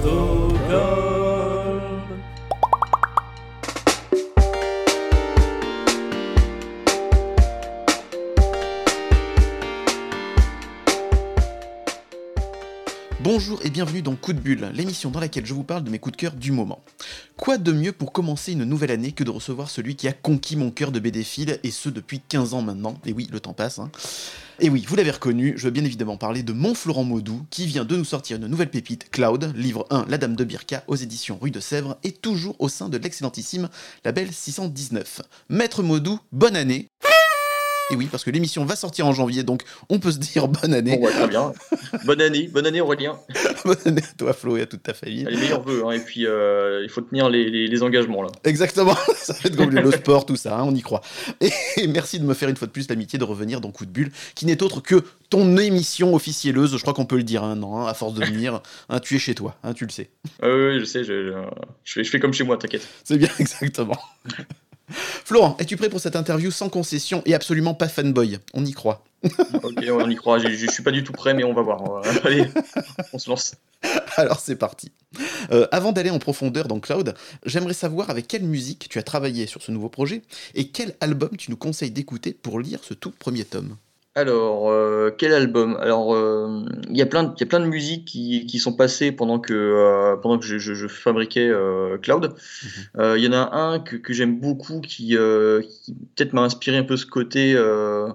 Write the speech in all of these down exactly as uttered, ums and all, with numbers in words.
Bonjour et bienvenue dans Coup de Bulle, l'émission dans laquelle je vous parle de mes coups de cœur du moment. Quoi de mieux pour commencer une nouvelle année que de recevoir celui qui a conquis mon cœur de bédéphile, et ce depuis quinze ans maintenant. Et oui, le temps passe, hein. Et oui, vous l'avez reconnu, je veux bien évidemment parler de mon Florent Maudoux, qui vient de nous sortir une nouvelle pépite, Cloud, livre un, La Dame de Birka, aux éditions Rue de Sèvres, et toujours au sein de l'excellentissime label six cent dix-neuf. Maître Maudoux, bonne année. Et oui, parce que l'émission va sortir en janvier, donc on peut se dire bonne année. Bon, ouais, très bien. Bonne année, bonne année Aurélien. Bonne année à toi Flo et à toute ta famille. Les meilleurs vœux, hein, et puis euh, il faut tenir les, les, les engagements là. Exactement, ça va être comme le sport, tout ça, hein, on y croit. Et merci de me faire une fois de plus l'amitié de revenir dans Coup de Bulle, qui n'est autre que ton émission officielleuse, je crois qu'on peut le dire maintenant, hein, à force de venir, hein, tu es chez toi, hein, tu le sais. Euh, oui, je sais, je, je, fais, je fais comme chez moi, t'inquiète. C'est bien, exactement. Florent, es-tu prêt pour cette interview sans concession et absolument pas fanboy? On y croit. Ok, on y croit, je, je suis pas du tout prêt, mais on va voir. On va... Allez, on se lance. Alors c'est parti. Euh, avant d'aller en profondeur dans Cloud, j'aimerais savoir avec quelle musique tu as travaillé sur ce nouveau projet et quel album tu nous conseilles d'écouter pour lire ce tout premier tome. Alors, euh, quel album? Alors, il euh, y a plein de, y a plein de musiques qui, qui sont passées pendant que, euh, pendant que je, je, je fabriquais euh, Cloud. Il mm-hmm. euh, y en a un que, que j'aime beaucoup qui, euh, qui peut-être m'a inspiré un peu ce côté, euh,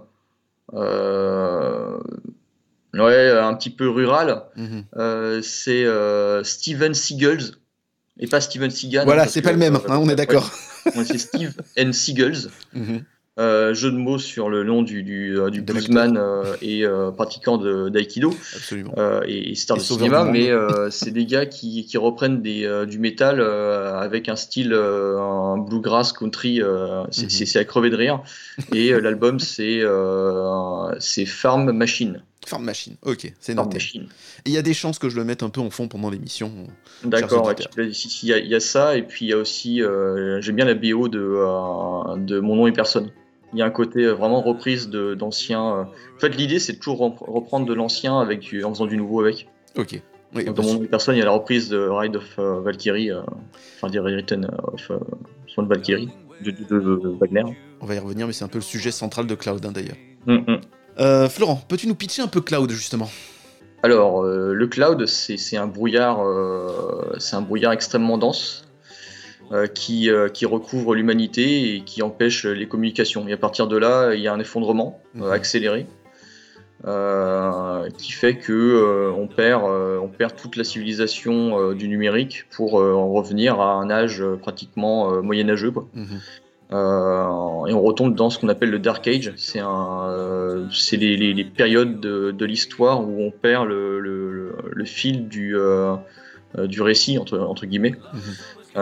euh, ouais, un petit peu rural. Mm-hmm. Euh, c'est euh, Steven Seagulls et pas Steven Seagal. Voilà, c'est que, pas le même, euh, hein, on est d'accord. Ouais, c'est Steve and Seagulls. Mm-hmm. Euh, jeu de mots sur le nom du, du, euh, du bluesman euh, et euh, pratiquant de, d'aïkido euh, et, et star et de cinéma, mais euh, c'est des gars qui, qui reprennent des, euh, du métal euh, avec un style, euh, un bluegrass country, euh, c'est, mm-hmm. c'est, c'est à crever de rire. Et euh, l'album, c'est, euh, c'est Farm Machine. Farm Machine, ok, c'est noté. Et il y a des chances que je le mette un peu en fond pendant l'émission. D'accord, il y, y, y a ça, et puis il y a aussi, euh, j'aime bien la B O de, euh, de Mon nom et personne. Il y a un côté vraiment reprise de, d'anciens. Euh... En fait, l'idée, c'est de toujours reprendre de l'ancien avec du, en faisant du nouveau avec. Ok. Oui, donc, dans Mon nom et personne, il y a la reprise de Ride of uh, Valkyrie, euh, enfin, dire Written of uh, Swan Valkyrie, de, de, de, de Wagner. On va y revenir, mais c'est un peu le sujet central de Cloud, hein, d'ailleurs. Mm-hmm. Euh, Florent, peux-tu nous pitcher un peu Cloud, justement ? Alors, euh, le Cloud, c'est, c'est un brouillard, euh, c'est un brouillard extrêmement dense euh, qui, euh, qui recouvre l'humanité et qui empêche les communications. Et à partir de là, il y a un effondrement euh, accéléré euh, qui fait que euh, on perd, euh, on perd toute la civilisation euh, du numérique pour euh, en revenir à un âge euh, pratiquement euh, moyenâgeux, quoi. Mm-hmm. Euh, et on retombe dans ce qu'on appelle le Dark Age. C'est, un, euh, c'est les, les, les périodes de, de l'histoire où on perd le, le, le fil du, euh, du récit, entre, entre guillemets. Mm-hmm.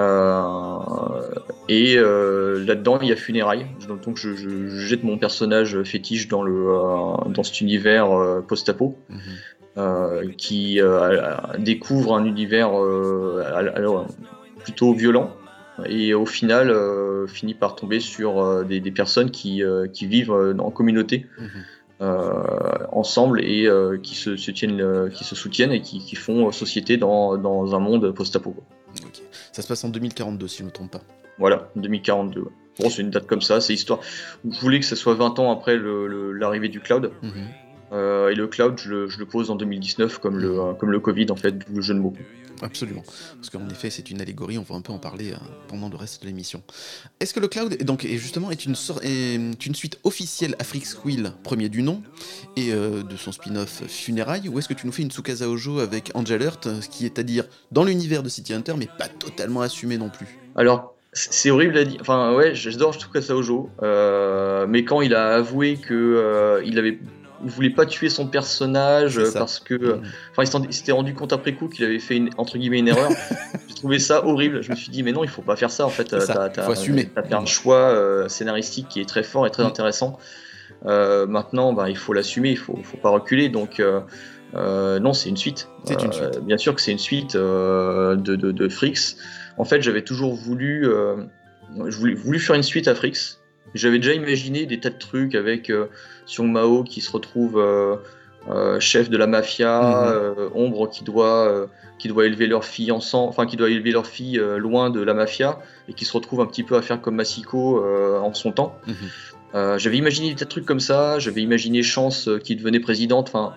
Euh, et euh, là-dedans, il y a funérailles. Donc je, je, je jette mon personnage fétiche dans, le, euh, dans cet univers euh, post-apo. Mm-hmm. Euh, qui euh, découvre un univers euh, alors, plutôt violent. Et au final, euh, finit par tomber sur euh, des, des personnes qui, euh, qui vivent euh, en communauté, mmh. euh, ensemble, et euh, qui, se, se tiennent, euh, qui se soutiennent et qui, qui font société dans, dans un monde post-apo. Okay. Ça se passe en deux mille quarante-deux, si je ne me trompe pas. Voilà, deux mille quarante-deux. Bon, c'est une date comme ça, c'est histoire. Je voulais que ce soit vingt ans après le, le, l'arrivée du cloud. Mmh. Euh, et le cloud, je le, je le pose en deux mille dix-neuf comme, mmh. le, comme le Covid, en fait, d'où le jeu de mots. Absolument, parce qu'en effet c'est une allégorie, on va un peu en parler euh, pendant le reste de l'émission. Est-ce que le Cloud est donc, est justement est une, so- est une suite officielle à Freak Squill, premier du nom, et euh, de son spin-off Funérailles, ou est-ce que tu nous fais une Tsukasa Ojo avec Angel Heart, ce qui est à dire dans l'univers de City Hunter, mais pas totalement assumé non plus? Alors, c'est horrible à dire, enfin ouais, j'adore Tsukasa Ojo, euh, mais quand il a avoué que euh, il avait... il voulait pas tuer son personnage parce que, mmh. enfin, il s'était rendu compte après coup qu'il avait fait une, entre guillemets une erreur. J'ai trouvé ça horrible. Je me suis dit mais non, il faut pas faire ça en fait. T'as, ça. t'as, faut assumer. T'as fait un choix euh, scénaristique qui est très fort et très mmh. intéressant. Euh, maintenant, bah, il faut l'assumer, il faut, faut pas reculer. Donc euh, euh, non, c'est une suite. C'est une suite. Euh, bien sûr que c'est une suite euh, de, de, de Freaks. En fait, j'avais toujours voulu, euh, je voulais voulu faire une suite à Freaks. J'avais déjà imaginé des tas de trucs avec euh, Sion Mao qui se retrouve euh, euh, chef de la mafia, Mhm. euh, Ombre qui doit, euh, qui doit élever leur fille ensemble, enfin qui doit élever leur fille euh, loin de la mafia et qui se retrouve un petit peu à faire comme Masiko euh, en son temps. Mhm. Euh, j'avais imaginé des tas de trucs comme ça, j'avais imaginé Chance euh, qui devenait présidente, enfin.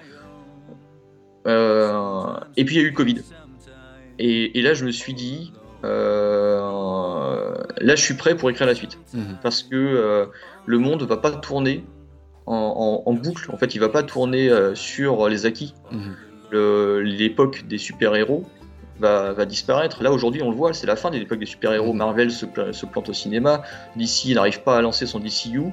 euh, Et puis il y a eu le Covid. Et, et là, je me suis dit, euh, là, je suis prêt pour écrire la suite. Mhm. Parce que euh, le monde va pas tourner en, en- en boucle. En fait, il va pas tourner euh, sur les acquis. Mhm. Le- l'époque des super-héros va, va disparaître. Là, aujourd'hui, on le voit, c'est la fin de l'époque des super-héros. Mhm. Marvel se, pla- se plante au cinéma. D C n'arrive pas à lancer son D C U.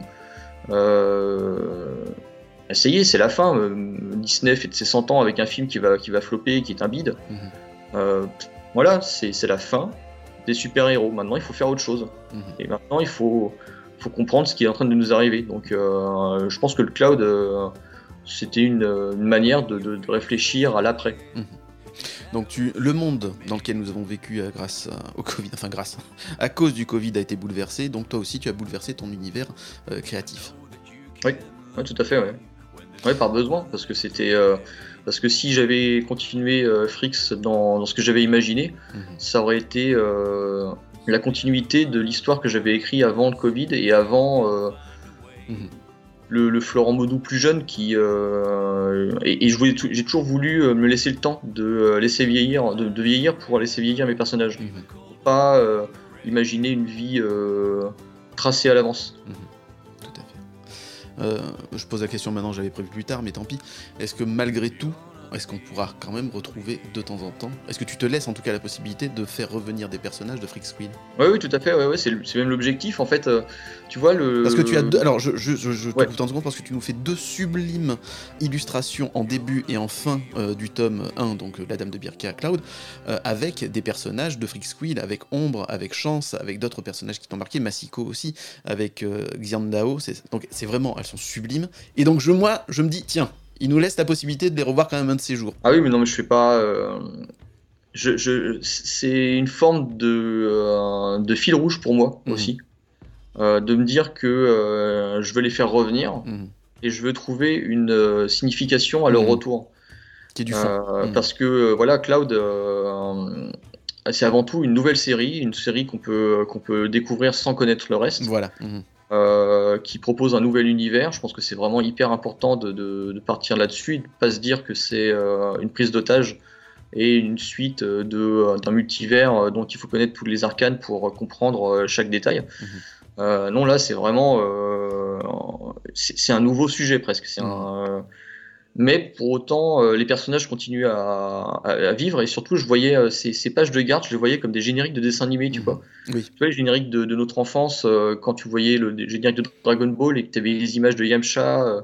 Euh, Ça y est, c'est la fin. Euh, Disney fait de ses cent ans avec un film qui va, qui va flopper, qui est un bide. Mhm. Euh, voilà, c'est c'est la fin des super-héros. Maintenant, il faut faire autre chose. Mhm. Et maintenant, il faut, faut comprendre ce qui est en train de nous arriver. Donc, euh, je pense que le cloud, euh, c'était une, une manière de, de- de réfléchir à l'après. Mhm. Donc tu, le monde dans lequel nous avons vécu euh, grâce euh, au Covid, enfin grâce, à cause du Covid a été bouleversé, donc toi aussi tu as bouleversé ton univers euh, créatif. Oui, ouais, tout à fait, ouais. Ouais, par besoin, parce que c'était, euh, parce que si j'avais continué euh, Frix dans, dans ce que j'avais imaginé, Mhm. ça aurait été euh, la continuité de l'histoire que j'avais écrite avant le Covid et avant euh, Mhm. le, le Florent Maudou plus jeune qui euh, et, et je voulais tou- j'ai toujours voulu euh, me laisser le temps de euh, laisser vieillir, de, de vieillir pour laisser vieillir mes personnages, Mhm. pas euh, imaginer une vie euh, tracée à l'avance. Mhm. Tout à fait. Euh, je pose la question maintenant, j'avais prévu plus tard, mais tant pis. Est-ce que malgré tout, est-ce qu'on pourra quand même retrouver de temps en temps, est-ce que tu te laisses en tout cas la possibilité de faire revenir des personnages de Freak Squid? Oui, oui, tout à fait, ouais, ouais, c'est, le- c'est même l'objectif en fait. euh, tu vois le. Parce que tu as deux. Alors, je, je, je, je te Ouais. coupe trente secondes parce que tu nous fais deux sublimes illustrations en début et en fin euh, du tome un, donc euh, La Dame de Birka Cloud, euh, avec des personnages de Freak Squid, avec Ombre, avec Chance, avec d'autres personnages qui t'ont marqué, Masiko aussi, avec euh, Xiandao. C'est, donc, c'est vraiment. Elles sont sublimes. Et donc, je, moi, je me dis, tiens, il nous laisse la possibilité de les revoir quand même un de ces jours. Ah oui, mais non, mais je fais pas. euh, Je, je, c'est une forme de, euh, de fil rouge pour moi Mhm. aussi, euh, de me dire que euh, je veux les faire revenir Mhm. et je veux trouver une euh, signification à leur Mhm. retour. Qui est du fond. Euh, Mhm. Parce que euh, voilà, Cloud, euh, c'est avant tout une nouvelle série, une série qu'on peut, qu'on peut découvrir sans connaître le reste, Voilà. Mhm. euh, qui propose un nouvel univers. Je pense que c'est vraiment hyper important de, de, de partir là-dessus et de pas se dire que c'est euh, une prise d'otage et une suite euh, de, euh, d'un multivers euh, dont il faut connaître tous les arcanes pour euh, comprendre euh, chaque détail. Mhm. Euh, non, là, c'est vraiment. euh, c'est, c'est un nouveau sujet presque. C'est Mhm. un, euh, mais pour autant, euh, les personnages continuent à, à- à vivre et surtout, je voyais euh, ces, ces pages de garde, je les voyais comme des génériques de dessins animés, tu Mhm. vois. Oui. Tu vois, les génériques de, de notre enfance, euh, quand tu voyais le générique de Dragon Ball et que tu avais les images de Yamcha, euh,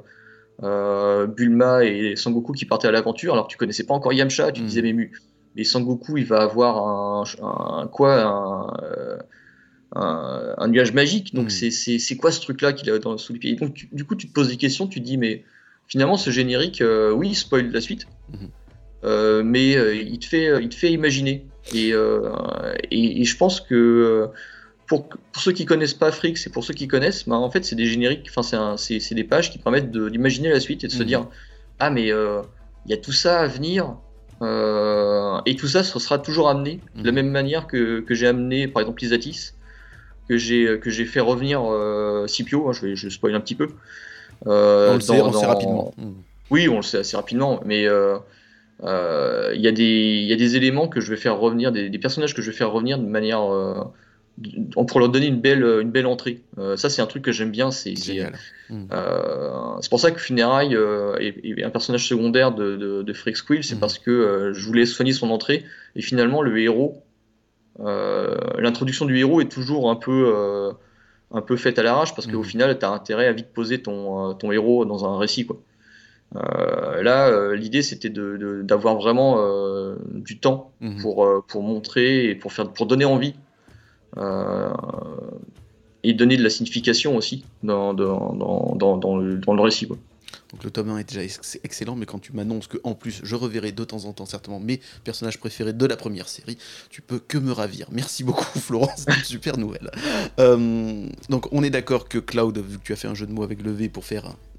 euh, Bulma et Sangoku qui partaient à l'aventure, alors que tu connaissais pas encore Yamcha, tu te disais, Mhm. mais, mu- mais Sangoku, il va avoir un, un- quoi, un, euh, un, un nuage magique, donc Mhm. c'est, c'est, c'est quoi ce truc-là qu'il a dans, sous les pieds? Et donc, tu- du coup, tu te poses des questions, tu te dis, mais finalement, ce générique, euh, oui, il spoil la suite, Mhm. euh, mais euh, il, te fait, il te fait imaginer. Et, euh, et, et je pense que euh, pour, pour ceux qui connaissent pas Freaks et pour ceux qui connaissent, bah, en fait, c'est des génériques, enfin, c'est, un- c'est, c'est des pages qui permettent de- d'imaginer la suite et de se Mhm. dire, ah, mais euh, il y a tout ça à venir. euh, et tout ça, ce sera toujours amené de la Mhm. même manière que, que j'ai amené, par exemple, Lisatis, que j'ai que j'ai fait revenir euh, Scipio, hein, je, vais, je spoil un petit peu. euh, On le sait, dans, on le sait dans- rapidement. Mhm. Oui, on le sait assez rapidement, mais euh, euh, il y a des il y a des éléments que je vais faire revenir, des, des personnages que je vais faire revenir de manière euh, de- pour leur donner une belle une belle entrée. Euh, ça, c'est un truc que j'aime bien. C'est c'est Génial. Mhm. euh, c'est pour ça que Funérailles euh, est, est un personnage secondaire de, de, de Freak Squill, c'est Mhm. parce que euh, je voulais soigner son entrée et finalement le héros, euh, l'introduction du héros est toujours un peu euh, un peu faite à l'arrache parce qu'au Mhm. final, tu as intérêt à vite poser ton, euh, ton héros dans un récit, quoi. Euh, là, euh, l'idée, c'était de, de- d'avoir vraiment euh, du temps Mhm. pour, euh, pour montrer et pour, faire, pour donner envie euh, et donner de la signification aussi dans, dans, dans, dans, dans le, dans le récit, quoi. Donc le tome un est déjà ex- excellent, mais quand tu m'annonces que en plus je reverrai de temps en temps certainement mes personnages préférés de la première série, tu peux que me ravir. Merci beaucoup Florent, c'est une super nouvelle. Euh, donc on est d'accord que Cloud, vu que tu as fait un jeu de mots avec le V pour faire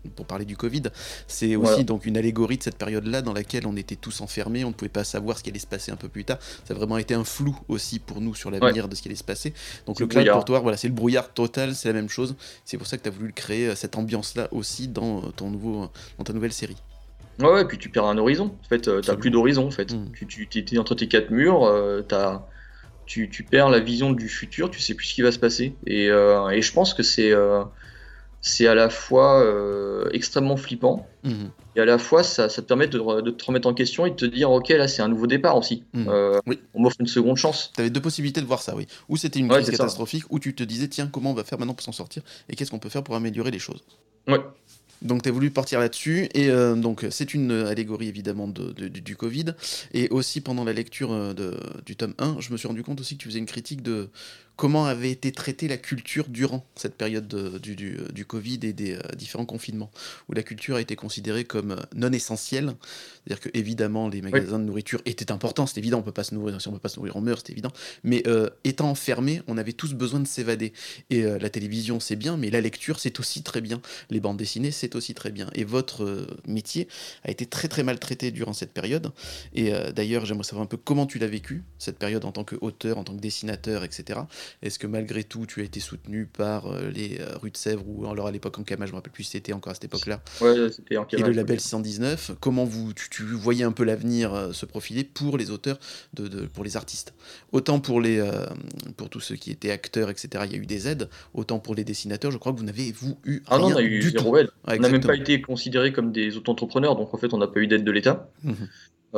pour parler du Covid, c'est aussi Voilà. donc une allégorie de cette période-là dans laquelle on était tous enfermés, on ne pouvait pas savoir ce qui allait se passer un peu plus tard. Ça a vraiment été un flou aussi pour nous sur l'avenir Ouais. de ce qui allait se passer. Donc C'est le le cloud pour brouillard. toi, voilà, c'est le brouillard total, c'est la même chose. C'est pour ça que tu as voulu créer euh, cette ambiance-là aussi dans, euh, ton nouveau, dans ta nouvelle série. Ouais, ouais, puis tu perds un horizon. En fait, euh, t'as Absolument. plus d'horizon. En fait, Mhm. tu, tu t'es entre tes quatre murs, euh, t'as, tu, tu perds la vision du futur. Tu sais plus ce qui va se passer. Et, euh, et je pense que c'est, euh, c'est à la fois euh, extrêmement flippant Mhm. et à la fois ça, ça te permet de, re- de te remettre en question et de te dire, ok, là c'est un nouveau départ aussi. Mhm. Euh, Oui. on m'offre une seconde chance. Tu avais deux possibilités de voir ça, oui. Ou c'était une Ouais, crise c'est ça. catastrophique, ou tu te disais, tiens, comment on va faire maintenant pour s'en sortir, et qu'est-ce qu'on peut faire pour améliorer les choses. Ouais. Donc tu as voulu partir là-dessus, et euh, donc c'est une allégorie évidemment de, de- du, du Covid, et aussi pendant la lecture euh, de, du tome un, je me suis rendu compte aussi que tu faisais une critique de comment avait été traitée la culture durant cette période de- du, du, du Covid et des euh, différents confinements, où la culture a été considérée comme euh, non essentielle, c'est-à-dire que évidemment les Oui. magasins de nourriture étaient importants, c'est évident, on peut pas se nourrir, si on peut pas se nourrir on meurt, c'est évident, mais euh, étant enfermés, on avait tous besoin de s'évader, et euh, la télévision c'est bien, mais la lecture c'est aussi très bien, les bandes dessinées, c'est aussi très bien. Et votre euh, métier a été très très mal traité durant cette période. Et euh, d'ailleurs, j'aimerais savoir un peu comment tu l'as vécu, cette période en tant qu'auteur, en tant que dessinateur, et cetera. Est-ce que malgré tout, tu as été soutenu par euh, les euh, Rues de Sèvres, ou alors à l'époque Ankama, je me rappelle plus si c'était encore à cette époque-là, Ouais, c'était en et le Kama, label six cent dix-neuf, comment vous, tu, tu voyais un peu l'avenir euh, se profiler pour les auteurs, de, de- pour les artistes. Autant pour, les, euh, pour tous ceux qui étaient acteurs, et cetera, il y a eu des aides, autant pour les dessinateurs, je crois que vous n'avez, vous, eu Ah non, on rien a eu du tout. zéro aide. Ah, On n'a même pas exactement. été considérés comme des auto-entrepreneurs, donc en fait, on n'a pas eu d'aide de l'État. Mhm.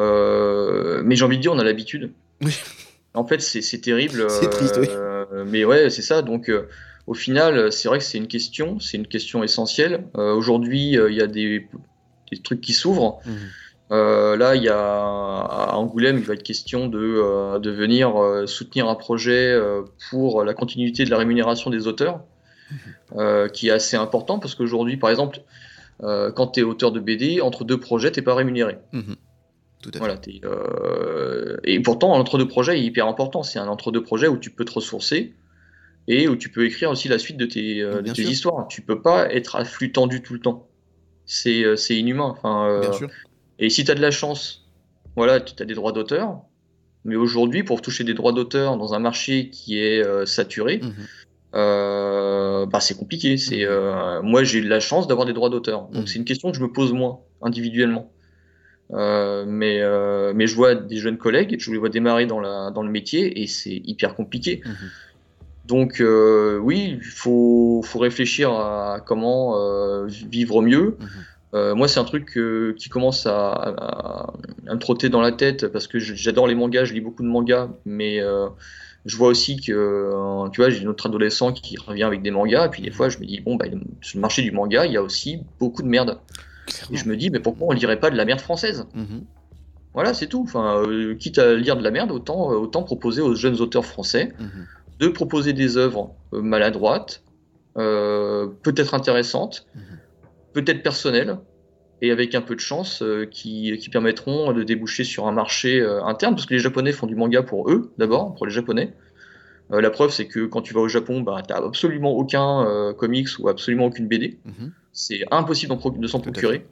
Euh, mais j'ai envie de dire, on a l'habitude. Oui, En fait, c'est c'est terrible, c'est triste, oui. euh, mais ouais, c'est ça. Donc, euh, au final, c'est vrai que c'est une question, c'est une question essentielle. Euh, aujourd'hui, euh, il y a des, des trucs qui s'ouvrent. Mhm. Euh, là, il y a à Angoulême, il va être question de, euh, de venir euh, soutenir un projet euh, pour la continuité de la rémunération des auteurs, euh, qui est assez important parce qu'aujourd'hui, par exemple, euh, quand tu es auteur de B D, entre deux projets, t'es pas rémunéré. Mhm. Tout à fait. Voilà, t'es, euh, et pourtant, l'entre-deux projet est hyper important. C'est un entre-deux projet où tu peux te ressourcer et où tu peux écrire aussi la suite de tes, euh, de Bien tes sûr, histoires. Tu peux pas être à flux tendu tout le temps. C'est euh, c'est inhumain. Enfin, bien euh, sûr. et si tu as de la chance, voilà, tu as des droits d'auteur. Mais aujourd'hui, pour toucher des droits d'auteur dans un marché qui est euh, saturé, Mhm. euh, bah, c'est compliqué. C'est, Mhm. euh, moi, j'ai eu de la chance d'avoir des droits d'auteur. Donc, Mhm. c'est une question que je me pose moins, individuellement. Euh, mais, euh, mais je vois des jeunes collègues, je les vois démarrer dans, la, dans le métier et c'est hyper compliqué. Mhm. Donc, euh, oui, il faut, faut réfléchir à comment euh, vivre mieux. Mhm. Euh, moi, c'est un truc euh, qui commence à, à- à me trotter dans la tête parce que je- j'adore les mangas, je lis beaucoup de mangas, mais euh, je vois aussi que, euh, tu vois, j'ai une autre adolescent qui revient avec des mangas, et puis des Mhm. fois, je me dis, bon, bah, sur le marché du manga, il y a aussi beaucoup de merde. Et Clairement. je me dis, mais pourquoi on lirait pas de la merde française? Mhm. Voilà, c'est tout. Enfin, euh, quitte à lire de la merde, autant, euh, autant proposer aux jeunes auteurs français Mhm. de proposer des œuvres euh, maladroites, euh, peut-être intéressantes, Mhm. peut-être personnelles, et avec un peu de chance, euh, qui, qui permettront de déboucher sur un marché euh, interne, parce que les Japonais font du manga pour eux, d'abord, pour les Japonais. Euh, la preuve, c'est que quand tu vas au Japon, bah, t'as absolument aucun euh, comics ou absolument aucune B D. Mhm. C'est impossible d'en pro- de s'en Tout à fait. procurer.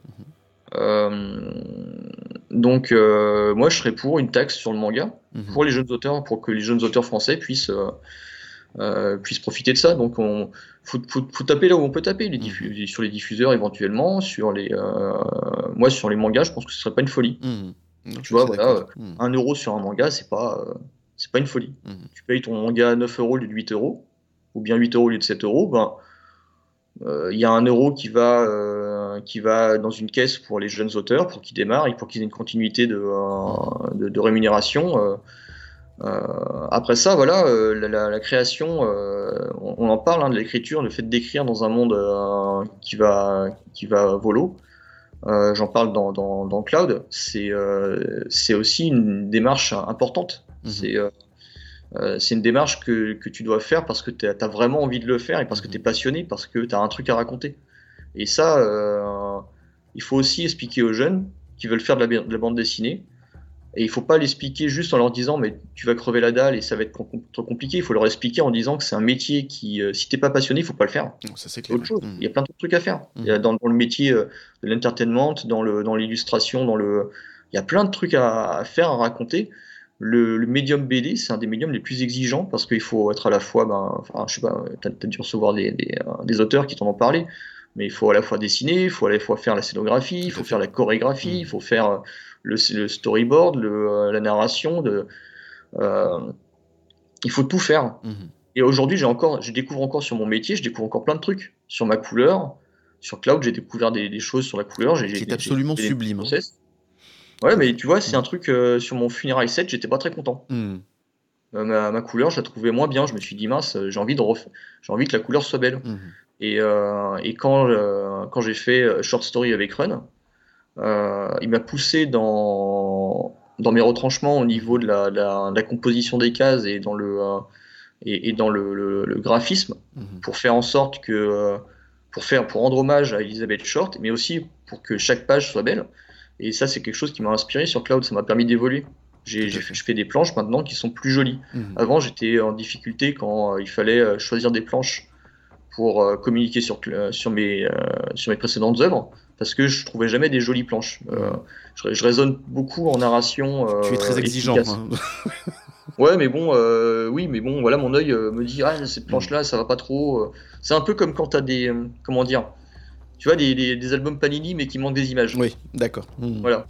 Euh, donc, euh, moi, je serais pour une taxe sur le manga Mhm. pour les jeunes auteurs, pour que les jeunes auteurs français puissent, euh, euh, puissent profiter de ça. Donc, on faut, faut, faut taper là où on peut taper, les diffu- Mhm. sur les diffuseurs éventuellement, sur les, euh, moi, sur les mangas, je pense que ce serait pas une folie. Mhm. Non, je Tu suis vois, assez voilà, euh, d'accord. Mhm. un euro sur un manga, c'est pas, euh, c'est pas une folie. Mhm. Tu payes ton manga à neuf euros au lieu de huit euros, ou bien huit euros au lieu de sept euros, ben, euh, il y a un euro qui va, euh, qui va dans une caisse pour les jeunes auteurs, pour qu'ils démarrent et pour qu'ils aient une continuité de, euh, de, de rémunération. Euh, euh, après ça, voilà, euh, la, la- la création, euh, on, on en parle hein, de l'écriture, le fait d'écrire dans un monde euh, qui va, qui va volo. Euh, j'en parle dans, dans, dans Cloud. C'est euh, c'est aussi une démarche importante. Mhm. C'est euh, euh, c'est une démarche que, que tu dois faire parce que tu as vraiment envie de le faire et parce que tu es Mhm. passionné, parce que tu as un truc à raconter. Et ça, euh, il faut aussi expliquer aux jeunes qui veulent faire de la, de la bande dessinée Et il faut pas l'expliquer juste en leur disant mais tu vas crever la dalle et ça va être com- trop compliqué. Il faut leur expliquer en disant que c'est un métier qui, euh, si t'es pas passionné, il faut pas le faire. Non, ça c'est C'est clair. autre chose. Mhm. Il y a plein de trucs à faire. Il y a Mhm. dans, dans le métier euh, de l'entertainment, dans le dans l'illustration, dans le, il y a plein de trucs à, à faire, à raconter. Le, le médium B D, c'est un des médiums les plus exigeants parce qu'il faut être à la fois, ben, enfin, je sais pas, t'as, t'as dû recevoir des, des, euh, des auteurs qui t'en ont parlé, mais il faut à la fois dessiner, il faut à la fois faire la scénographie, il Tout à faut fait. faire la chorégraphie, Mhm. il faut faire euh, le, le storyboard, le, euh, la narration, de, euh, il faut tout faire. Mhm. Et aujourd'hui, j'ai encore, je découvre encore sur mon métier, je découvre encore plein de trucs. Sur ma couleur, sur Cloud, j'ai découvert des, des choses sur la couleur, j'ai Qui j'ai- est j'ai absolument fait des sublime. Hein. process. Ouais, Euh, mais tu vois, c'est mhm. un truc euh, sur mon funérail set, j'étais pas très content. Mhm. Euh, ma, ma couleur, je la trouvais moins bien. Je me suis dit, mince, euh, j'ai envie de ref- j'ai envie que la couleur soit belle. Mhm. Et, euh, et quand, euh, quand j'ai fait euh, Short Story avec Run, euh, il m'a poussé dans, dans mes retranchements au niveau Mhm. de la, de la- de la composition des cases et dans le, euh, et, et dans le, le- le graphisme Mhm. pour faire en sorte que, euh, pour faire, pour rendre hommage à Elizabeth Short, mais aussi pour que chaque page soit belle. Et ça, c'est quelque chose qui m'a inspiré sur Cloud, ça m'a permis d'évoluer. J'ai, Tout j'ai à fait- fait. je fais des planches maintenant qui sont plus jolies. Mhm. Avant, j'étais en difficulté quand euh, il fallait euh, choisir des planches pour euh, communiquer sur, euh, sur, mes, euh, sur mes précédentes œuvres, parce que je trouvais jamais des jolies planches. Euh, Mhm. je, je raisonne beaucoup en narration Tu es euh, très exigeant. efficace. Hein. Ouais, mais bon, euh, oui, mais bon, voilà, mon œil euh, me dit, ah, cette Mhm. planche-là, ça va pas trop. euh. C'est un peu comme quand t'as des, euh, comment dire, tu vois, des, des, des albums Panini, mais qui manquent des images. Oui, d'accord. Mhm. Voilà.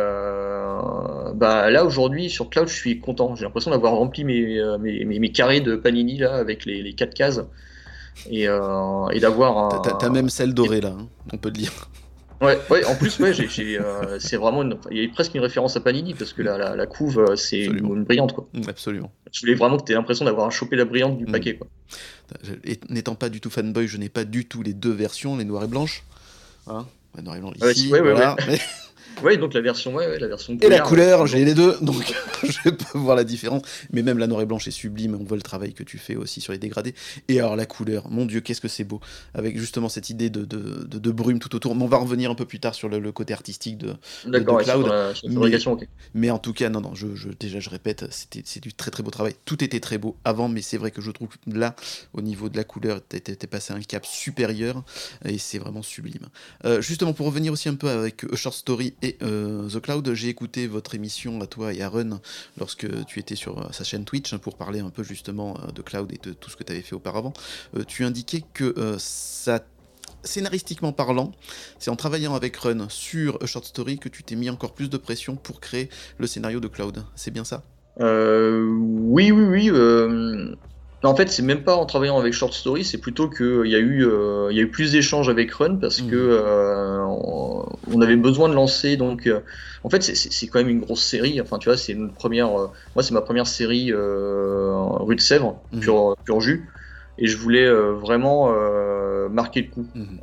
Euh, bah là, aujourd'hui, sur Cloud, je suis content. J'ai l'impression d'avoir rempli mes, euh, mes, mes, mes carrés de Panini, là, avec les, les quatre cases, et, euh, et d'avoir T'as, t'as- t'as un... même celle dorée là, hein, on peut le dire. Ouais, ouais, en plus, ouais, j'ai, j'ai, euh, c'est vraiment une... il y a presque une référence à Panini, parce que la, la, la couve, euh, c'est une, Absolument. une brillante, quoi. Mhm, absolument. Je voulais vraiment que tu aies l'impression d'avoir chopé la brillante du Mhm. paquet, quoi. Je- et- N'étant pas du tout fanboy, je n'ai pas du tout les deux versions, les noires et blanches. Hein, la noir et blanc Ah ouais, si- ouais, ici, ouais, ouais. voilà. Mais- Ouais, donc la version, ouais, ouais, la version Et la brouillard, ouais, couleur, j'ai effectivement. les deux, donc je peux voir la différence. Mais même la noir et blanche est sublime, on voit le travail que tu fais aussi sur les dégradés. Et alors la couleur, mon Dieu, qu'est-ce que c'est beau. Avec justement cette idée de, de, de- de brume tout autour. Mais on va revenir un peu plus tard sur le, le côté artistique de, de, de D'accord, ouais, sur Cloud. la, sur la Mais, fabrication, ok. mais en tout cas, non, non, je, je- déjà je répète, c'était, c'est du très très beau travail. Tout était très beau avant, mais c'est vrai que je trouve que là, au niveau de la couleur, t'es, t'es- t'es passé à un cap supérieur. Et c'est vraiment sublime. Euh, justement, pour revenir aussi un peu avec A Short Story et euh, The Cloud, j'ai écouté votre émission à toi et à Run lorsque tu étais sur euh, sa chaîne Twitch hein, pour parler un peu justement euh, de Cloud et de tout ce que tu avais fait auparavant. Euh, tu indiquais que euh, ça, scénaristiquement parlant, c'est en travaillant avec Run sur A Short Story que tu t'es mis encore plus de pression pour créer le scénario de Cloud. C'est bien ça? Euh, oui, oui, oui. euh, En fait, c'est même pas en travaillant avec Short Story, c'est plutôt qu'il y a eu, euh, il y a eu plus d'échanges avec Run parce que Mhm. euh, on on avait besoin de lancer. Donc, euh, en fait, c'est c'est- c'est quand même une grosse série. Enfin, tu vois, c'est une première. euh, Moi, c'est ma première série euh, Rue de Sèvres, Mhm. pur, pur jus, et je voulais euh, vraiment euh, marquer le coup. Mhm.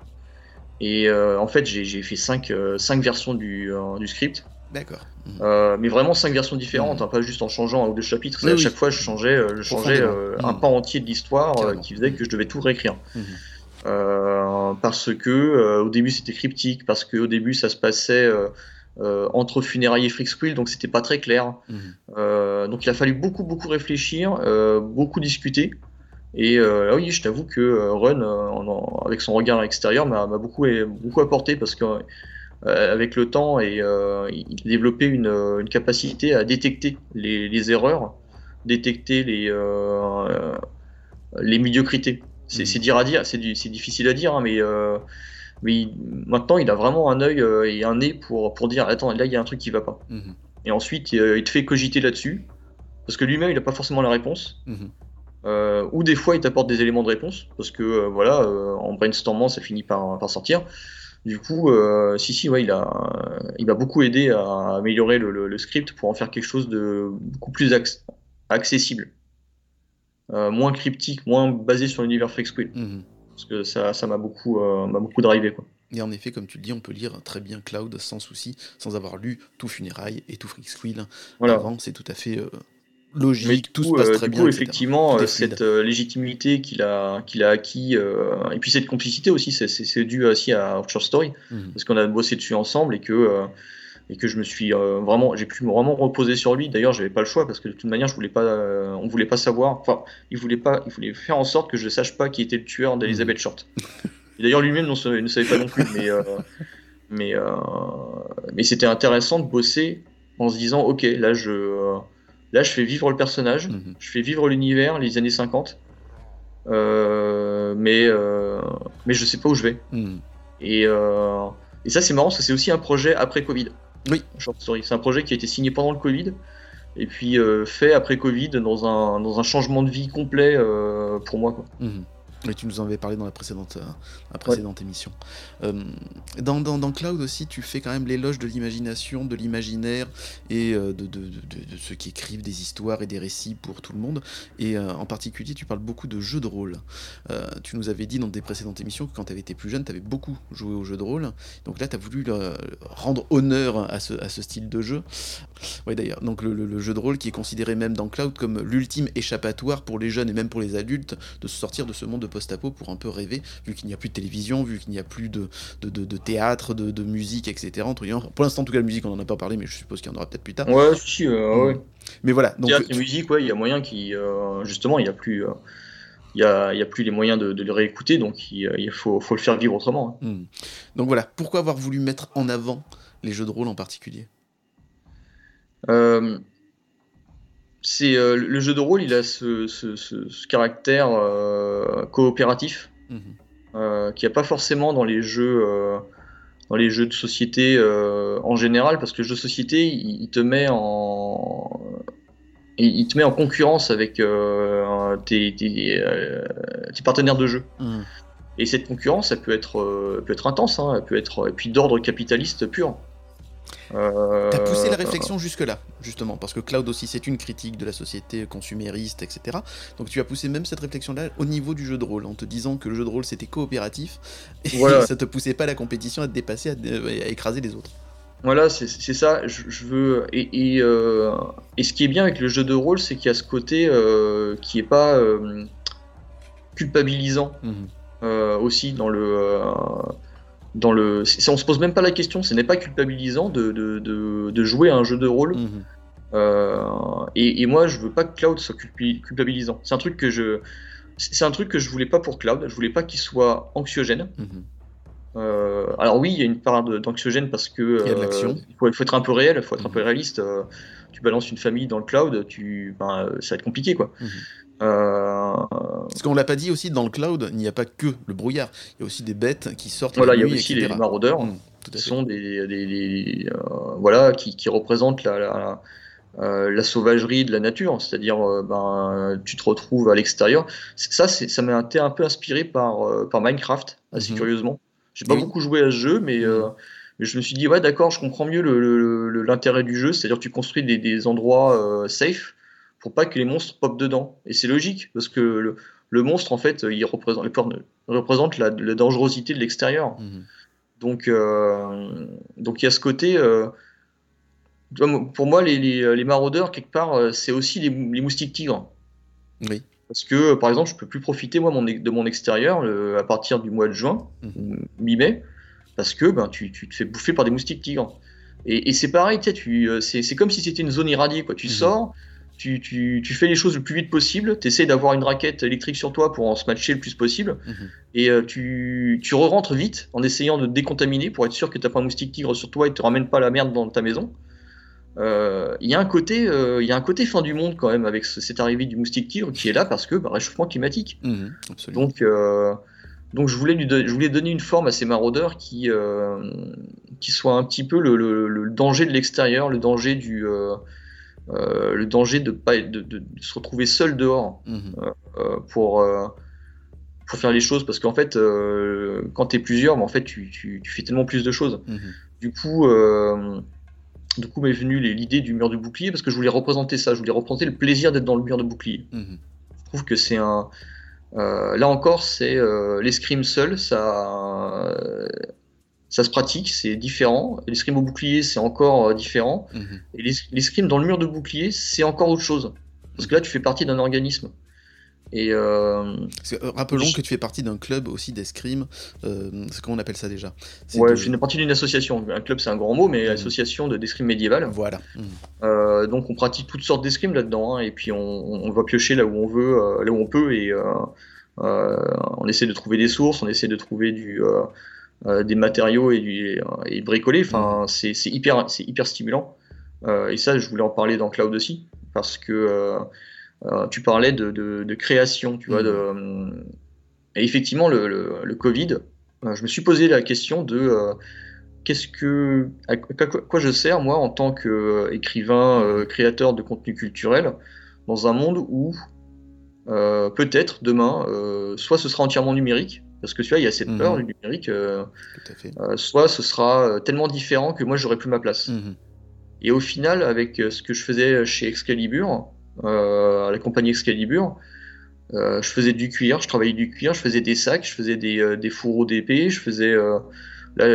Et euh, en fait, j'ai j'ai fait cinq, euh, cinq versions du, euh, du script. D'accord. Mhm. Euh, mais vraiment cinq versions différentes, Mhm. hein, pas juste en changeant un ou deux chapitres. C'est Oui, à chaque oui, fois, je changeais, euh, je changeais profondément. euh, un Mhm. pan entier de l'histoire euh, Carrément. qui faisait Mhm. que je devais tout réécrire. Mhm. Euh, parce que euh, au début c'était cryptique, parce que au début ça se passait euh, euh, entre funérailles et Freak Squill, donc c'était pas très clair. Mhm. Euh, donc il a fallu beaucoup beaucoup réfléchir, euh, beaucoup discuter. Et euh, ah oui, je t'avoue que euh, Run, euh, en- en- avec son regard extérieur, m'a m'a beaucoup, beaucoup apporté parce que euh, avec le temps et euh, il a développé une, euh, une capacité à détecter les, les erreurs, détecter les, euh, euh, les médiocrités. C'est c'est Mhm. dire à dire, c'est du- c'est difficile à dire, hein, mais, euh, mais il- maintenant il a vraiment un œil euh, et un nez pour, pour dire attends, là il y a un truc qui va pas. Mhm. Et ensuite euh, il te fait cogiter là-dessus, parce que lui-même il n'a pas forcément la réponse. Mhm. Euh, ou des fois il t'apporte des éléments de réponse, parce que euh, voilà, euh, en brainstormant ça finit par, par sortir. Du coup, euh, si, si, ouais, il a, il m'a beaucoup aidé à améliorer le, le- le script pour en faire quelque chose de beaucoup plus acc- accessible, Euh, moins cryptique, moins basé sur l'univers Freak Squill. Mhm. Parce que ça, ça m'a beaucoup, euh, m'a beaucoup drivé, quoi. Et en effet, comme tu le dis, on peut lire très bien Cloud sans souci, sans avoir lu tout Funérailles et tout Freak Squill Voilà. avant. C'est tout à fait euh, Mais du logique, tout se coup, passe euh, très du bien, coup, et cetera. effectivement, Tout euh, est fluide. cette euh, légitimité qu'il a, qu'il a acquis, euh, et puis cette complicité aussi, c'est c'est- c'est dû aussi à Short Story, Mhm. parce qu'on a bossé dessus ensemble et que euh, et que je me suis euh, vraiment, j'ai pu me vraiment reposer sur lui. D'ailleurs, j'avais pas le choix parce que de toute manière, je voulais pas, euh, on voulait pas savoir. Enfin, il voulait pas, il voulait faire en sorte que je sache pas qui était le tueur d'Elizabeth Short. Et d'ailleurs, lui-même non, ne savait pas non plus, mais euh, mais euh, mais c'était intéressant de bosser en se disant, ok, là je euh, là je fais vivre le personnage, Mhm. je fais vivre l'univers, les années cinquante, euh, mais euh, mais je sais pas où je vais. Mhm. Et euh, et ça c'est marrant, parce que c'est aussi un projet après Covid. Oui. Short Story, c'est un projet qui a été signé pendant le Covid et puis euh, fait après Covid dans un dans un changement de vie complet euh, pour moi, quoi. Mhm. Et tu nous en avais parlé dans la précédente, euh, la Ouais. précédente émission. Euh, dans, dans, dans Cloud aussi, tu fais quand même l'éloge de l'imagination, de l'imaginaire et euh, de, de, de, de ceux qui écrivent des histoires et des récits pour tout le monde. Et euh, en particulier, tu parles beaucoup de jeux de rôle. Euh, tu nous avais dit dans des précédentes émissions que quand tu avais été plus jeune, tu avais beaucoup joué aux jeux de rôle. Donc là, tu as voulu euh, rendre honneur à ce, à ce style de jeu. Ouais, d'ailleurs, donc le, le, le jeu de rôle qui est considéré même dans Cloud comme l'ultime échappatoire pour les jeunes et même pour les adultes de se sortir de ce monde de post-apo pour un peu rêver, vu qu'il n'y a plus de télévision, vu qu'il n'y a plus de, de, de, de théâtre, de, de musique, et cetera. Entre guillemets. Pour l'instant, en tout cas, la musique, on en a pas parlé, mais je suppose qu'il y en aura peut-être plus tard. Ouais, si, euh, Mm. ouais. Mais voilà, donc Théâtre et tu- musique, ouais, il y a moyen qui, euh, justement, il y a plus, euh, il y a, il y a plus les moyens de, de le réécouter, donc il, il faut, faut le faire vivre autrement, hein. Mm. Donc voilà, pourquoi avoir voulu mettre en avant les jeux de rôle en particulier? Euh, c'est euh, le jeu de rôle, il a ce, ce, ce, ce caractère euh, coopératif Mhm. euh, qu'il n'y a pas forcément dans les jeux, euh, dans les jeux de société euh, en général, parce que le jeu de société, il, il te met en, il, il te met en concurrence avec euh, tes, tes, euh, tes partenaires de jeu. Mm. Et cette concurrence, elle peut être, euh, peut être intense, hein, elle peut être, et puis d'ordre capitaliste pur. Euh, T'as poussé la réflexion jusque-là, justement, parce que Cloud aussi, c'est une critique de la société consumériste, et cetera. Donc tu as poussé même cette réflexion-là au niveau du jeu de rôle, en te disant que le jeu de rôle, c'était coopératif, et Voilà. ça te poussait pas la compétition à te dépasser, à, te- à écraser les autres. Voilà, c'est c'est ça. Je, je veux et, et, euh, et ce qui est bien avec le jeu de rôle, c'est qu'il y a ce côté euh, qui est pas euh, culpabilisant Mhm. euh, aussi dans le euh, dans le. c'est- On se pose même pas la question. Ce n'est pas culpabilisant de, de, de, de jouer à un jeu de rôle. Mhm. Euh, et, et moi, je veux pas que Cloud soit culpi- culpabilisant. C'est un truc que je c'est un truc que je voulais pas pour Cloud. Je voulais pas qu'il soit anxiogène. Mhm. Euh, alors oui, il y a une part de- d'anxiogène parce que Il y a de euh, l'action. il faut, il faut être un peu réel, il faut être un Mhm. peu réaliste. euh, tu balances une famille dans le cloud, tu, ben, euh, ça va être compliqué, quoi. Mhm. Euh, Parce qu'on l'a pas dit aussi, dans le Cloud, il n'y a pas que le brouillard, il y a aussi des bêtes qui sortent voilà, la il y a nuit, aussi les, et cetera. les maraudeurs, Mhm. Tout à qui fait. sont des, des- des- euh, voilà, qui, qui représentent la, la, euh, la sauvagerie de la nature, c'est-à-dire, euh, ben, tu te retrouves à l'extérieur. C'est- Ça, c'est, ça m'a été un peu inspiré par, euh, par Minecraft, assez Mhm. curieusement. J'ai Et pas oui. beaucoup joué à ce jeu, mais, euh, Mhm. mais je me suis dit, ouais, d'accord, je comprends mieux le- le- le- l'intérêt du jeu, c'est-à-dire que tu construis des, des endroits euh, safe pour pas que les monstres popent dedans. Et c'est logique, parce que le, le monstre, en fait, il représente, il représente la, la dangerosité de l'extérieur. Mhm. Donc, euh, donc il y a ce côté. euh, tu vois, mo- pour moi, les, les, les maraudeurs, quelque part, euh, c'est aussi les, les moustiques tigres. Oui. Parce que, euh, par exemple, je peux plus profiter, moi, mon, de mon extérieur le- à partir du mois de juin, Mhm. mi-mai, parce que ben, tu, tu te fais bouffer par des moustiques tigres. Et, et c'est pareil, tu sais, tu, euh, c'est c'est comme si c'était une zone irradiée, quoi. Tu Mhm. sors, tu, tu, tu fais les choses le plus vite possible, tu essaies d'avoir une raquette électrique sur toi pour en se matcher le plus possible, Mhm. et euh, tu, tu re-rentres vite en essayant de te décontaminer pour être sûr que t'as pas un moustique tigre sur toi et te ramène pas la merde dans ta maison. Euh, Il y a un côté, euh, il y a un côté fin du monde quand même avec ce- cette arrivée du moustique tigre qui est là parce que bah, réchauffement climatique. Mhm. Absolument. Donc, euh, donc je voulais lui don- je voulais donner une forme à ces maraudeurs qui, euh, qui soit un petit peu le, le- le danger de l'extérieur, le danger du, euh, euh, le danger de pas de, de- de se retrouver seul dehors Mhm. euh, pour euh, pour faire les choses parce qu'en fait euh, quand t'es plusieurs, bah, en fait tu, tu, tu fais tellement plus de choses. Mhm. Du coup. Euh, Du coup m'est venue les- l'idée du mur de bouclier parce que je voulais représenter ça, je voulais représenter le plaisir d'être dans le mur de bouclier. Mhm. Je trouve que c'est un. Euh, là encore, c'est euh, l'escrime seul, ça, euh, ça se pratique, c'est différent. L'escrime au bouclier, c'est encore euh, différent. Mhm. Et l'es- l'escrime dans le mur de bouclier, c'est encore autre chose. Parce que là, tu fais partie d'un organisme. Et euh, Parce que, euh, rappelons que tu fais partie d'un club aussi d'escrime. Euh, c'est comment on appelle ça déjà? C'est ouais, de... je fais partie d'une association. Un club, c'est un grand mot, mais mmh. association de d'escrime médiévale. Voilà. Mmh. Euh, donc on pratique toutes sortes d'escrime là-dedans, hein, et puis on, on va piocher là où on veut, euh, là où on peut, et euh, euh, on essaie de trouver des sources, on essaie de trouver du, euh, euh, des matériaux et, du, et bricoler. Enfin, mmh. c'est, c'est hyper, c'est hyper stimulant. Euh, et ça, je voulais en parler dans Cloud aussi, parce que euh, euh, tu parlais de, de, de création, tu mmh. vois. De, euh, et effectivement, le, le, le Covid, euh, je me suis posé la question de euh, qu'est-ce que, à quoi je sers moi en tant qu'écrivain, euh, créateur de contenu culturel, dans un monde où euh, peut-être demain, euh, soit ce sera entièrement numérique, parce que tu vois, il y a cette mmh. peur du numérique, euh, Tout à fait. Euh, soit ce sera tellement différent que moi j'aurai plus ma place. Mmh. Et au final, avec ce que je faisais chez Excalibur, euh, à la compagnie Excalibur, euh, je faisais du cuir, je travaillais du cuir, je faisais des sacs, je faisais des, euh, des fourreaux d'épée, je faisais euh, là,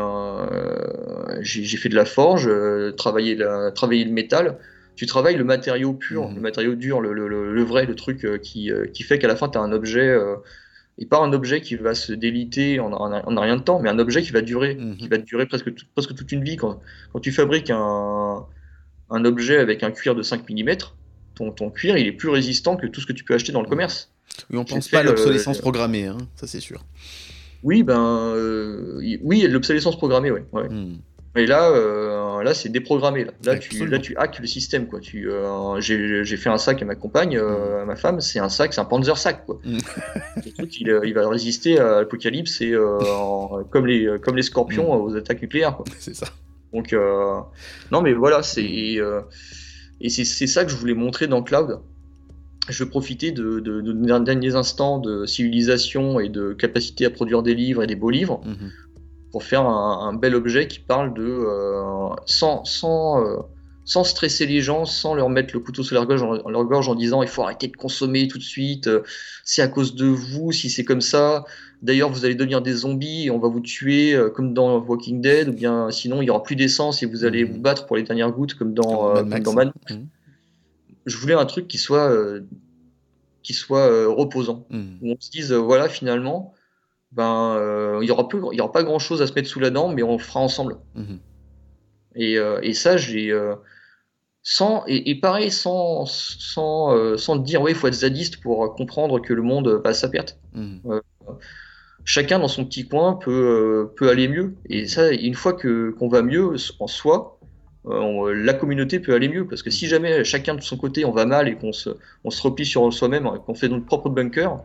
euh, j'ai, j'ai fait de la forge, euh, travailler, la, travailler le métal. Tu travailles le matériau pur, mmh. le matériau dur, le, le, le, le vrai, le truc euh, qui, euh, qui fait qu'à la fin tu as un objet, euh, et pas un objet qui va se déliter en, en, en rien de temps, mais un objet qui va durer, mmh. qui va durer presque, tout, presque toute une vie. Quand, quand tu fabriques un, un objet avec un cuir de cinq millimètres, ton, ton cuir il est plus résistant que tout ce que tu peux acheter dans le commerce. Oui, on pense pas à l'obsolescence euh, programmée, hein, ça c'est sûr. Oui, ben, euh, oui, l'obsolescence programmée, oui. Ouais. Mm. Et là, euh, là, c'est déprogrammé. Là, là tu, là, tu hackes le système, quoi. Tu, euh, j'ai, j'ai fait un sac à ma compagne, euh, à ma femme. C'est un sac, c'est un Panzer sac, quoi. Mm. Le truc, il, il va résister à l'apocalypse et euh, en, comme les, comme les scorpions mm. aux attaques nucléaires, quoi. C'est ça. Donc, euh, non, mais voilà, c'est euh, et c'est, c'est ça que je voulais montrer dans Cloud. Je veux profiter de, de, de, de derniers instants de civilisation et de capacité à produire des livres et des beaux livres mmh. pour faire un, un bel objet qui parle de euh, sans, sans, euh, sans stresser les gens, sans leur mettre le couteau sous leur gorge en, leur gorge en disant il faut arrêter de consommer tout de suite, euh, c'est à cause de vous si c'est comme ça, d'ailleurs vous allez devenir des zombies et on va vous tuer euh, comme dans Walking Dead, ou bien sinon il n'y aura plus d'essence et vous allez mmh. vous battre pour les dernières gouttes comme dans Mad Max. Comme dans Mad... mmh. Je voulais un truc qui soit, euh, qui soit euh, reposant, mmh. où on se dise, euh, voilà, finalement, ben, euh, il n'y aura, aura pas grand-chose à se mettre sous la dent, mais on le fera ensemble. Mmh. Et, euh, et ça, j'ai... Euh, sans, et, et pareil, sans, sans, euh, sans te dire, ouais, il faut être zadiste pour comprendre que le monde passe à sa perte. Mmh. Euh, chacun, dans son petit coin, peut, euh, peut aller mieux. Et ça, une fois que, qu'on va mieux en soi, Euh, la communauté peut aller mieux, parce que si jamais chacun de son côté on va mal et qu'on se, on se replie sur soi-même, qu'on fait notre propre bunker,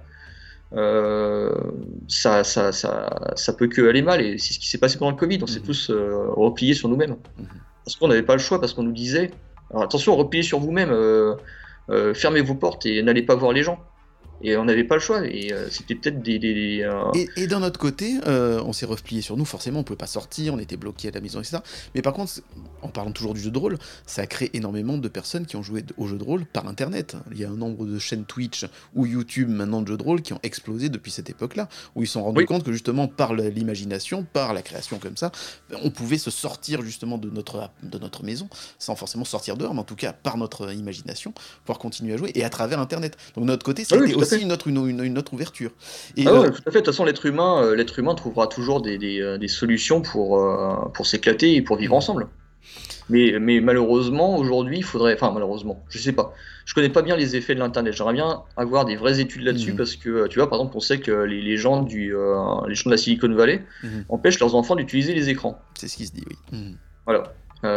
euh, ça, ça, ça, ça peut que aller mal, et c'est ce qui s'est passé pendant le Covid. On mmh. s'est tous euh, repliés sur nous-mêmes mmh. parce qu'on n'avait pas le choix, parce qu'on nous disait alors attention, repliez sur vous-même, euh, euh, fermez vos portes et n'allez pas voir les gens. Et on n'avait pas le choix, et euh, c'était peut-être des... des, des euh... et, et d'un autre côté, euh, on s'est replié sur nous, forcément, on ne pouvait pas sortir, on était bloqués à la maison, et cetera. Mais par contre, en parlant toujours du jeu de rôle, ça a créé énormément de personnes qui ont joué au jeu de rôle par Internet. Il y a un nombre de chaînes Twitch ou YouTube maintenant de jeux de rôle qui ont explosé depuis cette époque-là, où ils se sont rendus oui. compte que justement, par l'imagination, par la création comme ça, on pouvait se sortir justement de notre, de notre maison, sans forcément sortir dehors, mais en tout cas par notre imagination, pouvoir continuer à jouer, et à travers Internet. Donc de notre côté, c'était oui, aussi Une autre, une, une, une autre ouverture. Et ah ouais, euh... tout à fait. De toute façon, l'être humain, euh, l'être humain trouvera toujours des, des, des solutions pour, euh, pour s'éclater et pour vivre mmh. ensemble. Mais, mais malheureusement, aujourd'hui, il faudrait... Enfin, malheureusement, je sais pas. Je connais pas bien les effets de l'Internet. J'aimerais bien avoir des vraies études là-dessus, mmh. parce que, tu vois, par exemple, on sait que les, les, gens, du, euh, les gens de la Silicon Valley mmh. empêchent leurs enfants d'utiliser les écrans. C'est ce qui se dit, oui. Mmh. Voilà.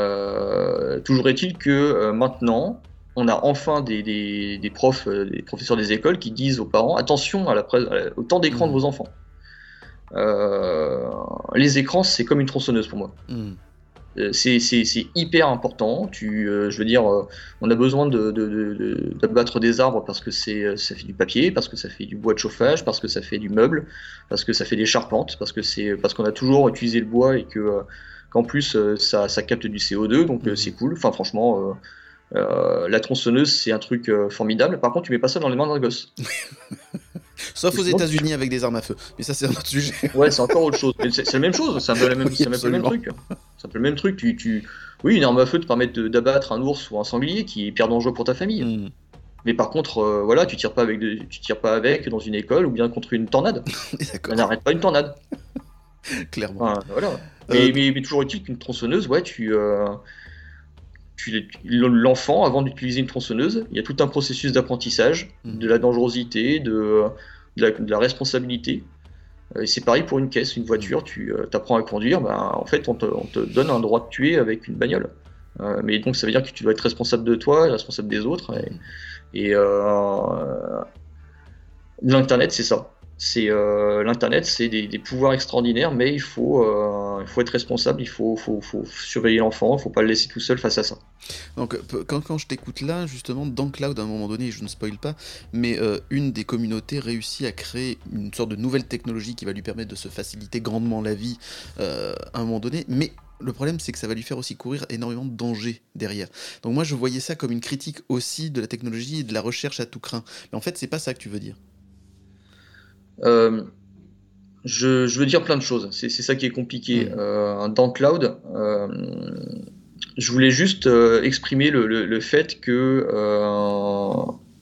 Euh, toujours est-il que euh, maintenant... on a enfin des, des, des profs, des professeurs des écoles qui disent aux parents attention à la presse, au temps d'écran mmh. de vos enfants. Euh, les écrans, c'est comme une tronçonneuse pour moi. Mmh. C'est, c'est, c'est hyper important. Tu, euh, je veux dire, euh, on a besoin de, de, de, de, d'abattre des arbres parce que c'est, ça fait du papier, parce que ça fait du bois de chauffage, parce que ça fait du meuble, parce que ça fait des charpentes, parce que c'est, parce qu'on a toujours utilisé le bois et que, euh, qu'en plus euh, ça, ça capte du C O deux, donc mmh. euh, c'est cool. Enfin, franchement. Euh, Euh, la tronçonneuse, c'est un truc euh, formidable. Par contre, tu mets pas ça dans les mains d'un gosse. Sauf aux États-Unis tu... avec des armes à feu. Mais ça, c'est un autre sujet. Ouais, c'est encore autre chose. Mais c'est, c'est la même chose. C'est un peu, la même, oui, c'est un peu le même truc. C'est un peu le même truc. Tu, tu... Oui, une arme à feu te permet de, d'abattre un ours ou un sanglier qui est hyper dangereux pour ta famille. Mm. Mais par contre, euh, voilà, tu tires pas avec, de- tu tires pas avec dans une école ou bien contre une tornade. D'accord, Ça n'arrête pas une tornade. clairement. Enfin, voilà. Euh, Mais, mais, mais toujours est-il qu'une tronçonneuse, ouais, tu, euh, tu, l'enfant, avant d'utiliser une tronçonneuse, il y a tout un processus d'apprentissage, mhm. de la dangerosité, de, de, la, de la responsabilité. Et c'est pareil pour une caisse, une voiture, tu euh, apprends à conduire, bah, en fait, on te, on te donne un droit de tuer avec une bagnole. Euh, mais donc, ça veut dire que tu dois être responsable de toi, responsable des autres. Et, et euh, l'Internet, c'est ça. C'est euh, l'Internet, c'est des, des pouvoirs extraordinaires, mais il faut, euh, il faut être responsable, il faut, faut, faut surveiller l'enfant, il faut pas le laisser tout seul face à ça. Donc, pe- quand, quand je t'écoute là, justement, dans Cloud, à un moment donné, je ne spoil pas, mais euh, une des communautés réussit à créer une sorte de nouvelle technologie qui va lui permettre de se faciliter grandement la vie euh, à un moment donné, mais le problème, c'est que ça va lui faire aussi courir énormément de dangers derrière. Donc moi, je voyais ça comme une critique aussi de la technologie et de la recherche à tout crin. Mais en fait, c'est pas ça que tu veux dire. Euh, je, je veux dire plein de choses, c'est c'est ça qui est compliqué. Mhm. Euh, dans Cloud, euh, je voulais juste euh, exprimer le, le- le fait que euh,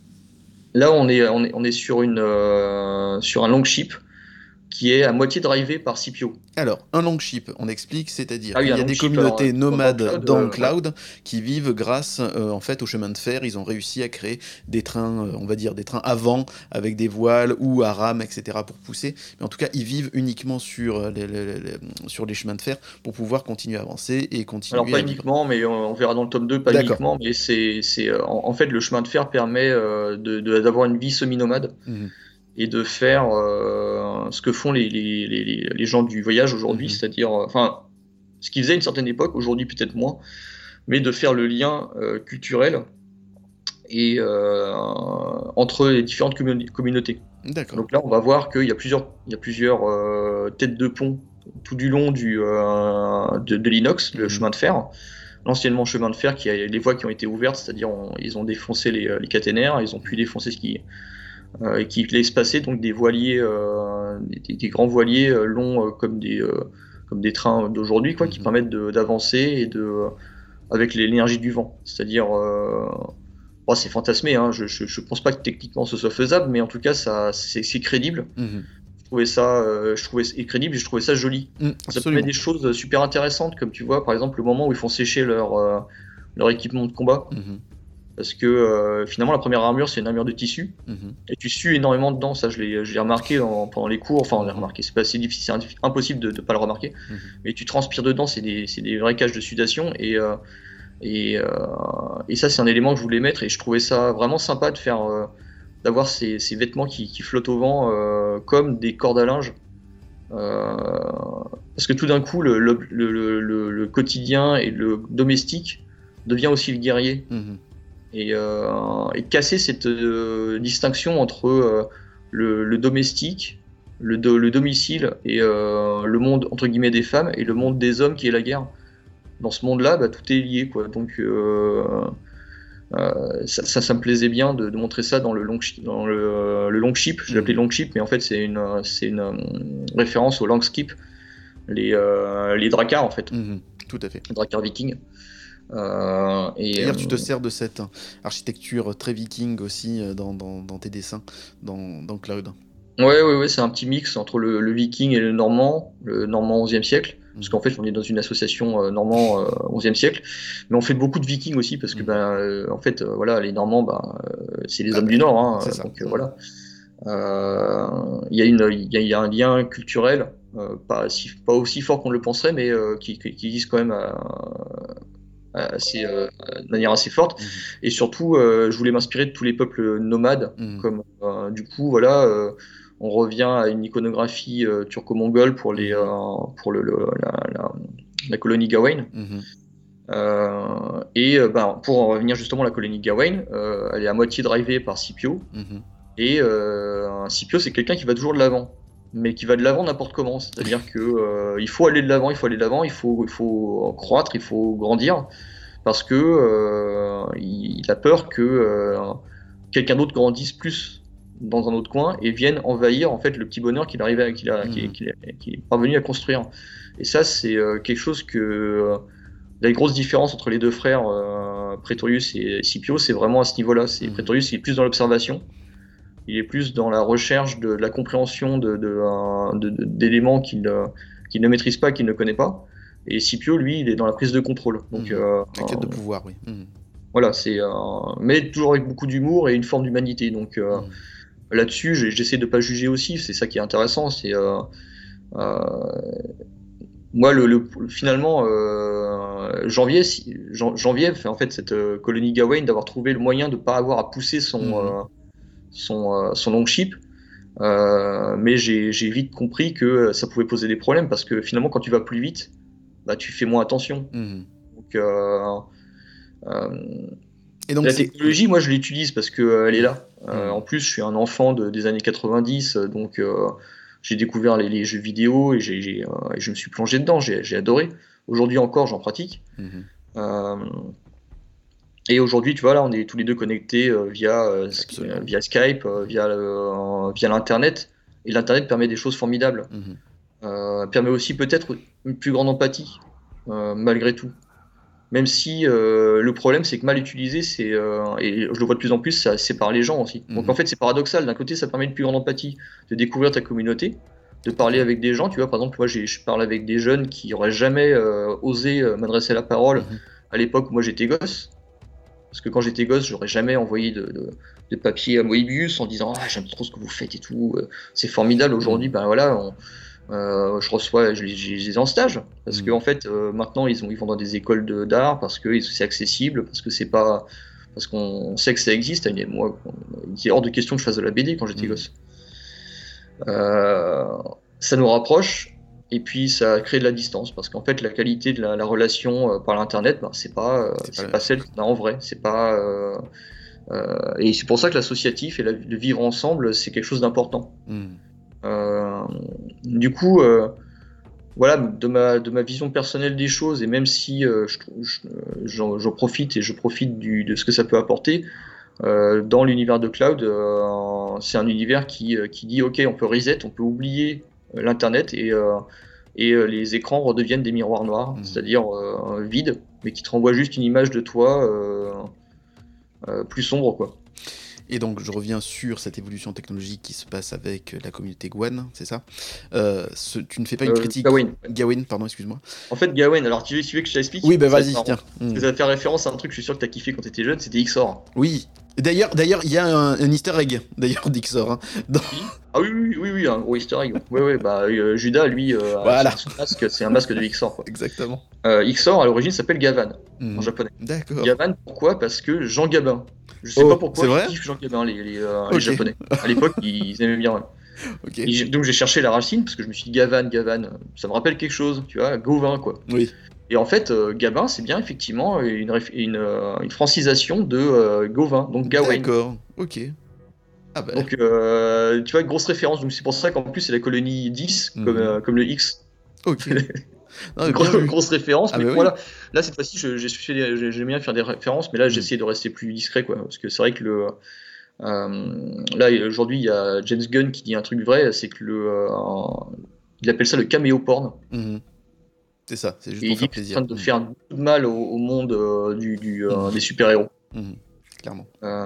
là, on est, on est, on est sur, une, euh, sur un longship qui est à moitié drivé par Scipio. Alors, un longship, on explique, c'est-à-dire Ah oui, qu'il un y a des longship, alors, communautés dans, dans nomades Cloud, dans euh, ouais. Cloud qui vivent grâce euh, en fait au chemin de fer. Ils ont réussi à créer des trains, euh, on va dire des trains à vent avec des voiles ou à rames, et cetera pour pousser. Mais en tout cas, ils vivent uniquement sur euh, les, les- les- sur les chemins de fer pour pouvoir continuer à avancer et Alors continuer pas à vivre. uniquement, mais on, on verra dans le tome deux, pas D'accord. uniquement, mais c'est, c'est, euh, en, en fait le chemin de fer permet euh, de, de- d'avoir une vie semi-nomade Mhm. et de faire euh, ce que font les, les, les, les- les gens du voyage aujourd'hui, Mhm. c'est-à-dire, euh, enfin, ce qu'ils faisaient à une certaine époque, aujourd'hui peut-être moins, mais de faire le lien euh, culturel et euh, entre les différentes commun- communautés. D'accord. Donc là, on va voir qu'il y a plusieurs, il y a plusieurs euh, têtes de pont tout du long du, euh, de, de l'inox, le Mhm. chemin de fer. L'anciennement chemin de fer, qui a les voies qui ont été ouvertes, c'est-à-dire on- ils ont défoncé les, les caténaires, ils ont pu défoncer ce qui, euh, qui laisse passer donc des voiliers, euh, des, des grands voiliers euh, longs euh, comme des euh, comme des trains d'aujourd'hui, quoi, qui Mhm. permettent de- d'avancer et de avec l'énergie du vent. C'est-à-dire, euh, bon, c'est fantasmé, hein, je, je, je pense pas que techniquement ce soit faisable, mais en tout cas ça c'est c'est crédible. Mhm. Je trouvais ça, euh, je trouvais et crédible, et je trouvais ça joli. Mhm. Ça permet Absolument. des choses super intéressantes, comme tu vois, par exemple, le moment où ils font sécher leur, euh, leur équipement de combat. Mhm. Parce que euh, finalement, la première armure, c'est une armure de tissu. Mhm. Et tu sues énormément dedans. Ça, je l'ai je l'ai remarqué en- pendant les cours. Enfin, on l'a Mhm. remarqué. C'est pas assez difficile, c'est impossible de ne pas le remarquer. Mhm. Mais tu transpires dedans, c'est des, c'est des vraies caches de sudation. Et, euh, et, euh, et ça, c'est un élément que je voulais mettre. Et je trouvais ça vraiment sympa de faire, euh, d'avoir ces, ces vêtements qui, qui flottent au vent euh, comme des cordes à linge. Euh, parce que tout d'un coup, le, le, le, le, le quotidien et le domestique devient aussi le guerrier. Mhm. Et, euh, et casser cette euh, distinction entre euh, le, le domestique, le, do- le domicile et euh, le monde entre guillemets des femmes et le monde des hommes qui est la guerre. Dans ce monde-là, bah, tout est lié, quoi. Donc euh, euh, ça, ça, ça me plaisait bien de, de montrer ça dans le long, dans le, le long ship. Je l'appelais Mhm. long ship, mais en fait c'est une, c'est une euh, référence au long skip, les, euh, les dracars en fait, Mhm. Tout à fait. les dracars vikings. Euh, et D'ailleurs, euh, tu te sers de cette architecture très viking aussi euh, dans, dans- dans tes dessins, dans, dans Cloud. Ouais, ouais, ouais, c'est un petit mix entre le, le viking et le normand, le normand onzième siècle, parce Mhm. qu'en fait on est dans une association euh, normand euh, onzième siècle, mais on fait beaucoup de vikings aussi parce que Mhm. ben euh, en fait euh, voilà les normands ben, euh, c'est les Ah hommes bah, du Nord, hein, c'est euh, ça. donc euh, Mhm. voilà. Euh, Il y a une, il y a, il y a un lien culturel, euh, pas, si, pas aussi fort qu'on le penserait, mais euh, qui, qui, qui existe quand même à, à assez, euh, de manière assez forte. Mhm. Et surtout, euh, je voulais m'inspirer de tous les peuples nomades, Mhm. comme euh, du coup, voilà, euh, on revient à une iconographie euh, turco-mongole pour les, Mhm. euh, pour le, le- la, la, la colonie Gawain. Mhm. Euh, et euh, ben, pour en revenir justement à la colonie Gawain, euh, elle est à moitié drivée par Scipio. Mhm. Et euh, Scipio, c'est quelqu'un qui va toujours de l'avant, mais qui va de l'avant n'importe comment. C'est-à-dire que euh, il faut aller de l'avant, il faut aller de l'avant, il faut, il faut croître, il faut grandir, parce que euh, il, il a peur que euh, quelqu'un d'autre grandisse plus dans un autre coin et vienne envahir en fait le petit bonheur qu'il arrivait, à- qu'il a, qu'il, Mhm. qu'il est- qu'il est parvenu à construire. Et ça, c'est euh, quelque chose que euh, la grosse différence entre les deux frères euh, Pretorius et Scipio, c'est vraiment à ce niveau-là. C'est, mmh. Pretorius, il est plus dans l'observation, il est plus dans la recherche de, de la compréhension de, de, euh, de, de, d'éléments qu'il, euh, qu'il ne maîtrise pas, qu'il ne connaît pas. Et Scipio, lui, il est dans la prise de contrôle. Donc, mmh. euh, la quête euh, de pouvoir, oui. Mmh. Voilà, c'est, euh, mais toujours avec beaucoup d'humour et une forme d'humanité. Donc euh, mmh. là-dessus, j'essaie de pas juger aussi. C'est ça qui est intéressant. C'est euh, euh, moi, le, le finalement, euh, janvier, janvier fait en fait cette euh, colonie Gawain d'avoir trouvé le moyen de pas avoir à pousser son mmh. euh, son, euh, son longship. Euh, mais j'ai, j'ai vite compris que ça pouvait poser des problèmes parce que finalement, quand tu vas plus vite, bah, tu fais moins attention. Mmh. Donc euh, Euh, et donc la technologie, moi, je l'utilise parce qu'elle euh, est là. Euh, mmh. En plus, je suis un enfant de, des années quatre-vingt-dix, donc euh, j'ai découvert les, les jeux vidéo et, j'ai, j'ai, euh, et je me suis plongé dedans. J'ai, j'ai adoré. Aujourd'hui encore, j'en pratique. Mmh. Euh, et aujourd'hui, tu vois, là, on est tous les deux connectés euh, via, euh, via Skype, euh, via, euh, via l'Internet. Et l'Internet permet des choses formidables. Mmh. Euh, permet aussi peut-être une plus grande empathie, euh, malgré tout. Même si euh, le problème, c'est que mal utilisé, c'est, euh, et je le vois de plus en plus, ça sépare les gens aussi. Mmh. Donc en fait, c'est paradoxal. D'un côté, ça permet une plus grande empathie, de découvrir ta communauté, de parler avec des gens. Tu vois, par exemple, moi, j'ai, je parle avec des jeunes qui n'auraient jamais euh, osé euh, m'adresser la parole mmh. à l'époque où moi j'étais gosse. Parce que quand j'étais gosse, j'aurais jamais envoyé de, de, de papier à Moebius en disant ah, j'aime trop ce que vous faites et tout. C'est formidable. Aujourd'hui, mmh. ben voilà. On, Euh, je reçois, je les, je les ai en stage parce mmh. qu'en en fait euh, maintenant ils, ont, ils vont dans des écoles de, d'art parce que c'est accessible, parce que c'est pas, parce qu'on sait que ça existe. Moi, il est hors de question que je fasse de la B D quand j'étais mmh. gosse. Euh, ça nous rapproche et puis ça crée de la distance parce qu'en fait la qualité de la, la relation euh, par l'internet, ben, c'est pas, euh, c'est, c'est pas, pas celle qu'on a en vrai. C'est pas euh, euh, et c'est pour ça que l'associatif et la, le vivre ensemble, c'est quelque chose d'important. Mmh. Euh, du coup, euh, voilà, de ma, de ma vision personnelle des choses, et même si euh, je, je, j'en, j'en profite et je profite du, de ce que ça peut apporter, euh, dans l'univers de cloud, euh, c'est un univers qui, qui dit ok, on peut reset, on peut oublier l'internet et, euh, et les écrans redeviennent des miroirs noirs, mmh. c'est-à-dire euh, vides, mais qui te renvoient juste une image de toi euh, euh, plus sombre, quoi. Et donc, je reviens sur cette évolution technologique qui se passe avec la communauté Gwan, c'est ça euh, ce, Tu ne fais pas une euh, critique Gawain. Gawain, pardon, excuse-moi. En fait, Gawain, alors tu veux, tu veux que je t'explique ? Oui, ben bah, vas-y, tiens. Parce que ça va faire référence à un truc, je suis sûr que t'as kiffé quand t'étais jeune, c'était X O R. Oui. D'ailleurs, d'ailleurs, il y a un, un easter egg, d'ailleurs, d'X O R. Hein, dans... Ah oui, oui, oui, oui, un gros easter egg. Oui, oui, bah, euh, Judas, lui, euh, voilà. son masque, c'est un masque de X O R, quoi. Exactement. Euh, X O R, à l'origine, s'appelle Gavan, mmh. en japonais. D'accord. Gavan, pourquoi ? Parce que Jean Gabin. Je sais oh, pas pourquoi ils kiffent Jean Gabin, les, les, euh, okay. les Japonais. À l'époque, ils aimaient bien. Ouais. Okay. Et donc j'ai cherché la racine, parce que je me suis dit Gavan, Gavan, ça me rappelle quelque chose, tu vois, Gauvin, quoi. Oui. Et en fait, euh, Gabin, c'est bien effectivement une, une, euh, une francisation de euh, Gauvin, donc Gawain. D'accord, ok. Ah bah. Donc, euh, tu vois, grosse référence, donc c'est pour ça qu'en plus c'est la colonie dix, mmh. comme, euh, comme le X. Ok. Non, grosse, grosse référence, ah mais bah voilà. Oui. Là, cette fois-ci, je, je, j'aime bien faire des références, mais là, mmh. j'essaie de rester plus discret, quoi. Parce que c'est vrai que le. Euh, là, aujourd'hui, il y a James Gunn qui dit un truc vrai, c'est que le. Euh, il appelle ça le caméo porn. Mmh. C'est ça, c'est juste et pour il faire dit plaisir. C'est en train de mmh. faire beaucoup de mal au, au monde euh, du, du, euh, mmh. des super-héros. Mmh. Clairement. Euh,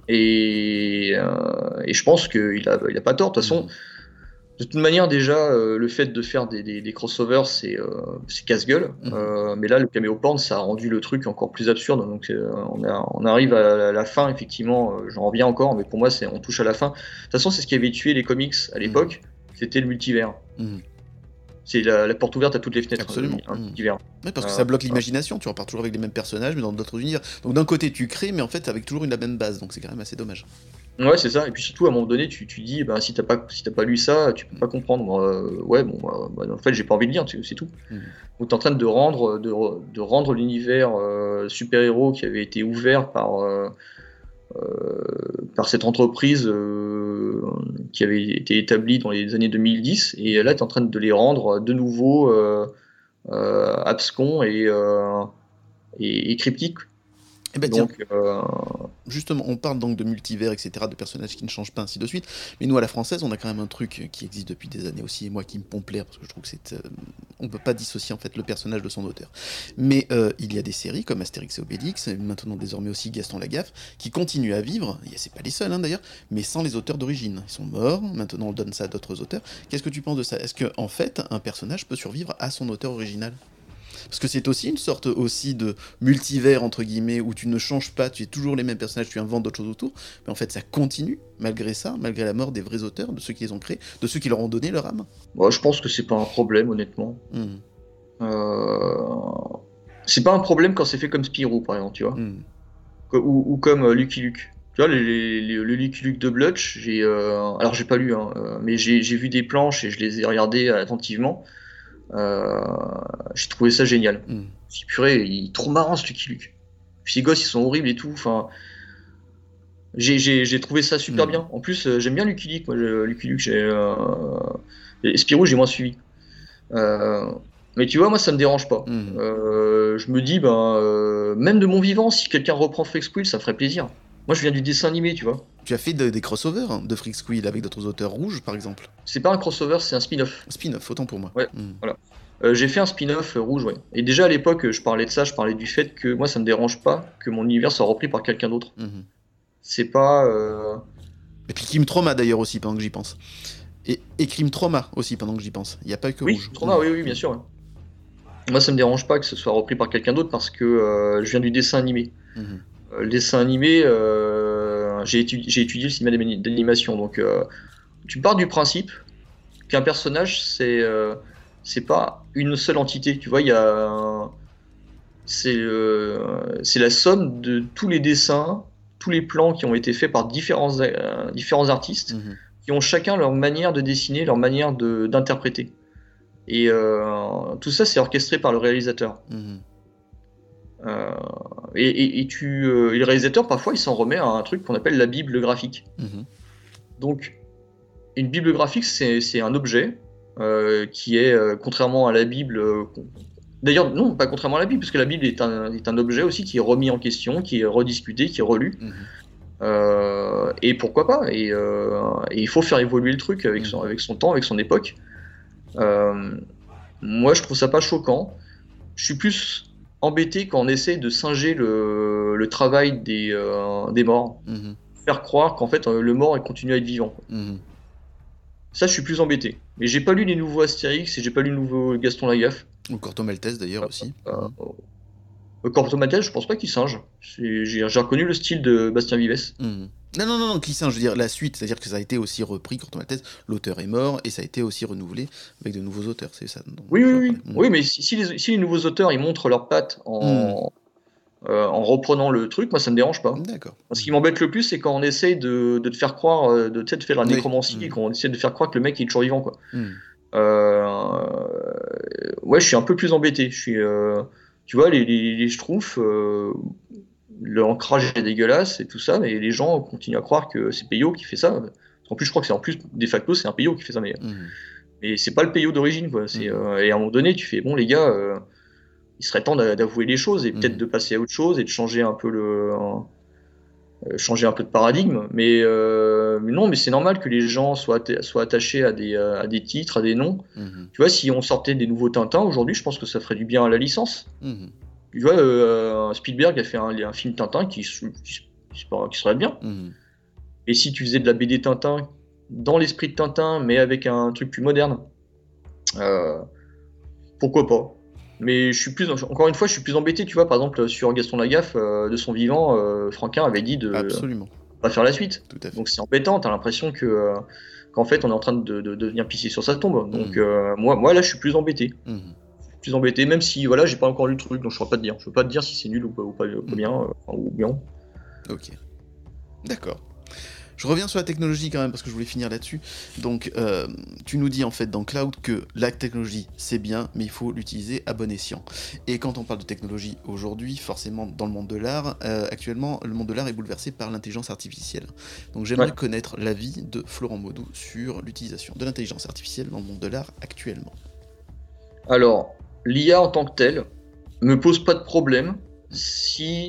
et, euh, et je pense qu'il a, il a pas tort. De toute façon, mmh. de toute manière, déjà, euh, le fait de faire des, des, des crossovers, c'est, euh, c'est casse-gueule. Mmh. Euh, mais là, le caméo porn, ça a rendu le truc encore plus absurde. Donc, euh, on, a, on arrive à la, la fin, effectivement. Euh, j'en reviens encore, mais pour moi, c'est, on touche à la fin. De toute façon, c'est ce qui avait tué les comics à l'époque. Mmh. C'était le multivers. Mmh. C'est la, la porte ouverte à toutes les fenêtres. Absolument. Un multivers. Oui, parce que euh, ça bloque l'imagination. Tu repars toujours avec les mêmes personnages, mais dans d'autres univers. Donc, d'un côté, tu crées, mais en fait, avec toujours une, la même base. Donc, c'est quand même assez dommage. Ouais, c'est ça. Et puis surtout, à un moment donné, tu, tu dis, ben, si t'as pas, si t'as pas lu ça, tu peux pas comprendre. Euh, ouais, bon, bah, en fait, j'ai pas envie de lire, c'est tout. Mmh. Donc, t'es en train de rendre, de, de rendre l'univers euh, super-héros qui avait été ouvert par, euh, euh, par cette entreprise euh, qui avait été établie dans les années deux mille dix. Et là, t'es en train de les rendre de nouveau euh, euh, abscons et, euh, et, et cryptiques. Eh ben tiens, Donc, euh, justement, on parle donc de multivers, et cetera, de personnages qui ne changent pas, ainsi de suite. Mais nous, à la française, on a quand même un truc qui existe depuis des années aussi, et moi qui me pompe l'air, parce que je trouve que c'est... euh, on peut pas dissocier en fait le personnage de son auteur. Mais euh, il y a des séries comme Astérix et Obélix, et maintenant désormais aussi Gaston Lagaffe, qui continuent à vivre, et c'est pas les seuls hein, d'ailleurs, mais sans les auteurs d'origine. Ils sont morts, maintenant on donne ça à d'autres auteurs. Qu'est-ce que tu penses de ça? Est-ce que en fait, un personnage peut survivre à son auteur original? Parce que c'est aussi une sorte aussi de multivers, entre guillemets, où tu ne changes pas, tu es toujours les mêmes personnages, tu inventes d'autres choses autour, mais en fait ça continue, malgré ça, malgré la mort des vrais auteurs, de ceux qui les ont créés, de ceux qui leur ont donné leur âme. moi, je pense que c'est pas un problème, honnêtement. Hmm, Euh, C'est pas un problème quand c'est fait comme Spirou, par exemple, tu vois. hmm, Co- Ou, ou comme euh, Lucky Luke. Tu vois, les- les- les- le Lucky Luke de Blutch, j'ai, euh, alors j'ai pas lu, hein, euh, mais j'ai j'ai vu des planches et je les ai regardées attentivement. Euh, j'ai trouvé ça génial. hmm, Si purée, il est trop marrant ce Lucky Luke. Puis ces gosses, ils sont horribles et tout. Enfin, j'ai j'ai- j'ai trouvé ça super hmm, bien. En plus, euh, j'aime bien Lucky Luke. Moi, je- Lucky Luke, j'ai euh, et Spirou, j'ai moins suivi. Euh, mais tu vois, moi, ça me dérange pas. hmm. Euh, je me dis, ben, euh, même de mon vivant, si quelqu'un reprend Freak Squill, ça me ferait plaisir. Moi, je viens du dessin animé, tu vois. Tu as fait de- des crossovers hein, de Freak Squill avec d'autres auteurs rouges, par exemple. C'est pas un crossover, c'est un spin-off. Spin-off, autant pour moi. Ouais, Hmm, voilà. Euh, j'ai fait un spin-off euh, rouge, ouais. Et déjà à l'époque, je parlais de ça, je parlais du fait que moi, ça me dérange pas que mon univers soit repris par quelqu'un d'autre. hmm. C'est pas. euh, Et puis Crime Trauma d'ailleurs aussi, pendant que j'y pense. Et, et Crime Trauma aussi, pendant que j'y pense. Il n'y a pas que Oui, rouge. Trauma, Hmm, oui, oui, bien sûr. Ouais. Moi, ça me dérange pas que ce soit repris par quelqu'un d'autre parce que euh, je viens du dessin animé. hmm, Euh, le dessin animé, euh, j'ai étudié, j'ai étudié le cinéma d'ani- d'animation. Donc, euh, tu pars du principe qu'un personnage, c'est euh, c'est pas une seule entité. Tu vois, il y a. un- C'est euh, c'est la somme de tous les dessins, tous les plans qui ont été faits par différents, euh, différents artistes hmm, qui ont chacun leur manière de dessiner, leur manière de- d'interpréter. Et euh, tout ça, c'est orchestré par le réalisateur. hmm, Euh, et, et- et tu, euh, et le réalisateur, parfois, il s'en remet à un truc qu'on appelle la Bible graphique. hmm, Donc, une Bible graphique, c'est c'est un objet euh, qui est, euh, contrairement à la Bible, euh, qu'on- d'ailleurs, non, pas contrairement à la Bible, parce que la Bible est un, est un objet aussi qui est remis en question, qui est rediscuté, qui est relu. hmm, Euh, et pourquoi pas? Et, euh, et il faut faire évoluer le truc avec son, hmm. avec son temps, avec son époque. Euh, Moi, je trouve ça pas choquant. Je suis plus embêté quand on essaie de singer le, le travail des, euh, des morts, Mhm, faire croire qu'en fait euh, le mort il continue à être vivant. mhm. Ça, je suis plus embêté. Mais j'ai pas lu les nouveaux Astérix et j'ai pas lu le nouveau Gaston Lagaffe. Ou Corto Maltese d'ailleurs aussi. Euh, Mhm. euh, Corto Maltese, je pense pas qu'il singe. C'est- J'ai j'ai reconnu le style de Bastien Vives. Mhm. Non, non, non, non, Clissin, je veux dire la suite, c'est-à-dire que ça a été aussi repris, Corto Maltese, l'auteur est mort, et ça a été aussi renouvelé avec de nouveaux auteurs, c'est ça dont Oui, je oui, veux oui. parler. Mhm. Oui, mais si, si les, si les nouveaux auteurs ils montrent leurs pattes en, euh, en reprenant le truc, moi ça me dérange pas. D'accord. Ce qui m'embête le plus, c'est quand on essaye de, de te faire croire, euh, de, tu sais, de faire la Oui. nécromancie, Mhm. et quand on essaie de faire croire que le mec il est toujours vivant, quoi. Mhm. Euh, ouais, je suis un peu plus embêté. Je suis, euh, tu vois, les, les, les Schtroumpfs, euh, l'ancrage est dégueulasse et tout ça, mais les gens continuent à croire que c'est Peyo qui fait ça. En plus, je crois que c'est en plus, de facto, c'est un Peyo qui fait ça, mais, Mhm. mais c'est pas le Peyo d'origine, quoi. C'est, Mhm. euh, et à un moment donné, tu fais, bon, les gars, euh, il serait temps d'a- d'avouer les choses et peut-être Mhm. de passer à autre chose et de changer un peu le, euh, changer un peu de paradigme. Mais, euh, mais non, mais c'est normal que les gens soient, atta- soient attachés à des, euh, à des titres, à des noms. Mhm. Tu vois, si on sortait des nouveaux Tintins aujourd'hui, je pense que ça ferait du bien à la licence. Mhm. Tu vois, euh, Spielberg a fait un, un film Tintin qui, se- qui, se- qui serait bien. Mhm. Et si tu faisais de la B D Tintin dans l'esprit de Tintin, mais avec un truc plus moderne, euh, pourquoi pas? Mais je suis plus, encore une fois, je suis plus embêté. Tu vois, par exemple, sur Gaston Lagaffe, euh, de son vivant, euh, Franquin avait dit de Absolument, pas faire la suite. tout à fait. Donc c'est embêtant. T'as l'impression que euh, qu'en fait, on est en train de, de, de venir pisser sur sa tombe. Donc Mhm. euh, moi, moi, là, je suis plus embêté. Mhm. Plus embêté, même si voilà, j'ai pas encore lu le truc, donc je saurais pas te dire. Je peux pas te dire si c'est nul ou pas, ou pas, ou pas bien, euh, enfin, ou bien. Ok. D'accord. Je reviens sur la technologie quand même parce que je voulais finir là-dessus. Donc, euh, tu nous dis en fait dans Cloud que la technologie c'est bien, mais il faut l'utiliser à bon escient. Et quand on parle de technologie aujourd'hui, forcément dans le monde de l'art, euh, actuellement le monde de l'art est bouleversé par l'intelligence artificielle. Donc, j'aimerais Ouais. connaître l'avis de Florent Maudou sur l'utilisation de l'intelligence artificielle dans le monde de l'art actuellement. Alors, l'I A en tant que telle me pose pas de problème si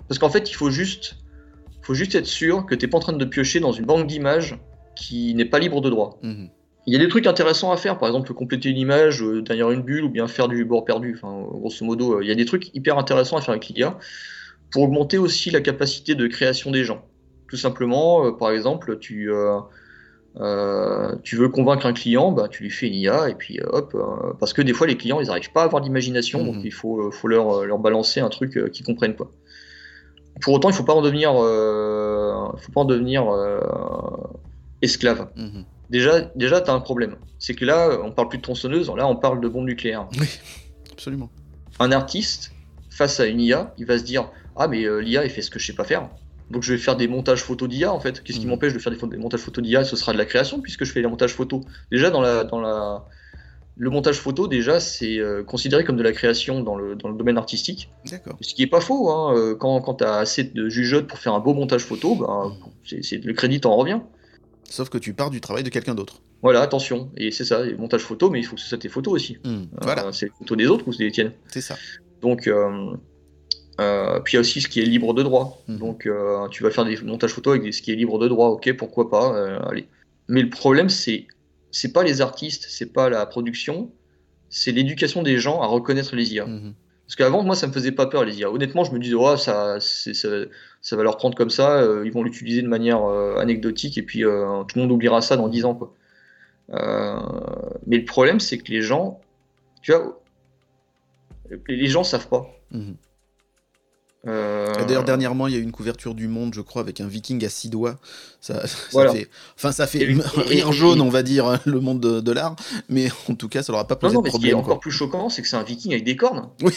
Parce qu'en fait, il faut juste, faut juste être sûr que tu n'es pas en train de piocher dans une banque d'images qui n'est pas libre de droit. Mmh. Il y a des trucs intéressants à faire, par exemple compléter une image euh, derrière une bulle ou bien faire du bord perdu. Enfin, grosso modo, euh, il y a des trucs hyper intéressants à faire avec l'I A pour augmenter aussi la capacité de création des gens. Tout simplement, euh, par exemple, tu, euh, euh, tu veux convaincre un client, bah, tu lui fais une I A et puis euh, hop, euh, parce que des fois les clients ils n'arrivent pas à avoir d'imagination, Mmh. donc il faut, euh, faut leur, leur balancer un truc euh, qu'ils comprennent quoi. Pour autant, il faut pas en devenir, euh, faut pas en devenir euh, esclave. Mmh. Déjà, déjà tu as un problème. C'est que là, on parle plus de tronçonneuse, là on parle de bombe nucléaire. Oui, absolument. Un artiste, face à une I A, il va se dire « Ah mais euh, l'I A, elle fait ce que je sais pas faire. Donc je vais faire des montages photos d'I A en fait. Qu'est-ce qui Mhm. m'empêche de faire des, des montages photos d'I A? Ce sera de la création puisque je fais les montages photos. » Déjà, dans la, dans la... le montage photo, déjà, c'est euh, considéré comme de la création dans le, dans le domaine artistique. D'accord. Ce qui est pas faux. Hein. Euh, Quand, quand tu as assez de jugeote pour faire un beau montage photo, bah, Mhm. c'est, c'est, le crédit t'en revient. Sauf que tu pars du travail de quelqu'un d'autre. Voilà, attention. Et c'est ça, les montages photos, mais il faut que ce soit tes photos aussi. Mhm. Euh, Voilà, c'est les photos des autres ou c'est les tiennes? c'est ça. Donc, euh, euh, puis il y a aussi ce qui est libre de droit. Mhm. Donc, euh, tu vas faire des montages photos avec des- ce qui est libre de droit, ok, pourquoi pas, euh, allez. Mais le problème, c'est, c'est pas les artistes, c'est pas la production, c'est l'éducation des gens à reconnaître les I A. Mhm. Parce qu'avant, moi, ça me faisait pas peur, les I A. Honnêtement, je me disais, oh, ça, c'est- ça, ça va leur prendre comme ça, euh, ils vont l'utiliser de manière euh, anecdotique, et puis euh, tout le monde oubliera ça dans dix ans, quoi. Euh, mais le problème, c'est que les gens, tu vois, les gens savent pas. Mhm. Euh, Et D'ailleurs, dernièrement, il y a eu une couverture du Monde, je crois, avec un viking à six doigts. Ça, ça Voilà. fait, enfin, ça fait Et- et- rire et- jaune, et- on va dire, hein, le monde de, de l'art. Mais en tout cas, ça leur a pas Non, posé non, de mais ce qui est problème. encore Quoi. plus choquant, c'est que c'est un viking avec des cornes. Oui.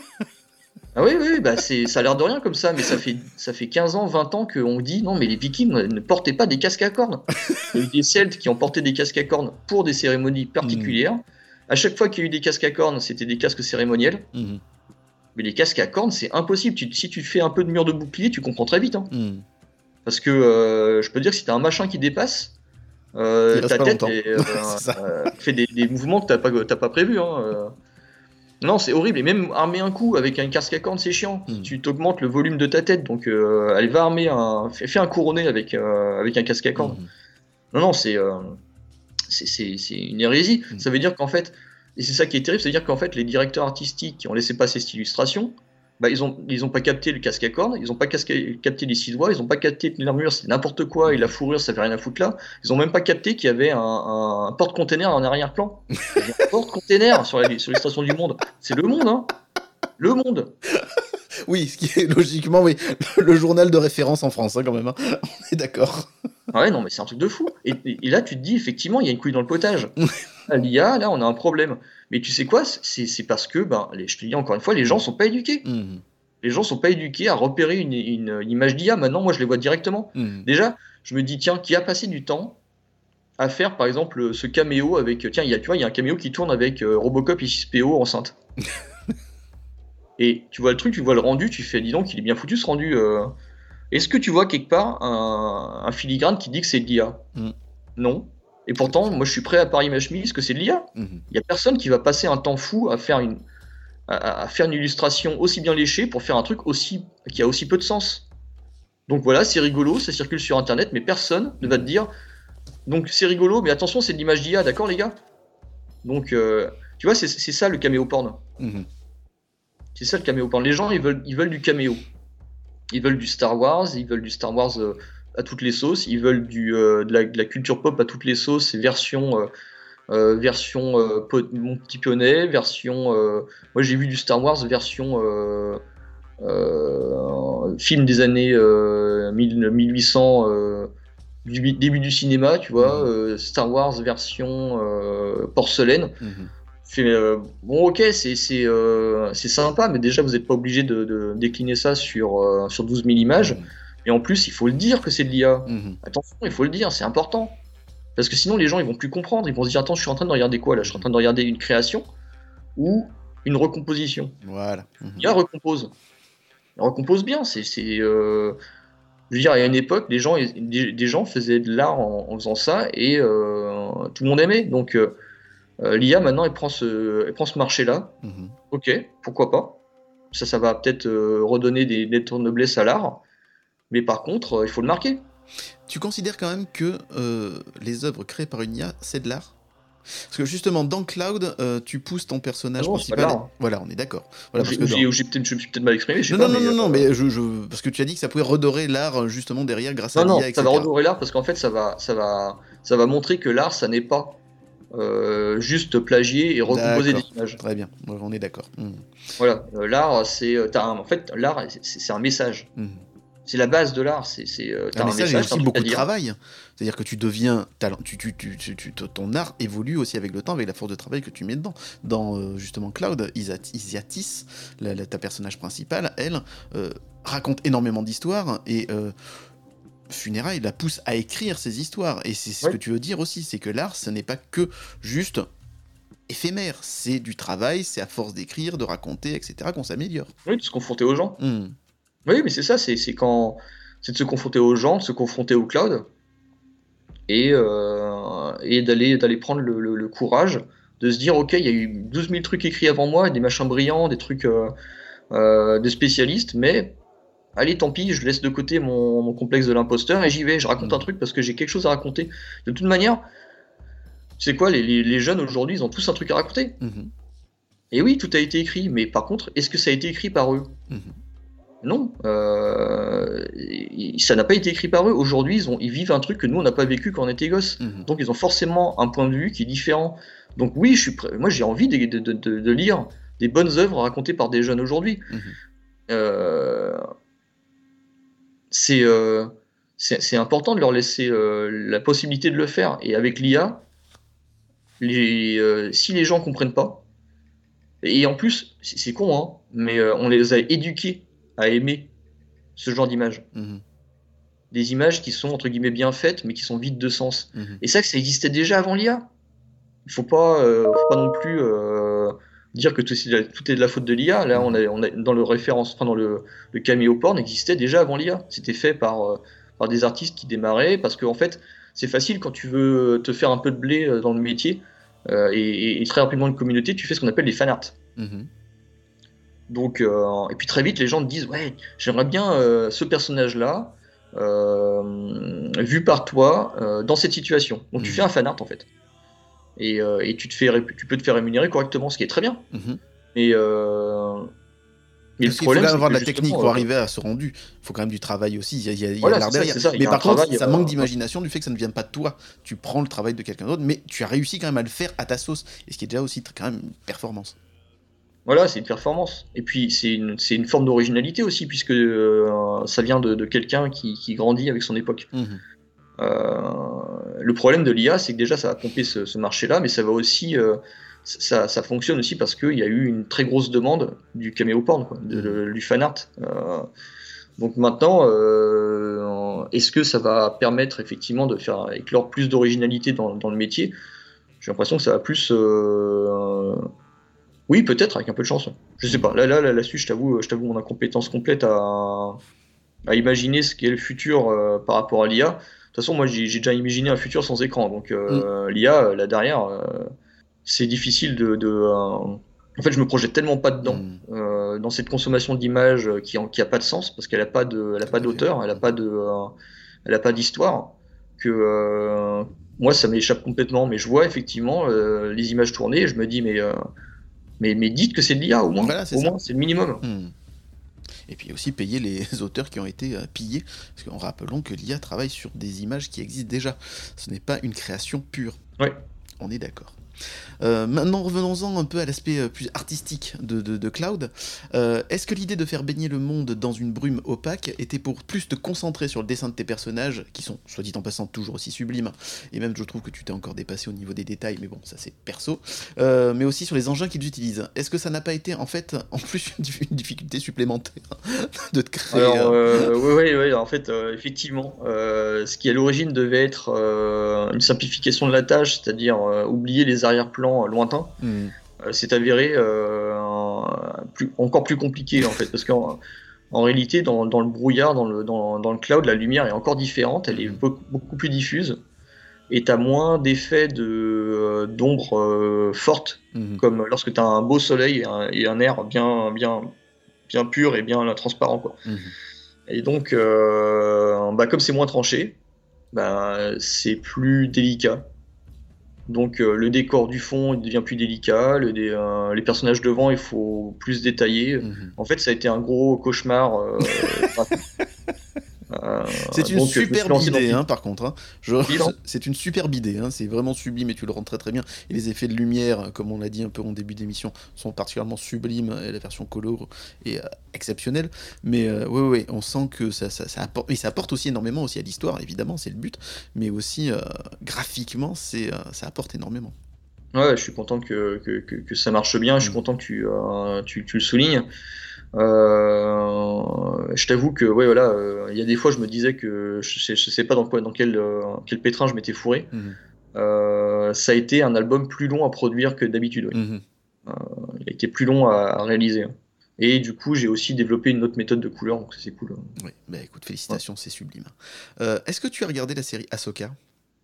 Ah oui, oui, oui, bah c'est, ça a l'air de rien comme ça, mais ça fait, ça fait quinze ans, vingt ans qu'on dit non, mais les vikings ne portaient pas des casques à cornes. Il y a eu des Celtes qui ont porté des casques à cornes pour des cérémonies particulières. À chaque fois qu'il y a eu des casques à cornes, c'était des casques cérémoniels. Mhm. Mais les casques à cornes, c'est impossible. Tu- si tu fais un peu de mur de bouclier, tu comprends très vite. Hein. Mhm. Parce que euh, je peux dire que si t'as un machin qui dépasse, euh, Il reste ta pas tête longtemps. est, euh, C'est ça. euh, fait des, des mouvements que t'as pas, t'as pas prévus. Hein, euh. Non, c'est horrible. Et même armer un coup avec un casque à cornes, c'est chiant. Mm. Tu t'augmentes le volume de ta tête. Donc, euh, allez, va armer un. Fais, fais un couronné avec, euh, avec un casque à cornes. Mhm. Non, non, c'est, euh, c'est, c'est, c'est une hérésie. Mm. Ça veut dire qu'en fait, et c'est ça qui est terrible, c'est-à-dire qu'en fait, les directeurs artistiques qui ont laissé passer cette illustration, bah, ils ont, ils ont pas capté le casque à cornes, ils ont pas casqué- capté les six doigts, ils ont pas capté que l'armure c'est n'importe quoi et la fourrure ça fait rien à foutre là. Ils ont même pas capté qu'il y avait un, un- un porte-container en arrière-plan. Il y a un porte-container sur, la, sur l'illustration du Monde. C'est le Monde, hein. Le Monde. Oui, ce qui est logiquement, oui, le journal de référence en France, hein, quand même. Hein. On est d'accord. Ah ouais, non, mais c'est un truc de fou. Et, et- et là, tu te dis, effectivement, il y a une couille dans le potage. À l'I A, là, on a un problème. Mais tu sais quoi? C'est c'est parce que, ben, les, je te dis encore une fois, les gens sont pas éduqués. Mhm. Les gens sont pas éduqués à repérer une, une- une image d'I A. Maintenant, moi, je les vois directement. Mhm. Déjà, je me dis, tiens, qui a passé du temps à faire, par exemple, ce caméo avec. Tiens, il y a, tu vois, il y a un caméo qui tourne avec euh, Robocop et six P O enceinte. Et tu vois le truc, tu vois le rendu, tu fais, dis donc, il est bien foutu ce rendu. euh. Est-ce que tu vois quelque part un, un filigrane qui dit que c'est de l'I A? Mm. Non. Et pourtant, moi, je suis prêt à parier ma chemise que c'est de l'I A. Mhm. Il y a personne qui va passer un temps fou à faire une, à, à faire une illustration aussi bien léchée pour faire un truc aussi, qui a aussi peu de sens. Donc voilà, c'est rigolo, ça circule sur Internet, mais personne ne va te dire. Donc c'est rigolo, mais attention, c'est de l'image d'I A, d'accord les gars? Donc, euh, tu vois, c'est c'est ça le caméo porn. Mhm. C'est ça le caméo porn. Les gens, ils veulent, ils veulent du caméo. Ils veulent du Star Wars, ils veulent du Star Wars euh, à toutes les sauces, ils veulent du, euh, de, la, de la culture pop à toutes les sauces, version, euh, euh, version euh, po- Mon Petit Poney, version. euh, moi j'ai vu du Star Wars version euh, euh, film des années euh, mille, mille huit cents, euh, du bi- début du cinéma, tu vois, Mhm. euh, Star Wars version euh, porcelaine. Mhm. Fait, euh, bon, ok, c'est c'est euh, c'est sympa, mais déjà, vous n'êtes pas obligé de, de décliner ça sur, euh, sur douze mille images. Mhm. Et en plus, il faut le dire que c'est de l'I A. Mhm. Attention, il faut le dire, c'est important. Parce que sinon, les gens, ils vont plus comprendre. Ils vont se dire, attends, je suis en train de regarder quoi là? Je suis en train de regarder une création ou une recomposition. Voilà. Mhm. L'I A recompose. Elle recompose bien. C'est, c'est, euh, je veux dire, il y a une époque, des gens, ils- des, des gens faisaient de l'art en, en faisant ça et euh, tout le monde aimait. Donc, euh, l'I A, maintenant, elle prend ce, elle prend ce marché-là. Mhm. Ok, pourquoi pas. Ça, ça va peut-être euh, redonner des lettres de noblesse à l'art. Mais par contre, euh, il faut le marquer. Tu considères quand même que euh, les œuvres créées par une I A, c'est de l'art? Parce que justement, dans Cloud, euh, tu pousses ton Ah personnage non, c'est pas de principal. l'art. et- hein. Voilà, on est d'accord. Ou Voilà, parce j'ai, que ou j'ai- dans... ou j'ai peut-être, je me suis peut-être mal exprimé, je sais Non, pas, non, non, mais non, euh, non, mais je, je... parce que tu as dit que ça pouvait redorer l'art, justement, derrière, grâce à non, l'I A, non, ça va et cetera. redorer l'art parce qu'en fait, ça va, ça va, ça va montrer que l'art, ça n'est pas euh, juste plagier et recomposer des D'accord, images. très bien, ouais, on est d'accord. Mhm. Voilà, euh, l'art, c'est, euh, t'as un- en fait, l'art, c'est, c'est un message. Mhm. C'est la base de l'art. C'est, c'est, euh, Un t'as un message et message, t'as aussi un truc à beaucoup de dire. travail. C'est-à-dire que tu deviens talent, tu, tu, tu, tu- tu- ton art évolue aussi avec le temps, avec la force de travail que tu mets dedans. Dans euh, justement Cloud, Isat- Isiatis, la- la- ta personnage principale, elle euh, raconte énormément d'histoires et euh, Funérailles la pousse à écrire ces histoires. Et c'est ce Ouais. que tu veux dire aussi, c'est que l'art, ce n'est pas que juste éphémère, c'est du travail, c'est à force d'écrire, de raconter, et cetera qu'on s'améliore. Oui, de se confronter aux gens. Hmm. Oui, mais c'est ça, c'est, c'est quand, c'est de se confronter aux gens, de se confronter au cloud et, euh, et d'aller, d'aller prendre le, le- le courage de se dire, ok, il y a eu douze mille trucs écrits avant moi, des machins brillants, des trucs euh, euh, de spécialistes, mais allez, tant pis, je laisse de côté mon, mon complexe de l'imposteur et j'y vais, je raconte Hmm. un truc parce que j'ai quelque chose à raconter. De toute manière, tu sais quoi, les, les- les jeunes aujourd'hui, ils ont tous un truc à raconter. Mhm. Et oui, tout a été écrit, mais par contre, est-ce que ça a été écrit par eux? Mhm. Non, euh, et- ça n'a pas été écrit par eux. Aujourd'hui, ils, ont- ils vivent un truc que nous, on n'a pas vécu quand on était gosse. Mhm. Donc, ils ont forcément un point de vue qui est différent. Donc, oui, je suis prêt- moi, j'ai envie de, de- de- de- de lire des bonnes œuvres racontées par des jeunes aujourd'hui. Mhm. Euh, c'est euh, c'est c'est important de leur laisser euh, la possibilité de le faire. Et avec l'I A, les, euh, si les gens comprennent pas, et en plus, c'est c'est con, hein, mais euh, on les a éduqués à aimer ce genre d'image. Mhm. Des images qui sont entre guillemets bien faites, mais qui sont vides de sens. Mhm. Et ça, que ça existait déjà avant l'I A. Il faut pas, euh, faut pas non plus euh, dire que tout, est de la- tout est de la faute de l'I A. Là, on a, on a dans le référence, enfin, dans le, le cameo porn existait déjà avant l'I A. C'était fait par, euh, par des artistes qui démarraient, parce qu'en fait, c'est facile quand tu veux te faire un peu de blé euh, dans le métier euh, et, et- et très rapidement une communauté, tu fais ce qu'on appelle les fanarts. Mhm. Donc, euh, et puis très vite, les gens te disent, ouais, j'aimerais bien euh, ce personnage-là, euh, vu par toi, euh, dans cette situation. Donc, tu Mhm. fais un fanart en fait. Et, euh, et tu, te fais, ré- tu peux te faire rémunérer correctement, ce qui est très bien. Mhm. Et, euh, mais le Parce qu'il faut quand problème, même c'est avoir que de la technique justement, pour euh, arriver à ce rendu. Il faut quand même du travail aussi, il y a, il y a- il y a voilà, de l'art c'est ça, derrière. c'est ça. Il Mais y a un par contre, travail. ça euh, manque d'imagination du fait que ça ne vient pas de toi. Tu prends le travail de quelqu'un d'autre, mais tu as réussi quand même à le faire à ta sauce. Et ce qui est déjà aussi tr- quand même une performance. Voilà, c'est une performance. Et puis, c'est une, c'est une forme d'originalité aussi, puisque euh, ça vient de, de quelqu'un qui, qui grandit avec son époque. Mhm. Euh, le problème de l'I A, c'est que déjà, ça va pomper ce, ce marché-là, mais ça va aussi, euh, ça, ça fonctionne aussi parce qu'il y a eu une très grosse demande du caméo porn, quoi, de, de- du fan art. Euh, donc maintenant, euh, est-ce que ça va permettre effectivement de faire éclore plus d'originalité dans, dans le métier? J'ai l'impression que ça va plus, euh, oui, peut-être avec un peu de chance. Je sais pas. Là, là, là, là-dessus, je t'avoue, je t'avoue mon incompétence complète à, à imaginer ce qu'est le futur euh, par rapport à l'I A. De toute façon, moi, j'ai j'ai déjà imaginé un futur sans écran. Donc, euh, l'I A, euh, là derrière, euh, c'est difficile de. de, euh, En fait, je me projette tellement pas dedans, Mhm. euh, dans cette consommation d'images euh, qui, en- qui a pas de sens, parce qu'elle a pas de, elle a Tout pas à fait. d'auteur, elle a pas de, euh, elle a pas d'histoire, que euh, moi, ça m'échappe complètement. Mais je vois effectivement euh, les images tournées, et je me dis, mais, euh, mais, mais dites que c'est de l'I A au moins, Voilà, c'est au ça. moins, c'est le minimum. Mhm. Et puis aussi payer les auteurs qui ont été euh, pillés. Parce qu'en rappelons que l'I A travaille sur des images qui existent déjà. Ce n'est pas une création pure. Ouais. On est d'accord. Euh, maintenant, revenons-en un peu à l'aspect euh, plus artistique de, de, de Cloud. Euh, Est-ce que l'idée de faire baigner le monde dans une brume opaque était pour plus te concentrer sur le dessin de tes personnages, qui sont, soit dit en passant, toujours aussi sublimes, et même je trouve que tu t'es encore dépassé au niveau des détails, mais bon, ça c'est perso, euh, mais aussi sur les engins qu'ils utilisent. Est-ce que ça n'a pas été en fait, en plus, une dif- une difficulté supplémentaire de te créer Alors, un- euh, oui, oui, oui, en fait, euh, effectivement, euh, ce qui à l'origine devait être euh, une simplification de la tâche, c'est-à-dire euh, oublier les arrière-plans euh, lointains, Hmm. euh, s'est avéré euh, un- plus, encore plus compliqué, en fait, parce qu'en en réalité, dans, dans le brouillard, dans le, dans, dans le cloud, la lumière est encore différente, elle est Mhm. beaucoup, beaucoup plus diffuse, et tu as moins d'effets de, euh, d'ombre euh, forte, Mhm. comme lorsque tu as un beau soleil et un, et un air bien, bien, bien pur et bien transparent, quoi. Mhm. Et donc, euh, bah, comme c'est moins tranché, bah, c'est plus délicat. Donc euh, le décor du fond il devient plus délicat, le dé- euh, les personnages devant il faut plus détailler. Mhm. En fait ça a été un gros cauchemar. euh, euh, C'est une donc je me suis superbe lancé dans idée, une hein, par contre. Hein. Je- ville. Hein. C'est une superbe idée, hein. C'est vraiment sublime et tu le rends très très bien. Et les effets de lumière, comme on l'a dit un peu en début d'émission, sont particulièrement sublimes et la version color est euh, exceptionnelle. Mais euh, ouais, ouais, on sent que ça, ça, ça apporte, et ça apporte aussi énormément aussi à l'histoire, évidemment, c'est le but, mais aussi euh, graphiquement, c'est, euh, ça apporte énormément. Ouais, je suis content que, que, que, que ça marche bien, je suis Mm. content que tu, euh, tu, tu le soulignes. Euh, je t'avoue que ouais voilà, euh, il y a des fois je me disais que je sais, je sais pas dans quoi, dans quel, euh, quel pétrin je m'étais fourré. Mhm. Euh, ça a été un album plus long à produire que d'habitude. Oui. Mhm. Il a été plus long à, à réaliser. Et du coup, j'ai aussi développé une autre méthode de couleur, donc ça, c'est cool. Oui, bah écoute, Ouais. félicitations, c'est sublime. Euh, est-ce que tu as regardé la série Ahsoka?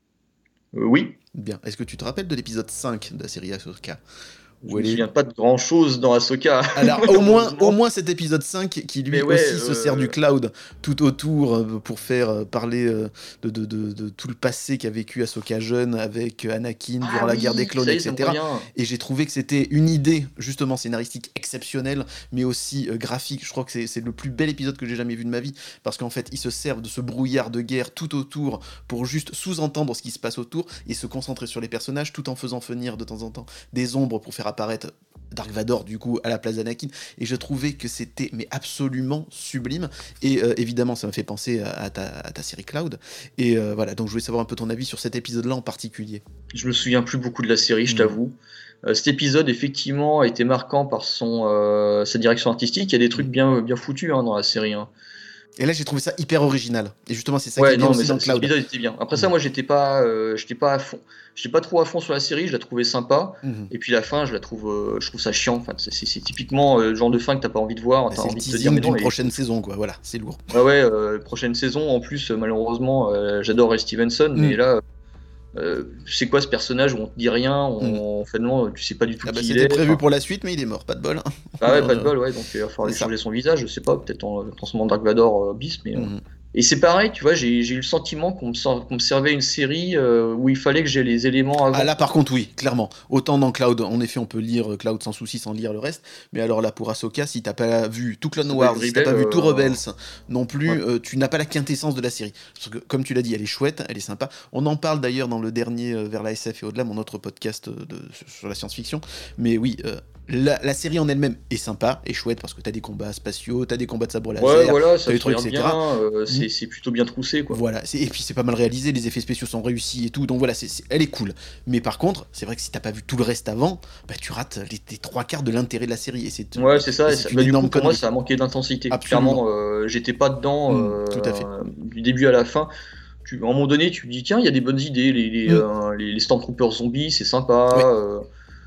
Euh, oui, Bien. Est-ce que tu te rappelles de l'épisode cinq de la série Ahsoka? je Où me elle est... souviens pas de grand chose dans Ahsoka, Alors, au moins, au malheureusement. moins cet épisode cinq qui lui Mais ouais, aussi se sert du euh, cloud tout autour euh, pour faire euh, parler euh, de, de, de, de tout le passé qu'a vécu Ahsoka jeune avec euh, Anakin ah durant la guerre des oui, clones, ça y est, ça me et cetera. revient. Et j'ai trouvé que c'était une idée justement scénaristique exceptionnelle, mais aussi euh, graphique. Je crois que c'est c'est le plus bel épisode que j'ai jamais vu de ma vie, parce qu'en fait, ils se servent de ce brouillard de guerre tout autour pour juste sous-entendre ce qui se passe autour et se concentrer sur les personnages tout en faisant venir de temps en temps des ombres pour faire apparaître Dark Vador du coup à la place d'Anakin, et je trouvais que c'était mais absolument sublime. Et euh, évidemment ça m'a fait penser à, à, ta, à ta série Cloud, et euh, voilà, donc je voulais savoir un peu ton avis sur cet épisode là en particulier. Je me souviens plus beaucoup de la série, je Mm. t'avoue. Euh, cet épisode, effectivement, a été marquant par son, euh, sa direction artistique. Il y a des trucs Mm. bien, bien foutus hein, dans la série. Hein. Et là j'ai trouvé ça hyper original, et justement c'est ça qui Ouais, est bien non, mais aussi ça, dans cet Cloud. épisode était bien. Après ça, Mm. moi, j'étais pas, euh, j'étais pas à fond. J'étais pas trop à fond sur la série. Je la trouvais sympa. Mm. Et puis la fin, je la trouve, euh, je trouve ça chiant. Enfin, c'est, c'est- c'est typiquement euh, le genre de fin que t'as pas envie de voir. Bah, T'as c'est le envie de te dire, teasing mais non, d'une mais prochaine saison quoi, voilà, c'est lourd. ouais, ouais. Euh, prochaine saison. En plus, euh, malheureusement, euh, j'adore Ray Stevenson, mais Mm. là, euh, c'est quoi ce personnage où on te dit rien, Mm. on, finalement, tu sais pas du tout Ah bah qui il c'était est. prévu Enfin, pour la suite mais il est mort, pas de bol. ah ouais, pas de bol, ouais. Donc il va falloir C'est lui ça. changer son visage. Je sais pas, peut-être en euh, transformant en Dark Vador euh, bis, mais. euh, Mm. Et c'est pareil, tu vois, j'ai j'ai eu le sentiment qu'on me, sor- qu'on me servait une série euh, où il fallait que j'ai les éléments avant. Ah là par contre oui, clairement. Autant dans Cloud, en effet on peut lire euh, Cloud sans souci sans lire le reste, mais alors là pour Ahsoka, si t'as pas vu tout Clone Ça Wars, doit être si t'as pas Rebelle, vu tout euh, Rebels non plus, ouais. euh, tu n'as pas la quintessence de la série. Parce que comme tu l'as dit, elle est chouette, elle est sympa. On en parle d'ailleurs dans le dernier euh, Vers la S F et au-delà, mon autre podcast euh, de, sur, sur la science-fiction. Mais oui, euh, la, la série en elle-même est sympa, est chouette, parce que t'as des combats spatiaux, t'as des combats de sabre Ouais, laser, voilà, t'as ça des se trucs, regarde bien, et cetera. euh, Mm. c'est c'est plutôt bien troussé, quoi. Voilà, c'est- et puis c'est pas mal réalisé, les effets spéciaux sont réussis et tout, donc voilà, c'est c'est- elle est cool. Mais par contre, c'est vrai que si t'as pas vu tout le reste avant, bah tu rates les, les trois quarts de l'intérêt de la série, et c'est Ouais, c'est ça. et Et c'est ça- une bah, du coup, énorme pour moi, connerie. ça a manqué d'intensité. Absolument. Clairement, euh, j'étais pas dedans Mm, euh, tout à fait. du début à la fin. Tu, à un moment donné, tu te dis, tiens, il y a des bonnes idées. Les, les, Mm. euh, les, les Stormtroopers zombies, c'est sympa. Oui. euh,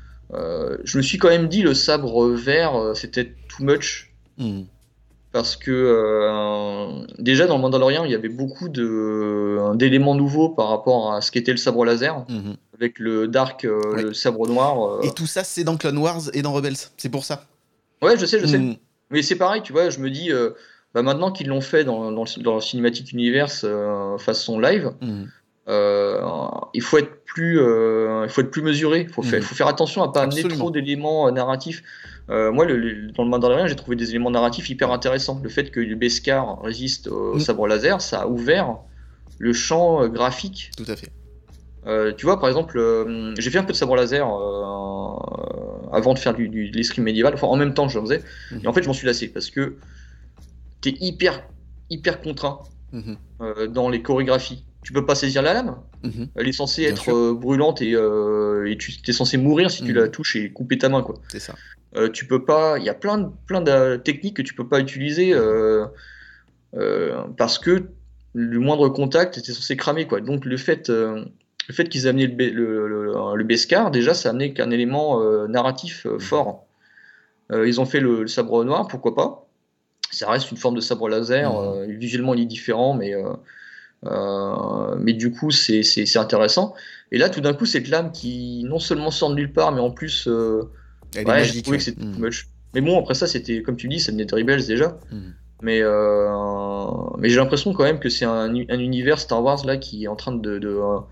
euh, je me suis quand même dit, le sabre vert, euh, c'était too much. Mm. Parce que euh, déjà dans le Mandalorian, il y avait beaucoup de, d'éléments nouveaux par rapport à ce qu'était le sabre laser, Mhm. avec le Dark, euh, Ouais. le sabre noir. euh. Et tout ça, c'est dans Clone Wars et dans Rebels, c'est pour ça. Ouais, je sais, je sais. Mm. Mais c'est pareil, tu vois, je me dis, euh, bah maintenant qu'ils l'ont fait dans, dans, le, dans le Cinematic Universe euh, façon live, Mm. euh, il faut être plus, euh, il faut être plus mesuré. Il faut, faire, Mhm. faut faire attention à pas amener Absolument. trop d'éléments euh, narratifs. Euh, moi, le, le- dans le Mandalorian, j'ai trouvé des éléments narratifs hyper intéressants. Le fait que le Beskar résiste au Mm. sabre laser, ça a ouvert le champ euh, graphique. Tout à fait. Euh, tu vois, par exemple, euh, j'ai fait un peu de sabre laser euh, avant de faire du, du, de l'escrime médiéval. Enfin, en même temps, je le faisais. Mhm. Et en fait, je m'en suis lassé parce que t'es hyper, hyper contraint Mhm. euh, dans les chorégraphies. Tu peux pas saisir la lame. Mhm. Elle est censée Bien être sûr. euh, brûlante et, euh, et tu es censé mourir si tu Mhm. la touches et couper ta main, quoi. C'est ça. Euh, tu peux pas. Il y a plein de plein de techniques que tu peux pas utiliser euh, euh, parce que le moindre contact était censé cramer, quoi. Donc le fait euh, le fait qu'ils aient amené le, Be- le, le, le Beskar, déjà, ça a amené qu'un élément euh, narratif euh, Mhm. fort. Euh, ils ont fait le, le sabre noir, pourquoi pas. Ça reste une forme de sabre laser. Mhm. euh, visuellement, il est différent, mais euh, euh, mais du coup, c'est c'est- c'est intéressant. Et là, tout d'un coup, cette lame qui non seulement sort de nulle part, mais en plus, euh, Elle est ouais, j'ai magique. trouvé Ouais. que c'était too Mhm. much. Mais bon, après ça, c'était, comme tu dis, ça venait de Rebels déjà. Mhm. Mais, euh, mais j'ai l'impression quand même que c'est un, un univers Star Wars là qui est en train de, de,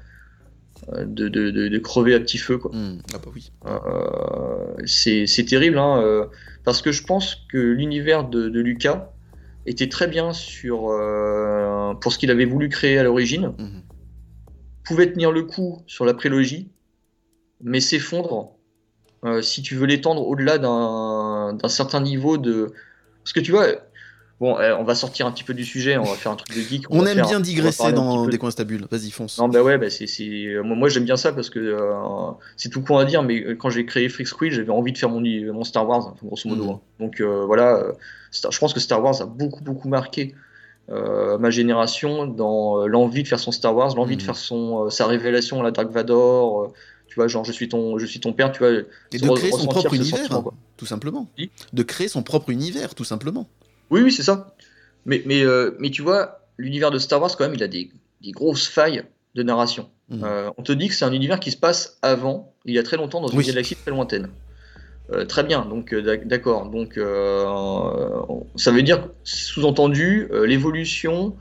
euh, de, de, de- de crever à petit feu, quoi. Mhm. Ah bah oui. Euh, c'est, c'est terrible, hein, euh, parce que je pense que l'univers de, de Lucas était très bien sur, euh, pour ce qu'il avait voulu créer à l'origine, Mhm. pouvait tenir le coup sur la prélogie, mais s'effondre euh, si tu veux l'étendre au-delà d'un, d'un certain niveau de... Parce que tu vois, bon, eh, on va sortir un petit peu du sujet, on va faire un truc de geek, on, On va aime faire, bien on va digresser parler un petit dans peu des de... coins stables. Vas-y, fonce. Non, bah ouais, bah c'est, c'est... euh, Moi, moi, j'aime bien ça parce que euh, c'est tout con à dire, mais euh, quand j'ai créé Freak Squill, j'avais envie de faire mon, i- mon Star Wars, enfin, grosso modo. Mhm. Hein. Donc euh, voilà, euh, Star- je pense que Star Wars a beaucoup, beaucoup marqué euh, ma génération dans euh, l'envie de faire son Star Wars, l'envie de Mhm. faire son, euh, sa révélation à la Dark Vador, euh, tu vois, genre je suis ton, je suis ton père, tu vois, Et se de re- créer son ressentir propre ce sentiment, univers, quoi. tout simplement. Oui, De créer son propre univers, tout simplement. oui, oui, c'est ça. Mais, mais, euh, mais tu vois, l'univers de Star Wars, quand même, il a des, des grosses failles de narration. Mhm. Euh, on te dit que c'est un univers qui se passe avant, il y a très longtemps, dans une Oui. galaxie très lointaine. Euh, très bien, donc euh, d'ac- d'accord. Donc euh, ça veut dire, sous-entendu, euh, l'évolution,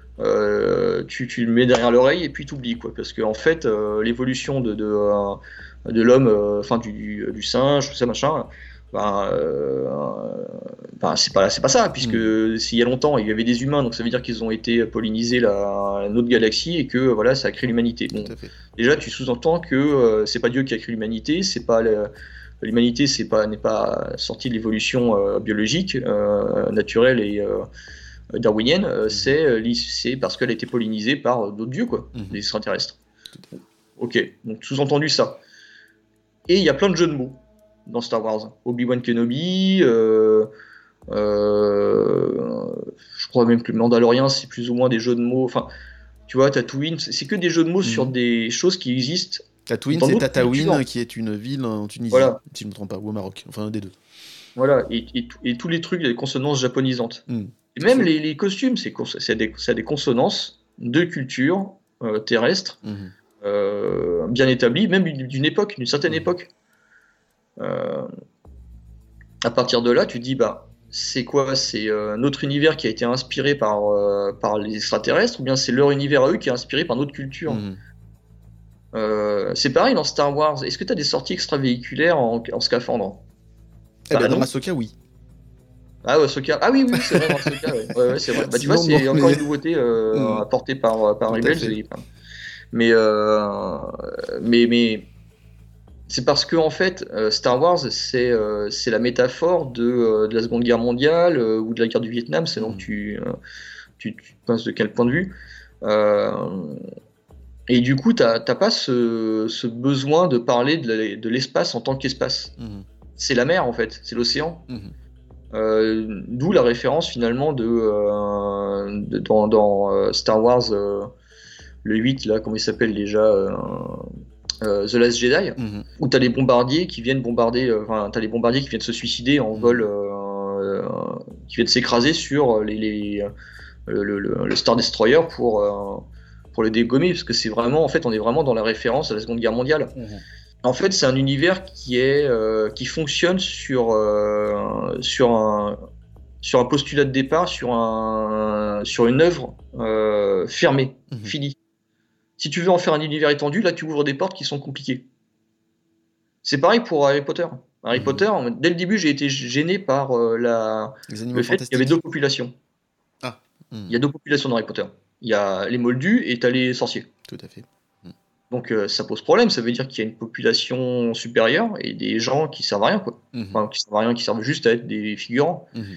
euh, tu, tu le mets derrière l'oreille et puis tu oublies, quoi. Parce que en fait, euh, l'évolution de, de, euh, de l'homme, euh, enfin du, du, du singe, tout ça, machin, ben, euh, ben, c'est pas, c'est pas ça, puisque Mhm. s'il y a longtemps, il y avait des humains, donc ça veut dire qu'ils ont été pollinisés la, notre galaxie et que voilà, ça a créé l'humanité. Bon, Tout à fait. déjà, tu sous-entends que euh, c'est pas Dieu qui a créé l'humanité, c'est pas le- l'humanité, c'est pas n'est pas sortie de l'évolution euh, biologique, euh, naturelle et euh, darwinienne. euh, Mhm. c'est euh, l'is- c'est parce qu'elle a été pollinisée par euh, d'autres dieux, quoi, Mhm. des extraterrestres. Tout à fait. Ok, donc sous-entendu ça. Et il y a plein de jeux de mots dans Star Wars. Obi-Wan Kenobi, euh, euh, je crois même que le Mandalorian, c'est plus ou moins des jeux de mots. Enfin, tu vois, Tatooine, c'est c'est que des jeux de mots sur Mhm. des choses qui existent Tatooine, dans c'est d'autres cultures. Tatooine, qui est une ville en Tunisie, Voilà, si je ne me trompe pas, ou au Maroc, enfin un des deux. voilà. Et, et, et tous les trucs, les consonances japonisantes. Mhm. Et même Faut- les, les costumes, c'est cons- c'est des, c'est des consonances de culture euh, terrestre Mhm. euh, bien établies, même d'une d'une époque, d'une certaine Mhm. époque. Euh, à partir de là, tu te dis, bah, c'est quoi? C'est euh, notre univers qui a été inspiré par, euh, par les extraterrestres, ou bien c'est leur univers à eux qui est inspiré par notre culture? Mhm. Euh, c'est pareil dans Star Wars. Est-ce que tu as des sorties extravéhiculaires en, en scaphandre? Eh ben Bah dans non. Ahsoka, oui. Ah, ouais, Ahsoka. Ah oui, oui, oui, c'est vrai, dans Ahsoka, ouais. Ouais, ouais, c'est vrai. Bah, tu vois, Sinon, non, c'est encore mais... une nouveauté euh, Mhm. apportée par, par Tout à Rebels. fait. Et, enfin, mais, euh, mais, mais c'est parce que en fait, euh, Star Wars, c'est euh, c'est la métaphore de, euh, de la Seconde Guerre mondiale euh, ou de la guerre du Vietnam, selon que Mhm. tu, euh, tu, tu penses de quel point de vue. Euh, et du coup, t'as t'as pas ce, ce besoin de parler de la- de l'espace en tant qu'espace. Mhm. C'est la mer en fait, c'est l'océan. Mhm. Euh, D'où la référence finalement de, euh, de- dans, dans, euh, Star Wars euh, le huit là, comment il s'appelle déjà euh, euh, The Last Jedi, Mhm. où t'as les bombardiers qui viennent bombarder, euh, enfin t'as les bombardiers qui viennent se suicider en Mhm. vol, euh, euh, qui viennent s'écraser sur les, les- le, le- le- le Star Destroyer pour euh, pour le dégommer, parce que c'est vraiment, en fait, on est vraiment dans la référence à la Seconde Guerre mondiale. Mhm. En fait, c'est un univers qui est euh, qui fonctionne sur euh, sur un sur un postulat de départ, sur un sur une œuvre euh, fermée, Mhm. finie. Si tu veux en faire un univers étendu, là, tu ouvres des portes qui sont compliquées. C'est pareil pour Harry Potter. Harry Mhm. Potter, dès le début, j'ai été gêné par euh, la, Les le animaux fait qu'il y avait fantastiques. deux populations. Ah. Il Mhm. y a deux populations dans Harry Potter. Il y a les Moldus et t'as les sorciers. Tout à fait. Mhm. Donc euh, ça pose problème. Ça veut dire qu'il y a une population supérieure et des gens qui servent à rien, quoi. Mhm. Enfin, qui servent à rien, qui servent juste à être des figurants. Mhm.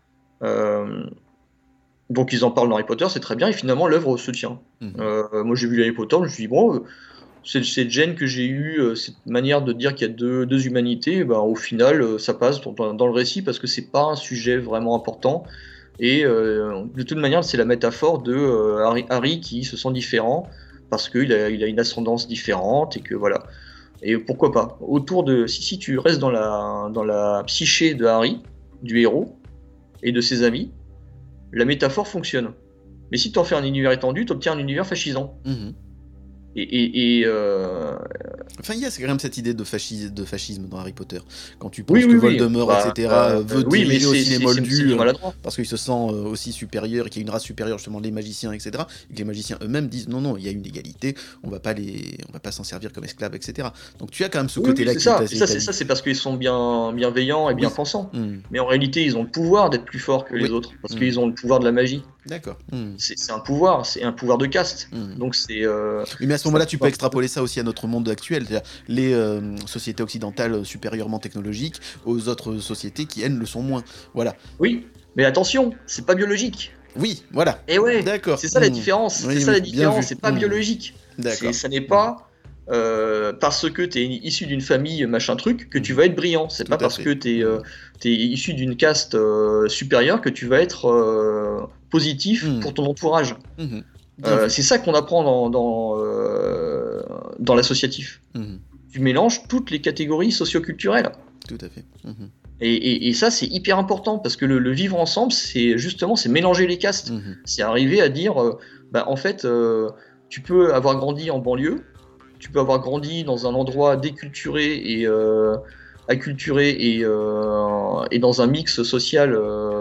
Euh, donc ils en parlent dans Harry Potter, c'est très bien. Et finalement, l'œuvre se tient. Mhm. Euh, moi, j'ai vu Harry Potter, je me suis dit bon. euh, cette, cette gêne que j'ai eue, euh, cette manière de dire qu'il y a deux, deux humanités, ben, au final, euh, ça passe dans, dans le récit parce que c'est pas un sujet vraiment important. Et euh, de toute manière, c'est la métaphore de euh, Harry, Harry qui se sent différent parce qu'il a, il a une ascendance différente et que voilà. Et pourquoi pas. Autour de, si, si tu restes dans la, dans la psyché de Harry, du héros et de ses amis, la métaphore fonctionne. Mais si tu en fais un univers étendu, tu obtiens un univers fascisant. Mhm. Et, et, et euh... Enfin, il y a quand même cette idée de, fascisme, de fascisme dans Harry Potter. Quand tu penses oui, que oui, oui. Voldemort, Bah, et cetera, euh, veut oui, mais diriger c'est, aussi les c'est, c'est, c'est Moldus bien euh, maladroit. parce qu'il se sent euh, aussi supérieur et qu'il y a une race supérieure, justement, les magiciens, et cetera. Et que les magiciens eux-mêmes disent non, non, il y a une égalité, on va pas les, on va pas s'en servir comme esclaves, et cetera. Donc tu as quand même ce Oui, oui, côté-là c'est qui est ça. Et assez ça, c'est établi. ça, c'est parce qu'ils sont bien, bienveillants et bien Oui. pensants. Mmh. Mais en réalité, ils ont le pouvoir d'être plus forts que les Oui. autres, parce Mmh. qu'ils ont le pouvoir de la magie. D'accord. Mmh. C'est, c'est un pouvoir, c'est un pouvoir de caste. Mmh. Donc c'est. Euh, oui, mais à ce c'est un moment-là, tu peux pouvoir- extrapoler ça aussi à notre monde actuel, c'est-à-dire les euh, sociétés occidentales supérieurement technologiques aux autres sociétés qui, elles, le sont moins. Voilà. Oui, mais attention, c'est pas biologique. Oui, voilà. Et ouais, D'accord. c'est ça la Mmh. différence. Oui, c'est ça oui, la bien différence. vu. C'est pas Mmh. biologique. D'accord. C'est, ça n'est Mmh. pas euh, parce que t'es issu d'une famille machin truc que Mmh. tu vas être brillant. C'est Tout pas à parce fait. que t'es Mmh. euh, t'es issu d'une caste euh, supérieure que tu vas être euh, positif Mmh. pour ton entourage. Mmh. Bien Euh, vu. c'est ça qu'on apprend dans dans, euh, dans l'associatif. Mmh. Tu mélanges toutes les catégories socioculturelles. Tout à fait. Mmh. Et, et, et ça, c'est hyper important parce que le, le vivre ensemble, c'est justement, c'est mélanger les castes. Mmh. C'est arriver à dire, euh, bah, en fait, euh, tu peux avoir grandi en banlieue, tu peux avoir grandi dans un endroit déculturé et euh, acculturé et, euh, et dans un mix social,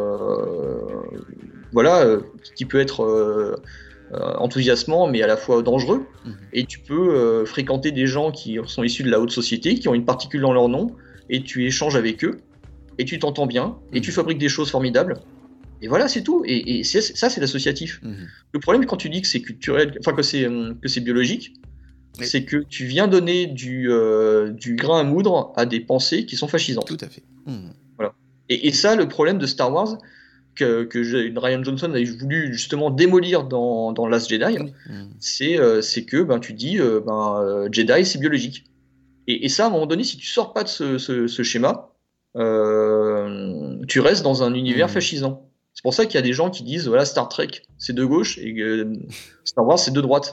euh, voilà, euh, qui peut être euh, euh, enthousiasmant, mais à la fois dangereux. Mmh. Et tu peux euh, fréquenter des gens qui sont issus de la haute société, qui ont une particule dans leur nom, et tu échanges avec eux. Et tu t'entends bien, et Mmh. tu fabriques des choses formidables. Et voilà, c'est tout. Et, et c'est, ça, c'est l'associatif. Mmh. Le problème, quand tu dis que c'est culturel, enfin que c'est euh, que c'est biologique, Oui. c'est que tu viens donner du, euh, du grain à moudre à des pensées qui sont fascisantes. Tout à fait. Mmh. Voilà. Et, et ça, le problème de Star Wars, que, que je- Ryan Johnson a voulu justement démolir dans, dans Last Jedi, Oui. Mmh. c'est, euh, c'est que ben, tu dis euh, ben, euh, Jedi, c'est biologique. Et, et ça, à un moment donné, si tu sors pas de ce, ce, ce schéma, euh, tu restes dans un univers Mmh. fascisant. C'est pour ça qu'il y a des gens qui disent voilà, Star Trek, c'est de gauche et euh, Star Wars, c'est de droite.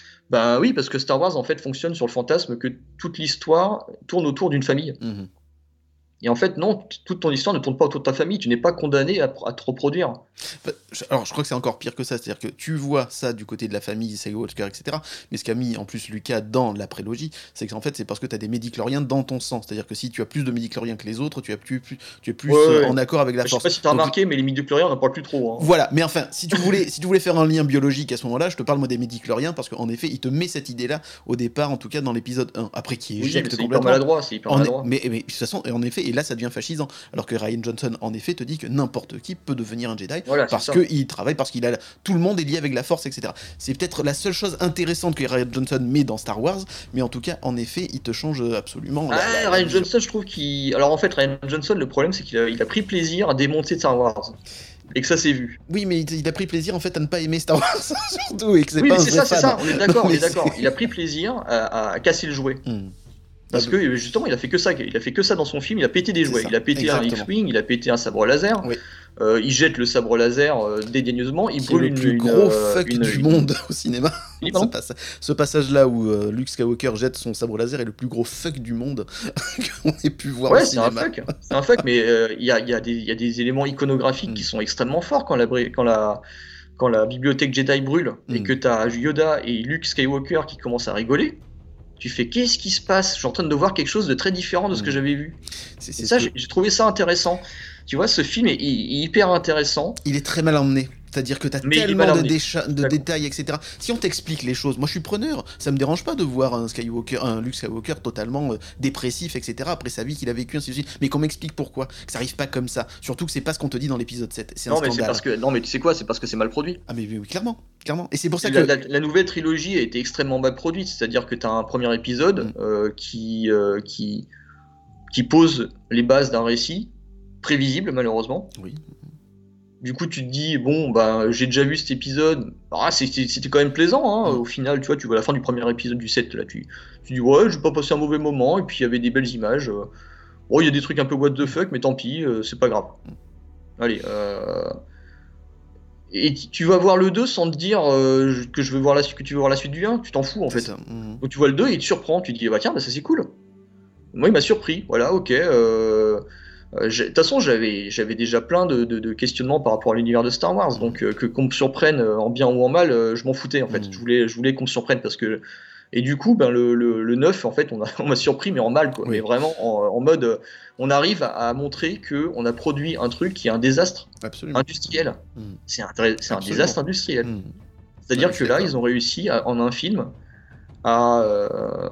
Ben oui, parce que Star Wars, en fait, fonctionne sur le fantasme que toute l'histoire tourne autour d'une famille. Mmh. Et en fait, non, t- toute ton histoire ne tourne pas autour de ta famille. Tu n'es pas condamné à, à te reproduire. Bah, je- Alors, je crois que c'est encore pire que ça, c'est-à-dire que tu vois ça du côté de la famille Skywalker, et cetera. Mais ce qu'a mis en plus Lucas dans la prélogie, c'est qu'en fait, c'est parce que tu as des médicloriens dans ton sang. C'est-à-dire que si tu as plus de médicloriens que les autres, tu, as plus, plus- tu es plus Ouais, euh, ouais. en accord avec la Je sais force. pas si tu as Donc, remarqué, mais les midi-chloriens, on n'en parle plus trop. Hein. voilà, mais enfin, si tu voulais, si tu voulais faire un lien biologique à ce moment-là, je te parle moi des médichloriens parce qu'en effet, il te met cette idée-là au départ, en tout cas dans l'épisode un. Après, qui Oui, mais éjecte c'est hyper complètement. maladroit. C'est hyper En- maladroit. mais, mais de toute façon, et en effet, et là ça devient fascisant. Alors que Ryan Johnson, en effet, te dit que n'importe qui peut devenir un Jedi Voilà, c'est parce ça. qu'il travaille, parce qu'il a tout le monde est lié avec la Force, et cetera. C'est peut-être la seule chose intéressante que Ryan Johnson met dans Star Wars, mais en tout cas, en effet, il te change absolument. la- Ah, la- la Ryan vision. Johnson, je trouve qu'il. Alors en fait, Ryan Johnson, le problème, c'est qu'il a, il a pris plaisir à démonter Star Wars. Et que ça s'est vu. Oui, mais il, il a pris plaisir en fait à ne pas aimer Star Wars surtout, et que c'est Oui, pas mais un c'est vrai ça, c'est fan. ça, on est d'accord, on Mais est d'accord. c'est- Il a pris plaisir à, à casser le jouet. Hmm. Parce Ah, que justement, il a fait que ça. Il a fait que ça dans son film. Il a pété des C'est jouets. ça, Il a pété exactement. un X-Wing, il a pété un sabre laser. Oui. Euh, il jette le sabre laser euh, dédaigneusement. Il Qui est brûle le une, plus une, gros euh, fuck une- du une- monde au cinéma. Oui, ce, pardon passe- ce passage-là où euh, Luke Skywalker jette son sabre laser est le plus gros fuck du monde qu'on ait pu voir Ouais, au c'est un cinéma. fuck. C'est un fuck, mais euh, il y, a, il y a des- il y a des éléments iconographiques Mm. qui sont extrêmement forts quand la, bri- quand la, quand la bibliothèque Jedi brûle et Mm. que t'as Yoda et Luke Skywalker qui commencent à rigoler. Tu fais qu'est-ce qui se passe? Je suis en train de voir quelque chose de très différent de ce Mm. que j'avais vu. C'est- Et c'est ça, ce que- j'ai j'ai trouvé ça intéressant. Tu vois, ce film est, est hyper intéressant. Il est très mal emmené. C'est-à-dire que t'as Mais il est tellement mal de, emmené. décha- de D'accord. détails, et cetera. Si on t'explique les choses, moi je suis preneur. Ça me dérange pas de voir un Skywalker, un Luke Skywalker totalement euh, dépressif, et cetera. Après sa vie qu'il a vécue, ainsi de suite. Mais qu'on m'explique pourquoi. Que ça arrive pas comme ça. Surtout que c'est pas ce qu'on te dit dans l'épisode sept. C'est un Non, mais c'est scandale. parce que non, mais tu sais quoi? C'est parce que c'est mal produit. Ah mais oui, oui, clairement, clairement. Et c'est pour ça que. La, la- la nouvelle trilogie a été extrêmement mal produite. C'est-à-dire que tu as un premier épisode Mm. euh, qui, euh, qui, qui pose les bases d'un récit prévisible, malheureusement. Oui. Du coup, tu te dis, bon, bah, j'ai déjà vu cet épisode. Ah, c'était c'était quand même plaisant, hein. Mm. Au final, tu vois, tu vois la fin du premier épisode du sept, là, tu, tu dis, ouais, j'ai pas passé un mauvais moment, et puis il y avait des belles images. euh. Bon, il y a des trucs un peu what the fuck, mais tant pis, euh, c'est pas grave. Allez, euh... Et tu- tu vas voir le deux sans te dire euh, je- que je veux voir la suite, que tu veux voir la suite du un, tu t'en fous en C'est fait. ça. Mhm. Donc tu vois le deux et il te surprend, tu te dis, bah tiens, bah, ça c'est cool. Moi, il m'a surpris, voilà, ok. euh, euh, j'ai- De toute façon, j'avais j'avais déjà plein de, de- de questionnements par rapport à l'univers de Star Wars, donc euh, que qu'on me surprenne euh, en bien ou en mal, euh, je m'en foutais en fait. Mhm. Je voulais, je voulais qu'on me surprenne parce que Et du coup, ben, le, le, le neuf, en fait, on, a, on m'a surpris, mais en mal, quoi. Oui. Mais vraiment en, en mode, euh, on arrive à, à montrer qu'on a produit un truc qui est un désastre Absolument. industriel. Mmh. C'est un, vrai- c'est un Absolument. désastre industriel. Mmh. C'est-à-dire Ouais, je que suis là, d'accord. ils ont réussi à- en un film à, euh,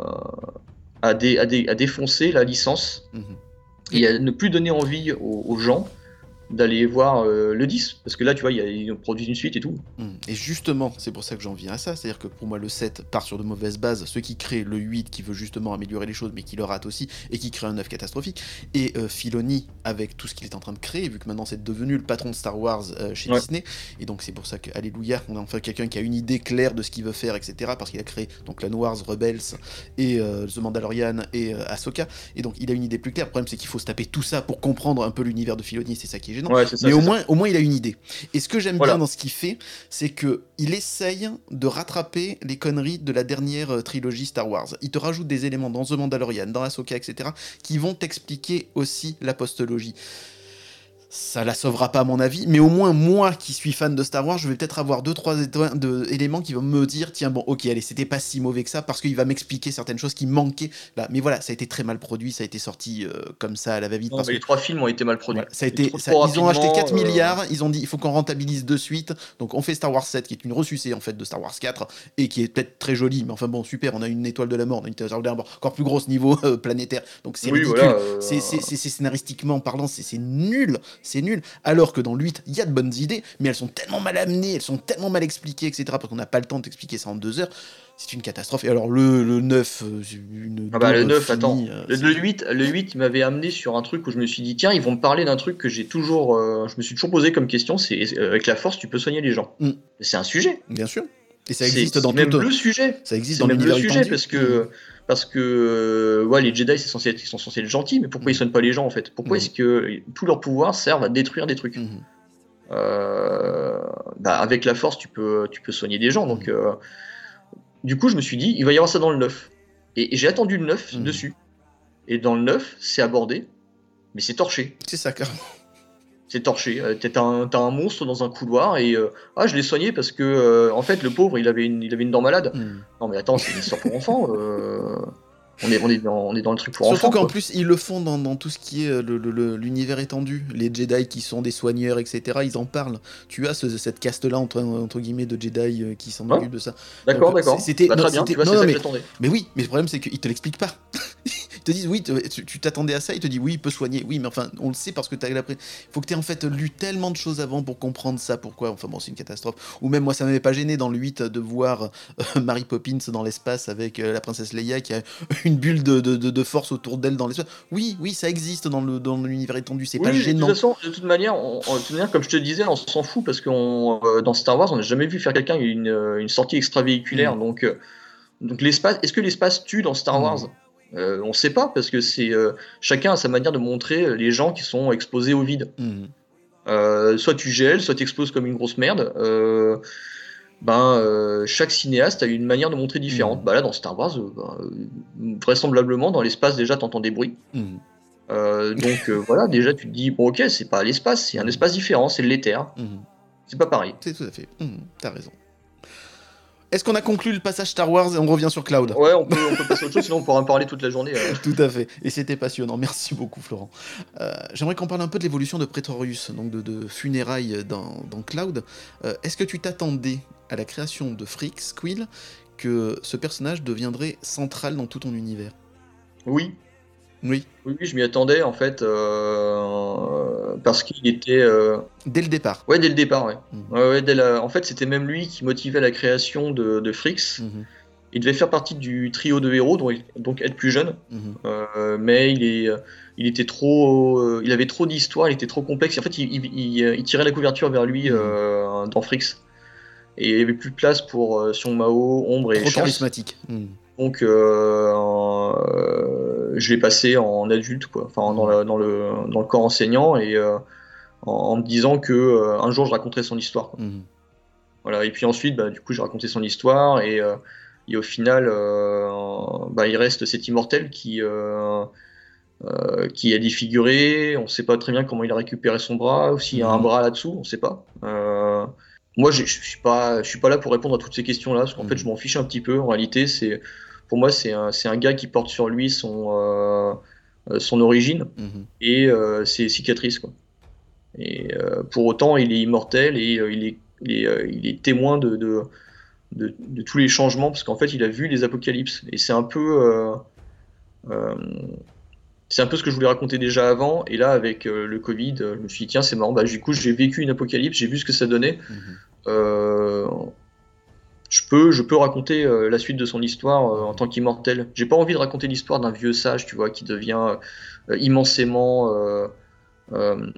à, dé- à dé- à défoncer la licence Mmh. et à ne plus donner envie aux, aux gens d'aller voir euh, le dix. Parce que là, tu vois, il y a- ils ont produit une suite et tout. Mmh. Et justement, c'est pour ça que j'en viens à ça. C'est-à-dire que pour moi, le sept part sur de mauvaises bases. Ceux qui créent le huit, qui veut justement améliorer les choses, mais qui le rate aussi, et qui crée un neuf catastrophique. Et euh, Filoni, avec tout ce qu'il est en train de créer, vu que maintenant c'est devenu le patron de Star Wars euh, chez Ouais. Disney. Et donc c'est pour ça que, alléluia, on a enfin quelqu'un qui a une idée claire de ce qu'il veut faire, et cetera. Parce qu'il a créé donc Clone Wars, Rebels, et euh, The Mandalorian, et euh, Ahsoka. Et donc il a une idée plus claire. Le problème, c'est qu'il faut se taper tout ça pour comprendre un peu l'univers de Filoni. C'est ça qui est gênant. Ouais, c'est ça, mais c'est au ça. moins, au moins, il a une idée. Et ce que j'aime Voilà. bien dans ce qu'il fait, c'est que il essaye de rattraper les conneries de la dernière euh, trilogie Star Wars. Il te rajoute des éléments dans The Mandalorian, dans Ahsoka, et cetera, qui vont t'expliquer aussi la postologie. Ça la sauvera pas à mon avis, mais au moins moi qui suis fan de Star Wars, je vais peut-être avoir deux trois éto- de- éléments qui vont me dire tiens bon ok allez c'était pas si mauvais que ça parce qu'il va m'expliquer certaines choses qui manquaient là. Mais voilà ça a été très mal produit, ça a été sorti euh, comme ça à la va-vite Non, parce mais que les trois films ont été mal produits. voilà, ça a Et été, trop, ça- trop ils ont acheté rapidement, quatre euh, milliards, ils ont dit il faut qu'on rentabilise de suite, donc on fait Star Wars sept qui est une ressucée en fait de Star Wars quatre et qui est peut-être très jolie, mais enfin bon super, on a une étoile de la mort, on a une étoile de la mort encore plus grosse niveau euh, planétaire, donc c'est Oui, ridicule, voilà. euh, c'est, c'est, c'est- c'est scénaristiquement parlant, c'est, c'est nul, c'est nul, alors que dans le huit il y a de bonnes idées, mais elles sont tellement mal amenées, elles sont tellement mal expliquées, et cetera, parce qu'on n'a pas le temps de t'expliquer ça en deux heures, c'est une catastrophe. Et alors le, le neuf, euh, c'est une Ah bah le daube neuf, finie, attends. euh, Le, c'est- le huit, le huit, il m'avait amené sur un truc où je me suis dit, tiens, ils vont me parler d'un truc que j'ai toujours, euh, je me suis toujours posé comme question, c'est euh, avec la force, tu peux soigner les gens. Mm. C'est un sujet. Bien sûr. Et ça C'est existe c'est dans même toute... le sujet. Ça existe C'est dans même le l'univers sujet étendu. parce Mm. que parce que euh, ouais, les Jedi c'est censé être, ils sont censés être gentils, mais pourquoi Mm. ils soignent pas les gens en fait? Pourquoi Mm. est-ce que tous leurs pouvoirs servent à détruire des trucs? Mhm. Euh, bah, avec la force, tu peux tu peux soigner des gens. Donc Mhm. euh, du coup, je me suis dit, il va y avoir ça dans le neuf. Et, et j'ai attendu le neuf Mhm. dessus. Et dans le neuf, c'est abordé, mais c'est torché. C'est ça, carrément. C'est torché. Euh, T'as un, t'as un monstre dans un couloir et euh, ah, je l'ai soigné parce que euh, en fait, le pauvre, il avait une, il avait une dent malade. Mhm. Non mais attends, c'est une histoire pour enfants. euh, On est, on est dans, on est dans le truc pour Surtout enfants. qu'en Quoi. plus, ils le font dans, dans tout ce qui est euh, le- le- le- l'univers étendu. Les Jedi qui sont des soigneurs, et cetera, ils en parlent. Tu as ce- cette caste-là, entre, entre guillemets, de Jedi euh, qui s'en Ouais. occupent de ça. D'accord, Donc, d'accord. c'est- C'était, Bah, non, très bien, c'était- tu vois, non, c'est non, ça mais, que j'attendais. mais oui, mais le problème, c'est qu'ils te l'expliquent pas. Ils te disent, oui, te- tu tu t'attendais à ça, ils te disent, oui, il peut soigner. Oui, mais enfin, on le sait parce que t'as l'après. Il faut que tu aies en fait lu tellement de choses avant pour comprendre ça, pourquoi. Enfin bon, c'est une catastrophe. Ou même moi, ça m'avait pas gêné dans le huit de voir euh, Mary Poppins dans l'espace avec euh, la princesse Leia qui a une bulle de, de, de- de force autour d'elle dans l'espace. Oui, oui, ça existe dans le dans l'univers étendu, c'est Oui, pas oui, de toute gênant. façon, de toute manière, on- on- de toute manière, comme je te disais, on s'en fout parce que euh, dans Star Wars, on n'a jamais vu faire quelqu'un une, euh, une sortie extravéhiculaire. Mm. Donc, euh, donc l'espace, est-ce que l'espace tue dans Star Mm. Wars? Euh, On ne sait pas parce que c'est euh, chacun a sa manière de montrer les gens qui sont exposés au vide. Mm. Euh, soit tu gèles, soit tu exploses comme une grosse merde. Euh, ben, euh, chaque cinéaste a une manière de montrer différente. Mm. Bah là, dans Star Wars, euh, ben, euh, vraisemblablement, dans l'espace, déjà, t'entends des bruits. Mm. Euh, donc euh, voilà, déjà, tu te dis, bon, ok, c'est pas l'espace, c'est un espace différent, c'est l'éther. Mm. C'est pas pareil. C'est tout à fait. Mm. T'as raison. Est-ce qu'on a conclu le passage Star Wars et on revient sur Cloud? Ouais, on peut, on peut passer à autre chose, sinon on pourra en parler toute la journée. euh. Tout à fait. Et c'était passionnant. Merci beaucoup, Florent. Euh, J'aimerais qu'on parle un peu de l'évolution de Pretorius, donc de, de funérailles dans, dans Cloud. Euh, Est-ce que tu t'attendais à la création de Freak Squill que ce personnage deviendrait central dans tout ton univers? Oui, Oui, oui, oui, je m'y attendais en fait, euh, parce qu'il était. euh, dès le départ. Ouais, dès le départ, ouais. Mhm. Ouais, ouais, dès la- En fait, c'était même lui qui motivait la création de, de Frix. Mhm. Il devait faire partie du trio de héros, donc, donc être plus jeune. Mhm. Euh, mais il est, il était trop, euh, il avait trop d'histoires, il était trop complexe. En fait, il, il- il- il tirait la couverture vers lui Mhm. euh, dans Frix. Et il n'y avait plus de place pour euh, Sion Mao, Ombre et Trop Chance. charismatique. Mhm. Donc, euh, euh, je l'ai passé en adulte, quoi. Enfin, dans, la- dans le, dans le corps enseignant et euh, en, en me disant que euh, un jour je raconterais son histoire, quoi. Mhm. Voilà. Et puis ensuite, bah, du coup, j'ai raconté son histoire et, euh, et au final, euh, bah, il reste cet immortel qui, euh, euh, qui est défiguré. On ne sait pas très bien comment il a récupéré son bras, ou s'il y a un Mhm. bras là-dessous, on ne sait pas. Euh, moi, je suis pas, je suis pas là pour répondre à toutes ces questions-là, parce qu'en Mhm. fait, je m'en fiche un petit peu. En réalité, c'est, pour moi, c'est un, c'est un gars qui porte sur lui son, euh, euh, son origine Mhm. et euh, ses cicatrices, quoi. Et euh, pour autant, il est immortel et euh, il est, il est, euh, il est témoin de, de, de, de tous les changements, parce qu'en fait, il a vu les apocalypses. Et c'est un peu, euh, euh, c'est un peu ce que je voulais raconter déjà avant. Et là, avec euh, le Covid, euh, je me suis dit, tiens, c'est marrant. Bah, du coup, j'ai vécu une apocalypse, j'ai vu ce que ça donnait. Mhm. Euh, je peux, je peux raconter euh, la suite de son histoire euh, en Mhm. tant qu'immortel. J'ai pas envie de raconter l'histoire d'un vieux sage, tu vois, qui devient euh, immensément, euh, euh,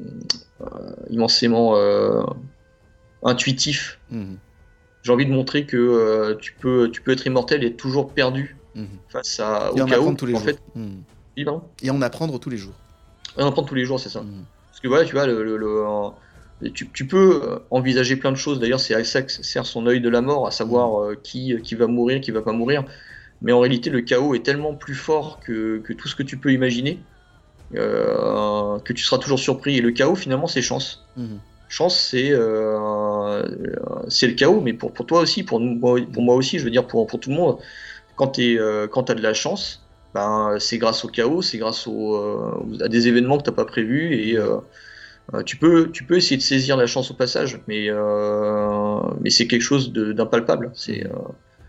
immensément euh, intuitif. Mhm. J'ai envie de montrer que euh, tu peux, tu peux être immortel et être toujours perdu Mhm. face à, Et au en apprendre chaos. tous les En jours. fait, Mhm. oui, pardon. Et en apprendre tous les jours. On en prend tous les jours, c'est ça. Mhm. Parce que voilà, tu vois, le, le- le- euh, tu, tu peux euh, envisager plein de choses. D'ailleurs, c'est à ça que sert son œil de la mort, à Mhm. savoir euh, qui, qui va mourir, qui va pas mourir. Mais en réalité, le chaos est tellement plus fort que, que tout ce que tu peux imaginer, euh, que tu seras toujours surpris. Et le chaos, finalement, c'est chance. Mhm. Chance, c'est euh, c'est le chaos, mais pour, pour toi aussi, pour, nous, moi- pour moi Mhm. aussi, je veux dire, pour, pour tout le monde, quand tu euh, quand as de la chance, ben, c'est grâce au chaos, c'est grâce au, euh, à des événements que tu n'as pas prévus, et Mhm. euh, euh, tu peux, tu peux essayer de saisir la chance au passage, mais, euh, mais c'est quelque chose de- d'impalpable. C'est, euh, Mhm.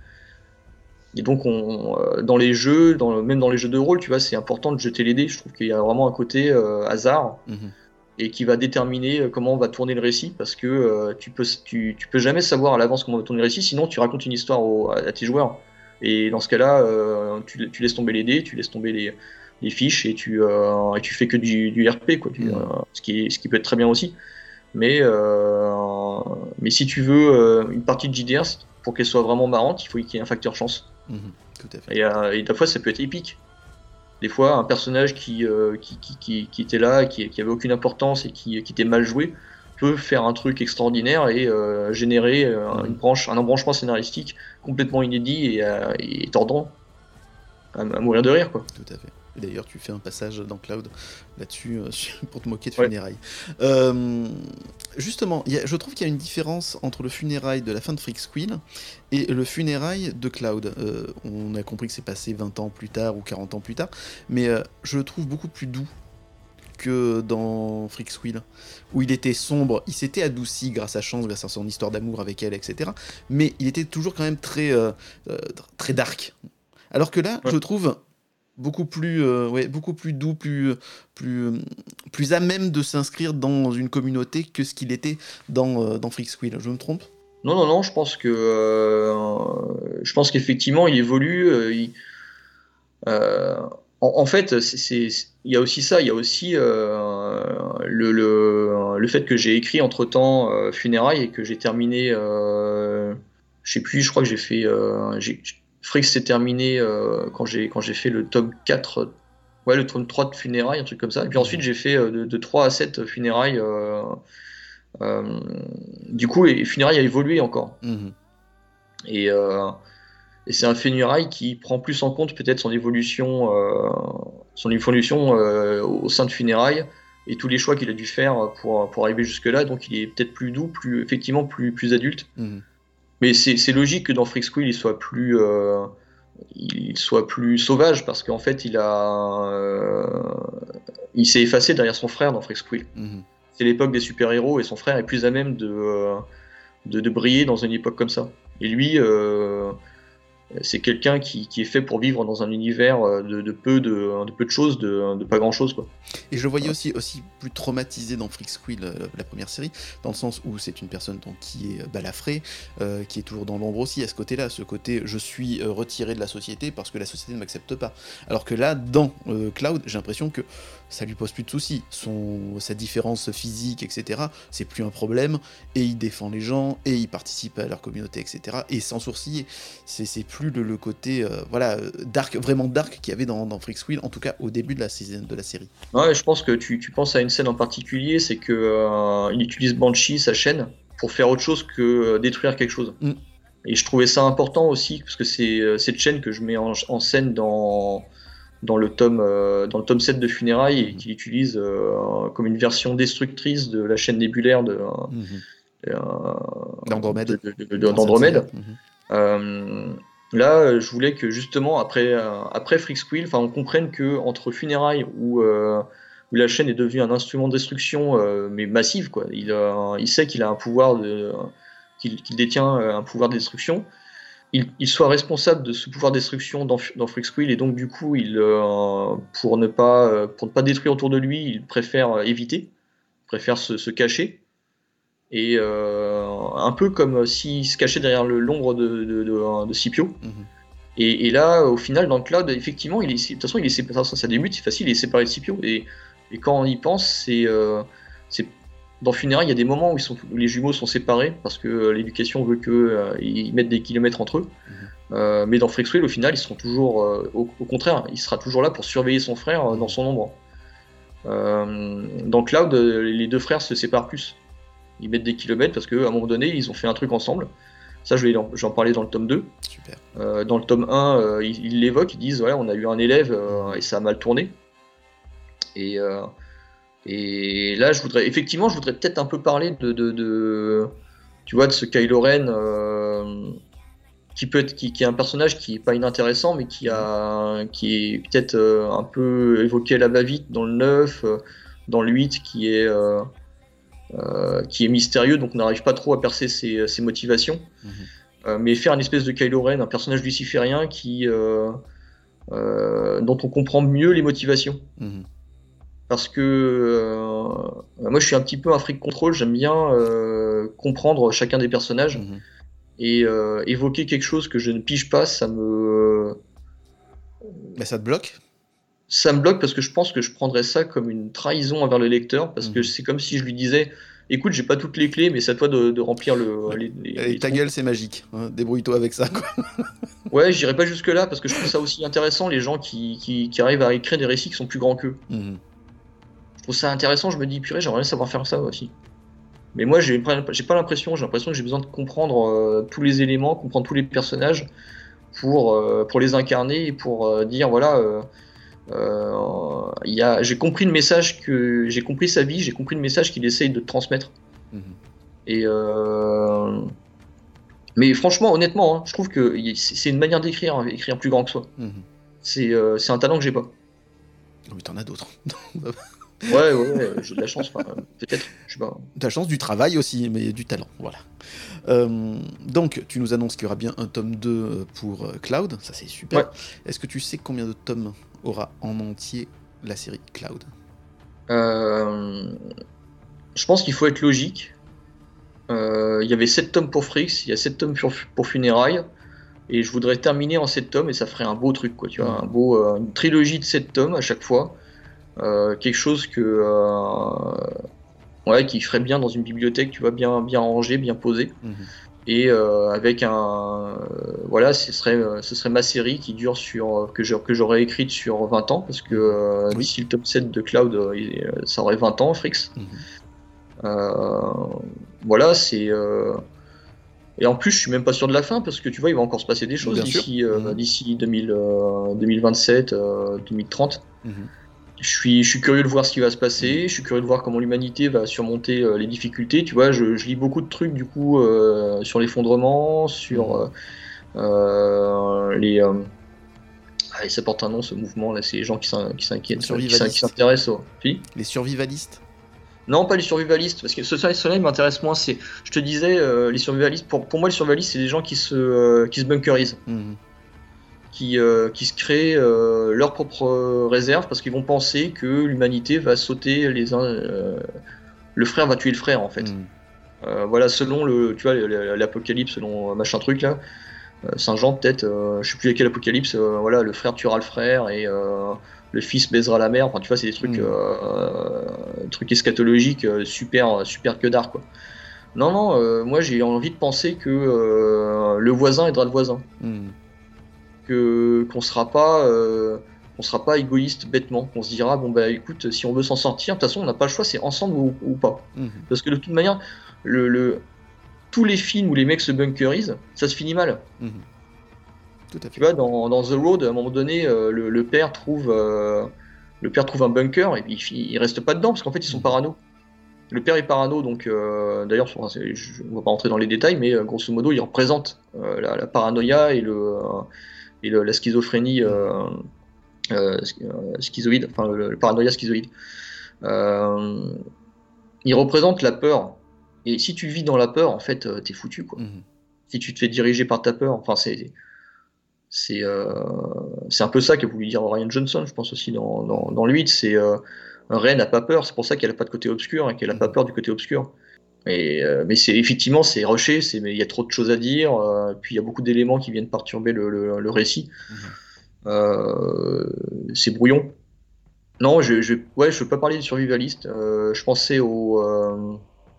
et donc, on, euh, dans les jeux, dans, le- même dans les jeux de rôle, tu vois, c'est important de jeter les dés. Je trouve qu'il y a vraiment un côté euh, hasard Mhm. et qui va déterminer euh, comment on va tourner le récit, parce que euh, tu peux, tu, tu peux jamais savoir à l'avance comment on va tourner le récit, sinon tu racontes une histoire au- à, à tes joueurs. Et dans ce cas-là, euh, tu, tu laisses tomber les dés, tu laisses tomber les, les fiches et tu, euh, et tu fais que du, du R P, quoi, du- euh, Mhm. ce qui, est- ce qui peut être très bien aussi. Mais, euh, mais si tu veux euh, une partie de J D R, pour qu'elle soit vraiment marrante, il faut qu'il y ait un facteur chance. Mhm. Tout à fait. Et, euh, et des fois, ça peut être épique. Des fois, un personnage qui, euh, qui, qui, qui, qui était là, qui, qui avait aucune importance et qui, qui était mal joué, peut faire un truc extraordinaire et euh, générer euh, une Mhm. branche, un embranchement scénaristique complètement inédit et, euh, et tordant à, à mourir de rire, quoi. Tout à fait. Et d'ailleurs, tu fais un passage dans Cloud là-dessus euh, pour te moquer de Ouais. funérailles. Euh, justement, il y a- je trouve qu'il y a une différence entre le funérail de la fin de Freak Squill et le funérail de Cloud. Euh, on a compris que c'est passé vingt ans plus tard ou quarante ans plus tard, mais euh, je le trouve beaucoup plus doux que dans Freak Squill, où il était sombre, il s'était adouci grâce à Chance, grâce à son histoire d'amour avec elle, et cetera. Mais il était toujours quand même très, euh, euh, très dark. Alors que là, Ouais. je trouve beaucoup plus, euh, ouais, beaucoup plus doux, plus, plus, euh, plus à même de s'inscrire dans une communauté que ce qu'il était dans, euh, dans Freak Squill. Je me trompe? Non, non, non, je pense que euh, je pense qu'effectivement, il évolue. euh, il- euh, en, en fait, c'est, c'est- il y a aussi ça, il y a aussi euh, le, le, le fait que j'ai écrit entre-temps euh, Funérailles et que j'ai terminé, euh, je sais plus, je crois que j'ai fait, euh, j'ai, Freaks s'est terminé euh, quand j'ai quand j'ai fait le tome quatre, ouais, le tome trois de Funérailles, un truc comme ça. Et puis ensuite, Mhm. j'ai fait euh, de, de trois à sept Funérailles. Euh, euh, du coup, et Funérailles a évolué encore. Mhm. Et, euh, et c'est un funérail qui prend plus en compte peut-être son évolution, euh, son évolution euh, au sein de funérailles et tous les choix qu'il a dû faire pour, pour arriver jusque-là. Donc il est peut-être plus doux, plus effectivement plus, plus adulte. Mhm. Mais c'est c'est logique que dans Freak Squill il soit plus, euh, il soit plus sauvage parce qu'en fait il a, euh, il s'est effacé derrière son frère dans Freak Squill. Mhm. C'est l'époque des super-héros et son frère est plus à même de, euh, de, de briller dans une époque comme ça. Et lui, euh, c'est quelqu'un qui, qui est fait pour vivre dans un univers euh, de, de peu de, de peu de choses, de, de pas grand chose, quoi. Et je le voyais Voilà. aussi, aussi plus traumatisé dans Freak Squill, euh, la première série, dans le sens où c'est une personne donc, qui est balafrée, euh, qui est toujours dans l'ombre aussi, à ce côté-là, ce côté je suis euh, retiré de la société parce que la société ne m'accepte pas. Alors que là, dans euh, Cloud, j'ai l'impression que ça lui pose plus de soucis. Son, sa différence physique, et cetera, c'est plus un problème, et il défend les gens, et il participe à leur communauté, et cetera, et sans sourciller. C'est, c'est plus le, le côté euh, voilà, dark, vraiment dark qu'il y avait dans, dans Freak Squill, en tout cas au début de la, saison, de la série. Ouais, je pense que tu, tu penses à une scène en particulier, c'est que euh, il utilise Banshee, sa chaîne, pour faire autre chose que euh, détruire quelque chose. Mm. Et je trouvais ça important aussi, parce que c'est euh, cette chaîne que je mets en, en scène dans, dans, le tome, euh, dans le tome sept de Funérailles et Mhm. qu'il utilise euh, comme une version destructrice de la chaîne nébulaire de, Mhm. euh, D'Andromède. de, de, de, de, d'Andromède. Mmh. Euh, là, je voulais que justement après, euh, après Freak Squill, on comprenne que entre Funérailles où, euh, où la chaîne est devenue un instrument de destruction, euh, mais massif, quoi. Il, a, il sait qu'il a un pouvoir de, qu'il, qu'il détient un pouvoir de destruction. Il, il soit responsable de ce pouvoir de destruction dans, dans Freak Squill, et donc du coup, il, euh, pour ne pas, pour ne pas détruire autour de lui, il préfère éviter, préfère se, se cacher. Et euh, un peu comme s'il se cachait derrière le, l'ombre de, de, de, de Scipio. Mmh. Et, et là, au final, dans le Cloud, effectivement, il est, de toute façon, il est séparé, ça débute, c'est facile, il est séparé de Scipio. Et, et quand on y pense, c'est, euh, c'est dans Funérailles, il y a des moments où, ils sont, où les jumeaux sont séparés parce que l'éducation veut qu'ils euh, mettent des kilomètres entre eux. Mmh. Euh, mais dans Freak Squill, au final, ils seront toujours, euh, au, au contraire, il sera toujours là pour surveiller son frère euh, dans son ombre. Euh, dans Cloud, les deux frères se séparent plus. Ils mettent des kilomètres parce qu'à un moment donné, ils ont fait un truc ensemble. Ça, je vais en, j'en parlais dans le tome deux. Super. Euh, dans le tome un, euh, ils, ils l'évoquent, ils disent voilà, on a eu un élève euh, et ça a mal tourné. Et, euh, et là, je voudrais, effectivement, je voudrais peut-être un peu parler de, de, de tu vois, de ce Kylo Ren euh, qui peut être, qui, qui est un personnage qui est pas inintéressant, mais qui a, qui est peut-être euh, un peu évoqué à la va-vite dans le neuf, euh, dans le huit, qui est euh, Euh, qui est mystérieux, donc on n'arrive pas trop à percer ses, ses motivations. Mmh. Euh, mais faire une espèce de Kylo Ren, un personnage luciférien qui, euh, euh, dont on comprend mieux les motivations. Mmh. Parce que euh, moi je suis un petit peu un freak control, j'aime bien euh, comprendre chacun des personnages. Mmh. Et euh, évoquer quelque chose que je ne pige pas, ça me... Mais ça te bloque ? Ça me bloque parce que je pense que je prendrais ça comme une trahison envers le lecteur, parce mmh. que c'est comme si je lui disais écoute, j'ai pas toutes les clés, mais c'est à toi de, de remplir le. Ouais. Les, les, Et les ta trous. gueule, c'est magique. Hein, débrouille-toi avec ça, quoi. Ouais, j'irai pas jusque-là parce que je trouve ça aussi intéressant, les gens qui, qui, qui arrivent à écrire des récits qui sont plus grands qu'eux. Mmh. Je trouve ça intéressant, je me dis, purée, j'aimerais bien savoir faire ça aussi. Mais moi, j'ai, j'ai pas l'impression, j'ai l'impression que j'ai besoin de comprendre euh, tous les éléments, comprendre tous les personnages pour, euh, pour les incarner et pour euh, dire, voilà. Euh, Euh, y a, j'ai compris le message que j'ai compris sa vie, j'ai compris le message qu'il essaye de transmettre. Mmh. Et euh, mais franchement, honnêtement, hein, je trouve que c'est une manière d'écrire, hein, écrire plus grand que soi. Mmh. C'est, euh, c'est un talent que j'ai pas. Oh, mais t'en as d'autres. ouais, ouais, ouais, j'ai de la chance, peut-être, je sais pas. De la chance, du travail aussi, mais du talent, voilà. Euh, donc, tu nous annonces qu'il y aura bien un tome deux pour Cloud, ça c'est super. Ouais. Est-ce que tu sais combien de tomes aura en entier la série Cloud ? euh, Je pense qu'il faut être logique. Il euh, y avait sept tomes pour Frix, il y a sept tomes pour, pour Funérailles, et je voudrais terminer en sept tomes, et ça ferait un beau truc, quoi, tu vois, mmh. un beau, euh, une trilogie de sept tomes à chaque fois, euh, quelque chose que, euh, ouais, qui ferait bien dans une bibliothèque, tu vois, bien, bien rangé, bien posé. Mmh. Et euh, avec un, euh, voilà, ce serait, euh, ce serait ma série qui dure sur, que, je, que j'aurais écrite sur vingt ans, parce que euh, oui. d'ici le top sept de Cloud, euh, ça aurait vingt ans, Frix. Mmh. Euh, voilà, c'est. Euh... Et en plus, je suis même pas sûr de la fin, parce que tu vois, il va encore se passer des choses d'ici, euh, mmh. d'ici deux mille, euh, deux mille vingt-sept, euh, deux mille trente. Mmh. Je suis, je suis curieux de voir ce qui va se passer, je suis curieux de voir comment l'humanité va surmonter euh, les difficultés. Tu vois, je, je lis beaucoup de trucs du coup euh, sur l'effondrement, sur euh, euh, les. Euh... Ah, ça porte un nom ce mouvement là, c'est les gens qui, s'in, qui s'inquiètent, qui, qui s'intéressent au. Oui, les survivalistes. Non, pas les survivalistes, parce que ce cela il m'intéresse moins. C'est, je te disais, euh, les survivalistes. Pour, pour moi, les survivalistes, c'est des gens qui se, euh, qui se bunkerisent. Mmh. Qui, euh, qui se créent euh, leur propre réserve parce qu'ils vont penser que l'humanité va sauter les uns, euh, le frère va tuer le frère en fait. Mmh. Euh, voilà, selon le, tu vois, l'apocalypse, selon machin truc là, euh, Saint Jean peut-être, euh, je sais plus lequel apocalypse, euh, voilà, le frère tuera le frère et euh, le fils baisera la mère. Enfin, tu vois, c'est des trucs, mmh. euh, trucs eschatologiques, super, super que d'art quoi. Non, non, euh, moi j'ai envie de penser que euh, le voisin aidera le voisin. Mmh. Que, qu'on sera pas euh, on sera pas égoïste bêtement, qu'on se dira bon bah écoute, si on veut s'en sortir, de toute façon on n'a pas le choix, c'est ensemble ou, ou pas. Mmh. Parce que de toute manière, le, le, tous les films où les mecs se bunkerisent, ça se finit mal. Mmh. Tout à fait. Tu vois, dans, dans The Road, à un moment donné, euh, le, le père trouve euh, le père trouve un bunker et puis il, il reste pas dedans parce qu'en fait ils sont mmh. parano. le père est parano, donc euh, d'ailleurs, enfin, c'est- je- on va pas rentrer dans les détails, mais euh, grosso modo, il représente euh, la, la paranoïa et, le, euh, et le- la schizophrénie euh, euh, sch- euh, schizoïde, enfin le, le paranoïa schizoïde. Euh, il représente la peur. Et si tu vis dans la peur, en fait, euh, t'es foutu, quoi. Mhm. Si tu te fais diriger par ta peur, enfin, c'est c'est euh, c'est un peu ça qu'a voulu dire Ryan Johnson, je pense aussi dans, dans, dans le huit, c'est euh, Ray n'a pas peur, c'est pour ça qu'elle a pas de côté obscur et qu'elle a pas Mhm. peur du côté obscur. Et, euh, mais c'est effectivement c'est rushé, c'est mais il y a trop de choses à dire, euh, puis il y a beaucoup d'éléments qui viennent perturber le, le, le récit. Mhm. Euh, c'est brouillon. Non, je, je ouais, je veux pas parler de survivaliste. Euh, je pensais au euh,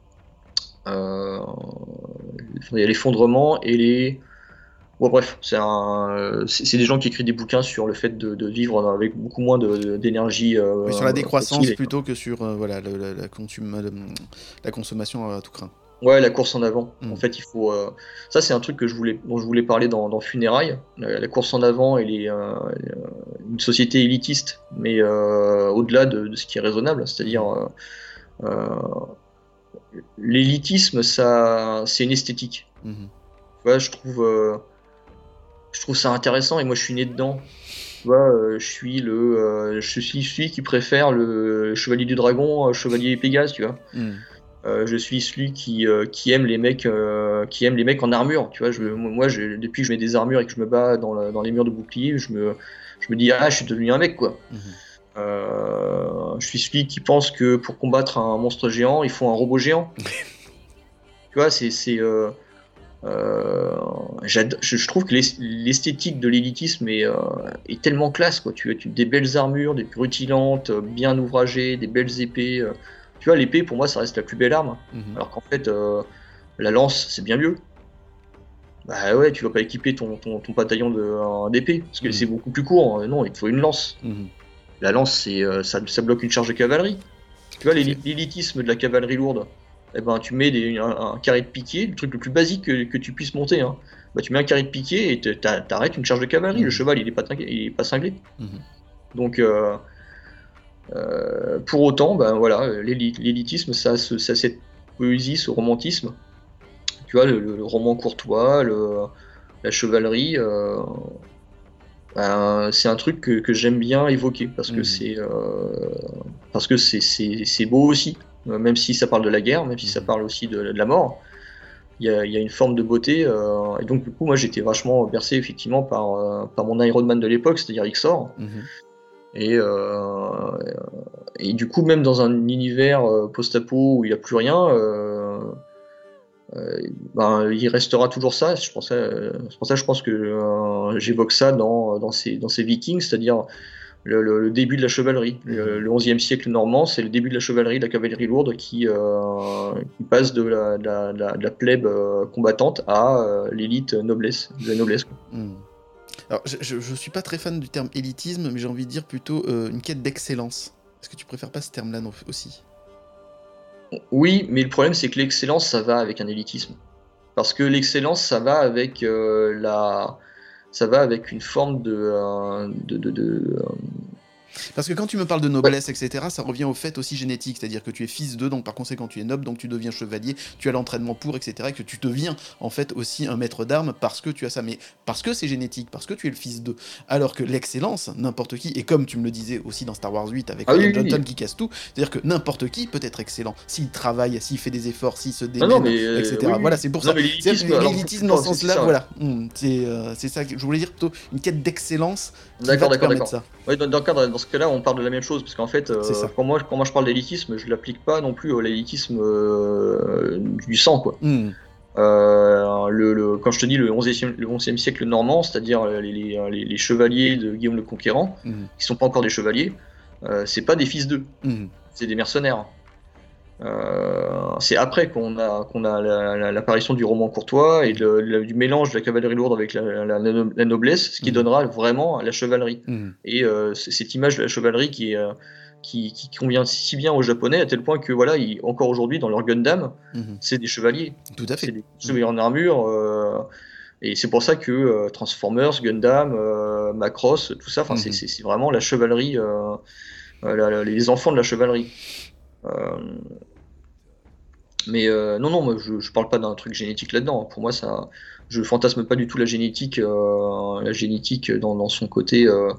euh, il y a l'effondrement et les ouais, bref, c'est un, c'est c'est des gens qui écrivent des bouquins sur le fait de, de vivre avec beaucoup moins de- d'énergie Oui, sur la euh, décroissance fossile. plutôt que sur euh, voilà, le- la, la consum- le- la consommation à tout craint. Ouais, la course en avant. En Mhm. fait, il faut. euh, Ça, c'est un truc que je voulais, dont je voulais parler dans, dans Funérailles. La, la course en avant, elle est euh, une société élitiste, mais euh, au-delà de, de ce qui est raisonnable. C'est-à-dire, Mhm. euh, euh, l'élitisme, ça, c'est une esthétique. Mhm. Tu vois, je trouve, euh, je trouve ça intéressant et moi, je suis né dedans. Tu vois, euh, je suis le, euh, je suis celui qui préfère le chevalier du dragon, au chevalier Pégase, tu vois. Mhm. Euh, je suis celui qui, euh, qui aime les mecs, euh, qui aime les mecs en armure, tu vois. Je, Mhm. moi, je, depuis que je mets des armures et que je me bats dans, la- dans les murs de bouclier, je me, je me dis ah, je suis devenu un mec, quoi. Mhm. Euh, je suis celui qui pense que pour combattre un monstre géant, il faut un robot géant. Tu vois, c'est, c'est, euh, euh, j'ado- je, je trouve que l'es- l'esthétique de l'élitisme est, euh, est tellement classe, quoi. Tu as tu- des belles armures, des rutilantes, euh, bien ouvragées, des belles épées. euh. Tu vois, l'épée, pour moi, ça reste la plus belle arme. Mhm. Alors qu'en fait, euh, la lance, c'est bien mieux. Bah ouais, tu vas pas équiper ton, ton, ton bataillon de, euh, d'épée, parce que c'est Mhm. beaucoup plus court. Non, il te faut une lance. Mhm. La lance, c'est, euh, ça, ça bloque une charge de cavalerie. Tu vois, Tout à fait. l'éli- l'élitisme de la cavalerie lourde, eh ben, tu mets des, un, un carré de piqué, le truc le plus basique que, que tu puisses monter. Hein. Bah, tu mets un carré de piqué et te- t'a- t'arrêtes une charge de cavalerie. Le Mhm. cheval, il est pas, trinqué- il est pas cinglé. Mhm. Donc, euh, euh, pour autant, ben voilà, l'éli- l'élitisme, ça, a ce- ça a cette poésie, ce romantisme. Tu vois, le, le- le roman courtois, le, la chevalerie, euh, ben, c'est un truc que, que j'aime bien évoquer parce que Mhm. c'est euh, parce que c'est c'est- c'est beau aussi. Euh, même si ça parle de la guerre, même si ça Mhm. parle aussi de, de la mort, il y a, il y a une forme de beauté. euh, et donc, du coup, moi, j'étais vachement bercé effectivement par, euh, par mon Iron Man de l'époque, c'est-à-dire Ixor. Mhm. Et, euh, et du coup, même dans un univers euh, post-apo où il n'y a plus rien, euh, euh, ben, il restera toujours ça. Je pensais, euh, c'est pour ça que je pense que euh, j'évoque ça dans, dans, ces, dans ces Vikings, c'est-à-dire le, le- le début de la chevalerie. Le, Mhm. le onzième siècle normand, c'est le début de la chevalerie, de la cavalerie lourde qui, euh, qui passe de la, de la, de la- de la plèbe euh, combattante à euh, l'élite noblesse, de la noblesse, quoi. Mhm. Alors, je, je, je suis pas très fan du terme élitisme, mais j'ai envie de dire plutôt euh, une quête d'excellence. Est-ce que tu préfères pas ce terme-là non- aussi? Oui, mais le problème, c'est que l'excellence, ça va avec un élitisme. Parce que l'excellence, ça va avec euh, la, ça va avec une forme de, euh, de, de, de, euh, Parce que quand tu me parles de ouais. noblesse, et cetera, ça revient au fait aussi génétique, c'est-à-dire que tu es fils d'eux, donc par conséquent tu es noble, donc tu deviens chevalier, tu as l'entraînement pour, et cetera, et que tu deviens en fait aussi un maître d'armes parce que tu as ça, mais parce que c'est génétique, parce que tu es le fils d'eux. Alors que l'excellence, n'importe qui, et comme tu me le disais aussi dans Star Wars huit avec Ah oui, Ryan oui, Johnson oui. qui casse tout, c'est-à-dire que n'importe qui peut être excellent s'il travaille, s'il fait des efforts, s'il se Non, non, démène, mais euh, oui, et cetera. Voilà, oui. c'est pour Non, ça. mais C'est l'élitisme, alors je l'élitisme dans ce comprends, c'est c'est sens-là, ça, ouais. voilà. Hmm, c'est euh, c'est ça que je voulais dire plutôt une quête d'excellence qui va D'accord, te d'accord, permettre d'accord. ça. Ouais, dans, dans le cadre- dans ce cas-là, on parle de la même chose, parce qu'en fait, C'est euh, ça. quand moi, quand moi je parle d'élitisme, je l'applique pas non plus à l'élitisme euh, du sang, quoi. Hmm. Euh, le, le- quand je te dis le onzième, le onzième siècle normand, c'est-à-dire les, les, les- les chevaliers de Guillaume le Conquérant, Hmm. qui sont pas encore des chevaliers, euh, c'est pas des fils d'eux, Hmm. c'est des mercenaires. Euh, c'est après qu'on a, qu'on a la- la- l'apparition du roman courtois et de- la- du mélange de la cavalerie lourde avec la, la- la no- la noblesse, ce qui Mhm. donnera vraiment la chevalerie. Mhm. Et euh, c'est cette image de la chevalerie qui, est, euh, qui, qui convient si bien aux Japonais, à tel point que, voilà, ils- encore aujourd'hui, dans leur Gundam, Mhm. c'est des chevaliers. Tout à C'est fait. des chevaliers Mhm. en armure. euh, et c'est pour ça que euh, Transformers, Gundam, euh, Macross, tout ça, enfin, c'est Mhm. c'est- c'est vraiment la chevalerie, euh, euh, la- la- les enfants de la chevalerie. Euh, Mais euh, non, non, moi je, je parle pas d'un truc génétique là-dedans. Pour moi, ça, je fantasme pas du tout la génétique, euh, la génétique dans, dans son côté. Euh,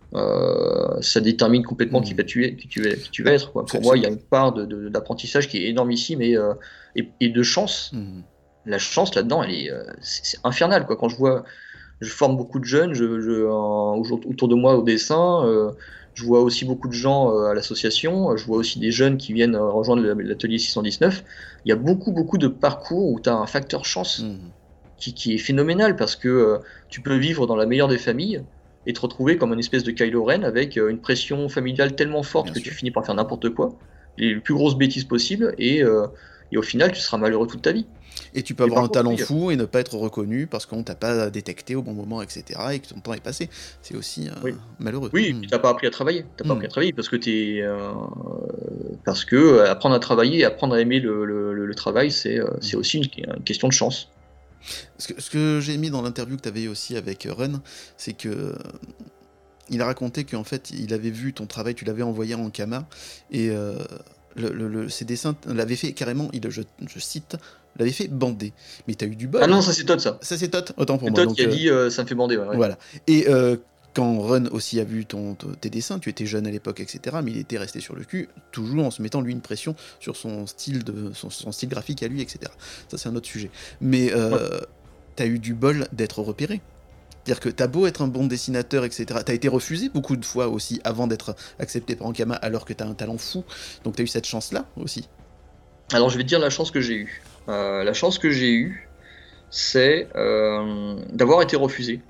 euh, ça détermine complètement qui, Mhm. va tu es, qui, tu es, qui tu vas Bah, être. Quoi. Pour c'est- moi, c'est- il y a une part de, de- d'apprentissage qui est énormissime et, euh, et, et de chance. Mhm. La chance là-dedans, elle est, euh, c'est, c'est infernal. Quoi. Quand je vois, je forme beaucoup de jeunes je, je, euh, autour autour de moi au dessin. Euh, je vois aussi beaucoup de gens euh, à l'association. Je vois aussi des jeunes qui viennent euh, rejoindre le- l'atelier six cent dix-neuf. Il y a beaucoup, beaucoup de parcours où tu as un facteur chance Mhm. qui, qui est phénoménal parce que euh, tu peux vivre dans la meilleure des familles et te retrouver comme une espèce de Kylo Ren avec euh, une pression familiale tellement forte Bien que tu sûr. finis par faire n'importe quoi, les plus grosses bêtises possibles, et, euh, et au final, tu seras malheureux toute ta vie. Et tu peux Et avoir par un contre, talent oui, fou et ne pas être reconnu parce qu'on t'a pas détecté au bon moment, et cetera, et que ton temps est passé. C'est aussi euh, oui. malheureux. Oui, et puis Mhm. t'as pas appris à travailler. T'as pas appris à Mhm. travailler parce que t'es, euh, parce que euh, apprendre à travailler et apprendre à aimer le, le- le- le travail, c'est euh, c'est Mhm. aussi une, une question de chance. Ce que, ce que j'ai mis dans l'interview que tu avais aussi avec Run, c'est que euh, il a raconté qu'en fait, il avait vu ton travail, tu l'avais envoyé en Kama, et euh, le, le- le- ses dessins l'avaient fait carrément, il, je, je cite, l'avait fait bander. Mais t'as eu du Ah non, bol. ça c'est Todd, ça. Ça c'est tot, autant pour C'est moi. Todd qui Donc a euh, dit euh, ça me fait bander. Ouais, ouais. voilà. Et euh, quand Run aussi a vu ton, ton- tes dessins, tu étais jeune à l'époque, et cetera, mais il était resté sur le cul, toujours en se mettant lui une pression sur son style, de, son, son style graphique à lui, et cetera. Ça c'est un autre sujet. Mais Ouais. euh, t'as eu du bol d'être repéré. C'est-à-dire que t'as beau être un bon dessinateur, et cetera. T'as été refusé beaucoup de fois aussi avant d'être accepté par Ankama, alors que t'as un talent fou. Donc t'as eu cette chance-là aussi. Alors je vais te dire la chance que j'ai eue. Euh, la chance que j'ai eue, c'est euh, d'avoir été refusé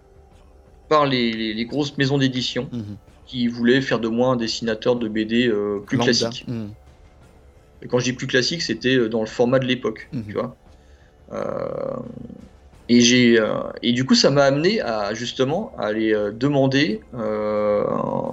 par les, les- les grosses maisons d'édition Mhm. qui voulaient faire de moi un dessinateur de B D euh, plus Lambda. classique. Mhm. Et quand je dis plus classique, c'était euh, dans le format de l'époque, tu Mhm. vois. Euh, et j'ai euh, et du coup, ça m'a amené à justement à aller euh, demander euh,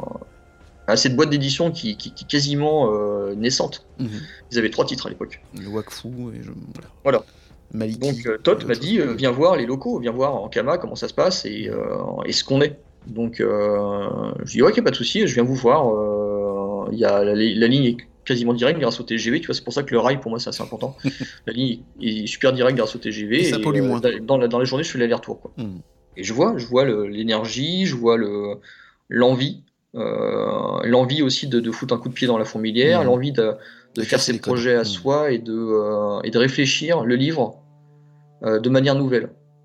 à cette boîte d'édition qui, qui, qui est quasiment euh, naissante. Mhm. Ils avaient trois titres à l'époque. Le Wakfu et je... voilà. Voilà. Donc Maliki euh, et Toth m'a autre chose. dit euh, viens voir les locaux, viens voir en Kama comment ça se passe et, Mhm. euh, et ce qu'on est. Donc euh, je dis ouais, ok, pas de souci, je viens vous voir. euh, Il y a la, la ligne est quasiment directe grâce au T G V, tu vois, c'est pour ça que le rail pour moi c'est assez important. La ligne est super directe grâce au T G Et ça V et pollue euh, moins. dans, la, dans la journée je fais l'aller-retour quoi. Mhm. Et je vois, je vois le- l'énergie, je vois le l'envie, euh, l'envie aussi de, de foutre un coup de pied dans la fourmilière, Mhm. l'envie de, de De faire casser ses les codes. projets à Mhm. soi et de, euh, et de réfléchir le livre euh, de manière nouvelle.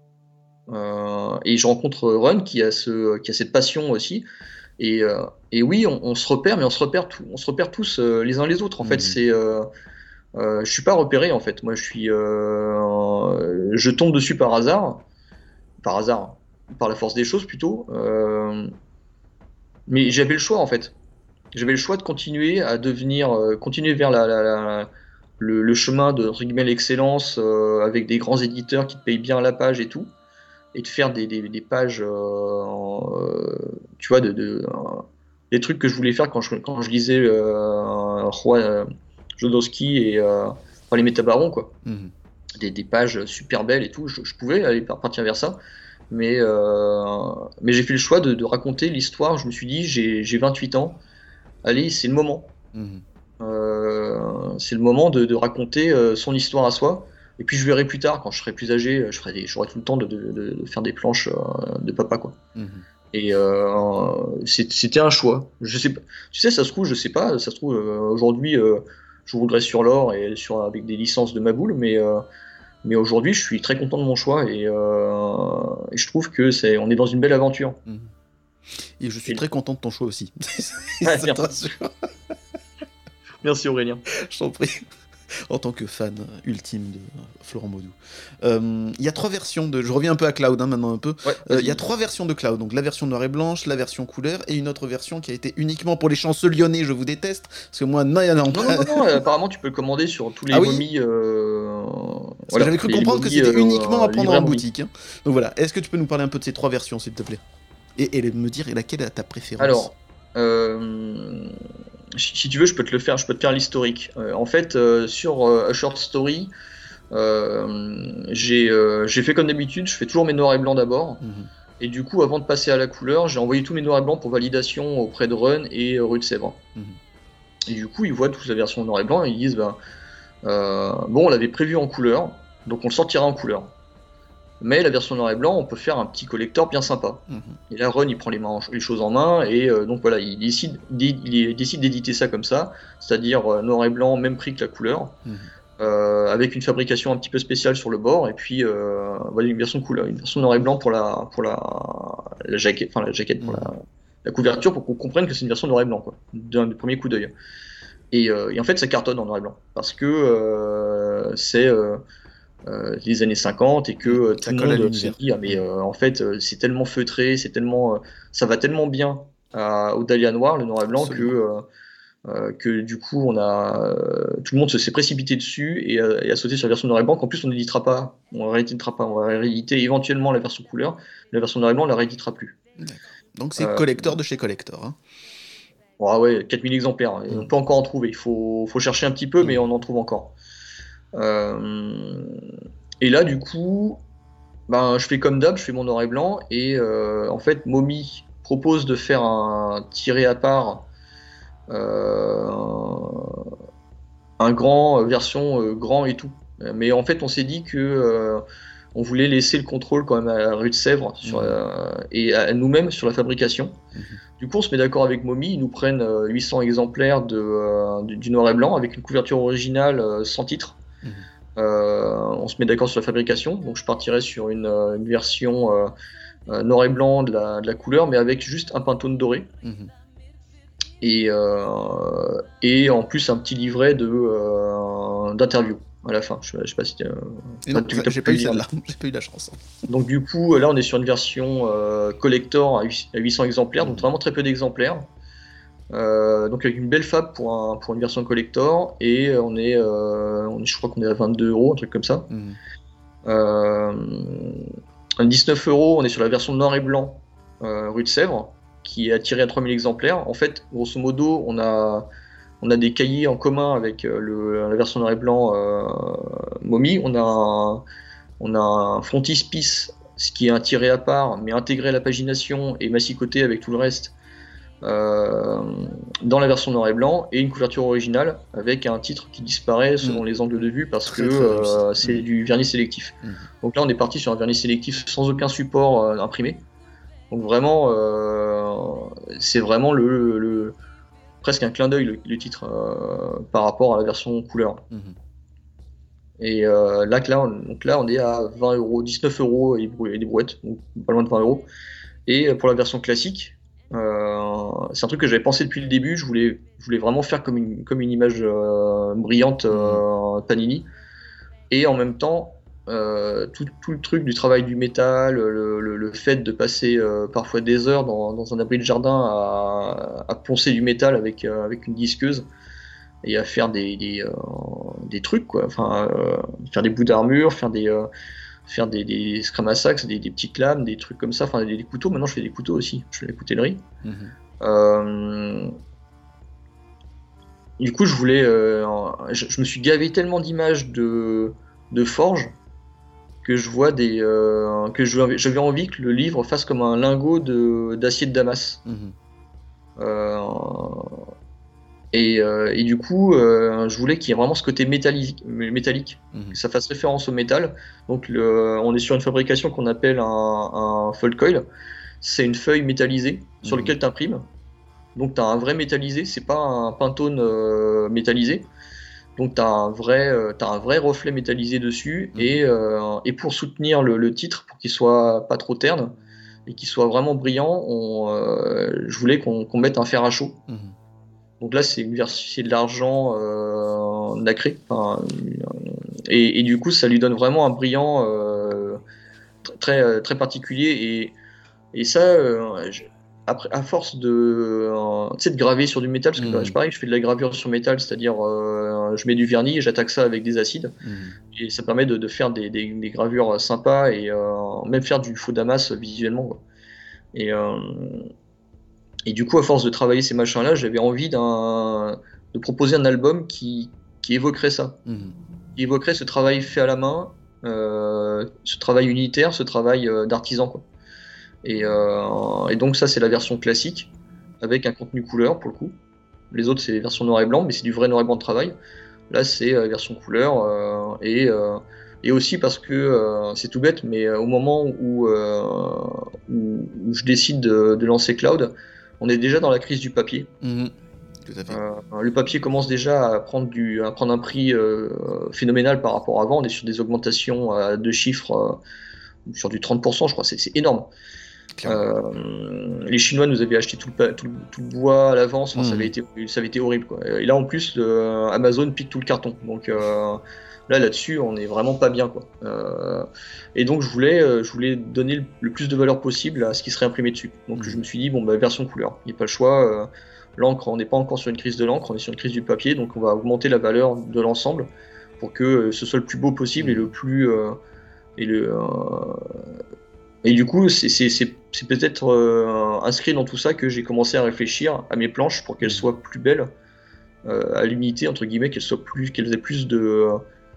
Euh, et je rencontre Run qui a, ce, qui a cette passion aussi. Et, euh, et oui, on, on se repère, mais on se repère, tout, on se repère tous euh, les uns les autres. En fait, Mhm. c'est, euh, euh, je suis pas repéré en fait. Moi, je suis, euh, je tombe dessus par hasard, par hasard, par la force des choses plutôt. Euh, mais j'avais le choix en fait. J'avais le choix de continuer à devenir, euh, continuer vers la, la- la- le, le chemin de entre guillemets, l'excellence euh, avec des grands éditeurs qui te payent bien la page et tout, et de faire des, des- des pages, euh, en, euh, tu vois, de, de- euh, des trucs que je voulais faire quand je, quand je lisais euh, Juan euh, Jodorowsky et euh, enfin, les Métabarons, quoi. Mhm. Des, des pages super belles et tout. Je, je pouvais aller par- partir vers ça, mais, euh, mais j'ai fait le choix de, de raconter l'histoire. Je me suis dit, j'ai j'ai vingt-huit ans, allez, c'est le moment. Mhm. Euh, c'est le moment de, de raconter euh, son histoire à soi. Et puis je verrai plus tard, quand je serai plus âgé, je ferai des, j'aurai tout le temps de, de- de faire des planches euh, de papa, quoi. Mhm. Et euh, c'est- c'était un choix. Je sais pas, tu sais, ça se trouve, je sais pas, ça se trouve euh, aujourd'hui, euh, je voudrais sur l'or et sur avec des licences de ma boule, mais euh, mais aujourd'hui, je suis très content de mon choix et, euh, et je trouve que c'est, on est dans une belle aventure. Mhm. Et je suis Et, très content de ton choix aussi. ouais, Ça te merci, rassure. merci Aurélien. Je t'en prie. En tant que fan ultime de Florent Maudou. Euh, Il y a trois versions de. Je reviens un peu à Cloud hein, maintenant un peu. Ouais, Euh, Il y vas-y. a trois versions de Cloud. Donc la version noir et blanche, la version couleur et une autre version qui a été uniquement pour les chanceux lyonnais. Je vous déteste parce que moi non, non, non. Non, non, non, non, euh, apparemment tu peux le commander sur tous Ah les oui. momies, euh, Parce que voilà, j'avais cru les, les comprendre que momies c'était uniquement à euh, prendre livrées en à momie. boutique. hein. Donc voilà. Est-ce que tu peux nous parler un peu de ces trois versions, s'il te plaît, et, et me dire laquelle est ta préférence? Alors, euh, si, si tu veux, je peux te le faire, je peux te faire l'historique. Euh, en fait, euh, sur euh, A Short Story, euh, j'ai euh, j'ai fait comme d'habitude, je fais toujours mes noirs et blancs d'abord. Mhm. Et du coup, avant de passer à la couleur, j'ai envoyé tous mes noirs et blancs pour validation auprès de Run et euh, Rue de Sèvres. Mhm. Et du coup, ils voient toute la version noir et blanc et ils disent, ben, Euh, bon, on l'avait prévu en couleur, donc on le sortira en couleur. Mais la version noir et blanc, on peut faire un petit collector bien sympa. Mhm. Et là, Ron, il prend les, mains, les choses en main, et euh, donc voilà, il décide, il décide d'éditer ça comme ça, c'est-à-dire euh, noir et blanc, même prix que la couleur, Mhm. euh, avec une fabrication un petit peu spéciale sur le bord, et puis euh, voilà, une version couleur, une version noir et blanc pour la, pour la, la jaquette, enfin la jaquette pour Mhm. la, la couverture, pour qu'on comprenne que c'est une version noir et blanc, quoi, d'un premier coup d'œil. Et, euh, et en fait, ça cartonne en noir et blanc, parce que euh, c'est euh, euh, les années cinquante et que Mhm. euh, Ça tout le colle à monde se l'univers. dit ah mais euh, en fait euh, c'est tellement feutré, c'est tellement euh, ça va tellement bien à- au Dahlia noir, le noir et blanc que Absolument. euh, euh, que du coup on a euh, tout le monde se s'est précipité dessus et, euh, et a sauté sur la version noir et blanc qu'en plus on n'éditera pas, on rééditera pas, on va rééditer éventuellement la version couleur, la version noir et blanc on la rééditera plus. D'accord. Donc c'est Euh, collector de chez collector. Hein. bon, ah ouais, quatre mille exemplaires, hein, on Mhm. peut encore en trouver, il faut, faut chercher un petit peu mais Mhm. on en trouve encore. Euh, et là du coup ben, je fais comme d'hab, je fais mon noir et blanc, et euh, en fait, Momi propose de faire un tiré à part, euh, un grand, euh, version euh, grand et tout. Euh, Mais en fait, on s'est dit que euh, on voulait laisser le contrôle quand même à Rue de Sèvres sur, Mhm. euh, et à nous-mêmes sur la fabrication. Mhm. Du coup, on se met d'accord avec Momi, ils nous prennent euh, huit cents exemplaires de, euh, du, du noir et blanc avec une couverture originale euh, sans titre. Mhm. Euh, on se met d'accord sur la fabrication, donc je partirai sur une, euh, une version euh, euh, noir et blanc de la, de la couleur, mais avec juste un pantone doré. Mhm. Et, euh, et en plus un petit livret de, euh, d'interview à la fin. Je, je sais pas si euh, Et bah, non, tu ça, as j'ai pas pu eu lire. celle-là. J'ai pas eu la chance. Hein. Donc du coup, là on est sur une version euh, collector à huit cents exemplaires, donc Mhm. vraiment très peu d'exemplaires. Euh, donc avec une belle fab pour, un, pour une version collector, et on est, euh, on est je crois qu'on est à vingt-deux euros, un truc comme ça. Mhm. Euh, dix-neuf euros, on est sur la version noir et blanc, euh, rue de Sèvres, qui est attirée à trois mille exemplaires. En fait, grosso modo, on a, on a des cahiers en commun avec euh, le, la version noir et blanc euh, Momi. On a un, on a un frontispice, ce qui est un tiré à part, mais intégré à la pagination et massicoté avec tout le reste. Euh, dans la version noir et blanc, et une couverture originale avec un titre qui disparaît selon Mhm. les angles de vue parce Très que très réussi. euh, c'est Mhm. du vernis sélectif. Mhm. Donc là on est parti sur un vernis sélectif sans aucun support euh, imprimé. Donc vraiment euh, c'est vraiment le, le- presque un clin d'œil le, le titre euh, par rapport à la version couleur. Mhm. Et euh, là, que là, on, donc là on est à vingt euros, dix-neuf euros et des brou- et des brouettes, donc pas loin de vingt euros. Et pour la version classique, euh, c'est un truc que j'avais pensé depuis le début. Je voulais, je voulais vraiment faire comme une, comme une image euh, brillante euh, Panini. Et en même temps, euh, tout, tout le truc du travail du métal, le, le- le fait de passer euh, parfois des heures dans, dans un abri de jardin à, à poncer du métal avec, euh, avec une disqueuse et à faire des, des, euh, des trucs, quoi. Enfin, euh, faire des bouts d'armure, faire des, euh, faire des, des scrum à sax, des, des petites lames, des trucs comme ça, enfin des, des couteaux. Maintenant, je fais des couteaux aussi, je fais la coutellerie. Mhm. Euh, du coup, je voulais, euh, je, je me suis gavé tellement d'images de, de forge que je vois des, euh, que je- j'avais envie que le livre fasse comme un lingot de d'acier de Damas. Mhm. Euh, et, euh, et du coup, euh, je voulais qu'il y ait vraiment ce côté métallique, métallique, Mhm. que ça fasse référence au métal. Donc, le, on est sur une fabrication qu'on appelle un, un fold coil. C'est une feuille métallisée sur Mhm. laquelle tu imprimes. Donc tu as un vrai métallisé, c'est pas un pantone euh, métallisé. Donc tu as un vrai, euh, t'as un vrai reflet métallisé dessus. Mhm. Et, euh, et pour soutenir le, le titre, pour qu'il soit pas trop terne et qu'il soit vraiment brillant, on, euh, je voulais qu'on qu'on mette un fer à chaud. Mhm. Donc là c'est une version, c'est de l'argent euh, nacré. Enfin, et, et du coup ça lui donne vraiment un brillant euh, très, très particulier. Et, et ça, euh, je- après, à force de, euh, tu sais, de graver sur du métal, parce que bah, je, Mhm. pareil, je fais de la gravure sur métal, c'est-à-dire euh, je mets du vernis et j'attaque ça avec des acides. Mhm. Et ça permet de, de faire des, des- des gravures sympas et euh, même faire du faux damas visuellement, quoi. Et, euh, et du coup, à force de travailler ces machins-là, j'avais envie d'un, de proposer un album qui, qui évoquerait ça, Mhm. qui évoquerait ce travail fait à la main, euh, ce travail unitaire, ce travail euh, d'artisan, quoi. Et, euh, et donc ça, c'est la version classique, avec un contenu couleur pour le coup. Les autres, c'est version noir et blanc, mais c'est du vrai noir et blanc de travail. Là, c'est euh, version couleur euh, et euh, et aussi parce que euh, c'est tout bête, mais euh, au moment où, euh, où, où je décide de, de lancer Cloud, on est déjà dans la crise du papier. Mmh. Tout à fait. Euh, le papier commence déjà à prendre, du, à prendre un prix euh, phénoménal par rapport à avant. On est sur des augmentations à deux chiffres, euh, sur du trente pour cent, je crois, c'est, c'est énorme. Euh, les Chinois nous avaient acheté tout le, tout, tout le bois à l'avance, enfin, mmh. ça, avait été, ça avait été horrible, quoi. Et là en plus, euh, Amazon pique tout le carton. Donc euh, là là-dessus, on est vraiment pas bien, quoi. Euh, et donc je voulais, euh, je voulais donner le, le plus de valeur possible à ce qui serait imprimé dessus. Donc mmh. je me suis dit, bon, bah, version couleur, il n'y a pas le choix. Euh, l'encre, on n'est pas encore sur une crise de l'encre, on est sur une crise du papier, donc on va augmenter la valeur de l'ensemble pour que euh, ce soit le plus beau possible mmh. et le plus. Euh, et le, euh, Et du coup, c'est, c'est, c'est, c'est peut-être euh, inscrit dans tout ça que j'ai commencé à réfléchir à mes planches pour qu'elles soient plus belles, euh, à l'unité, entre guillemets, qu'elles soient plus, qu'elles aient plus de,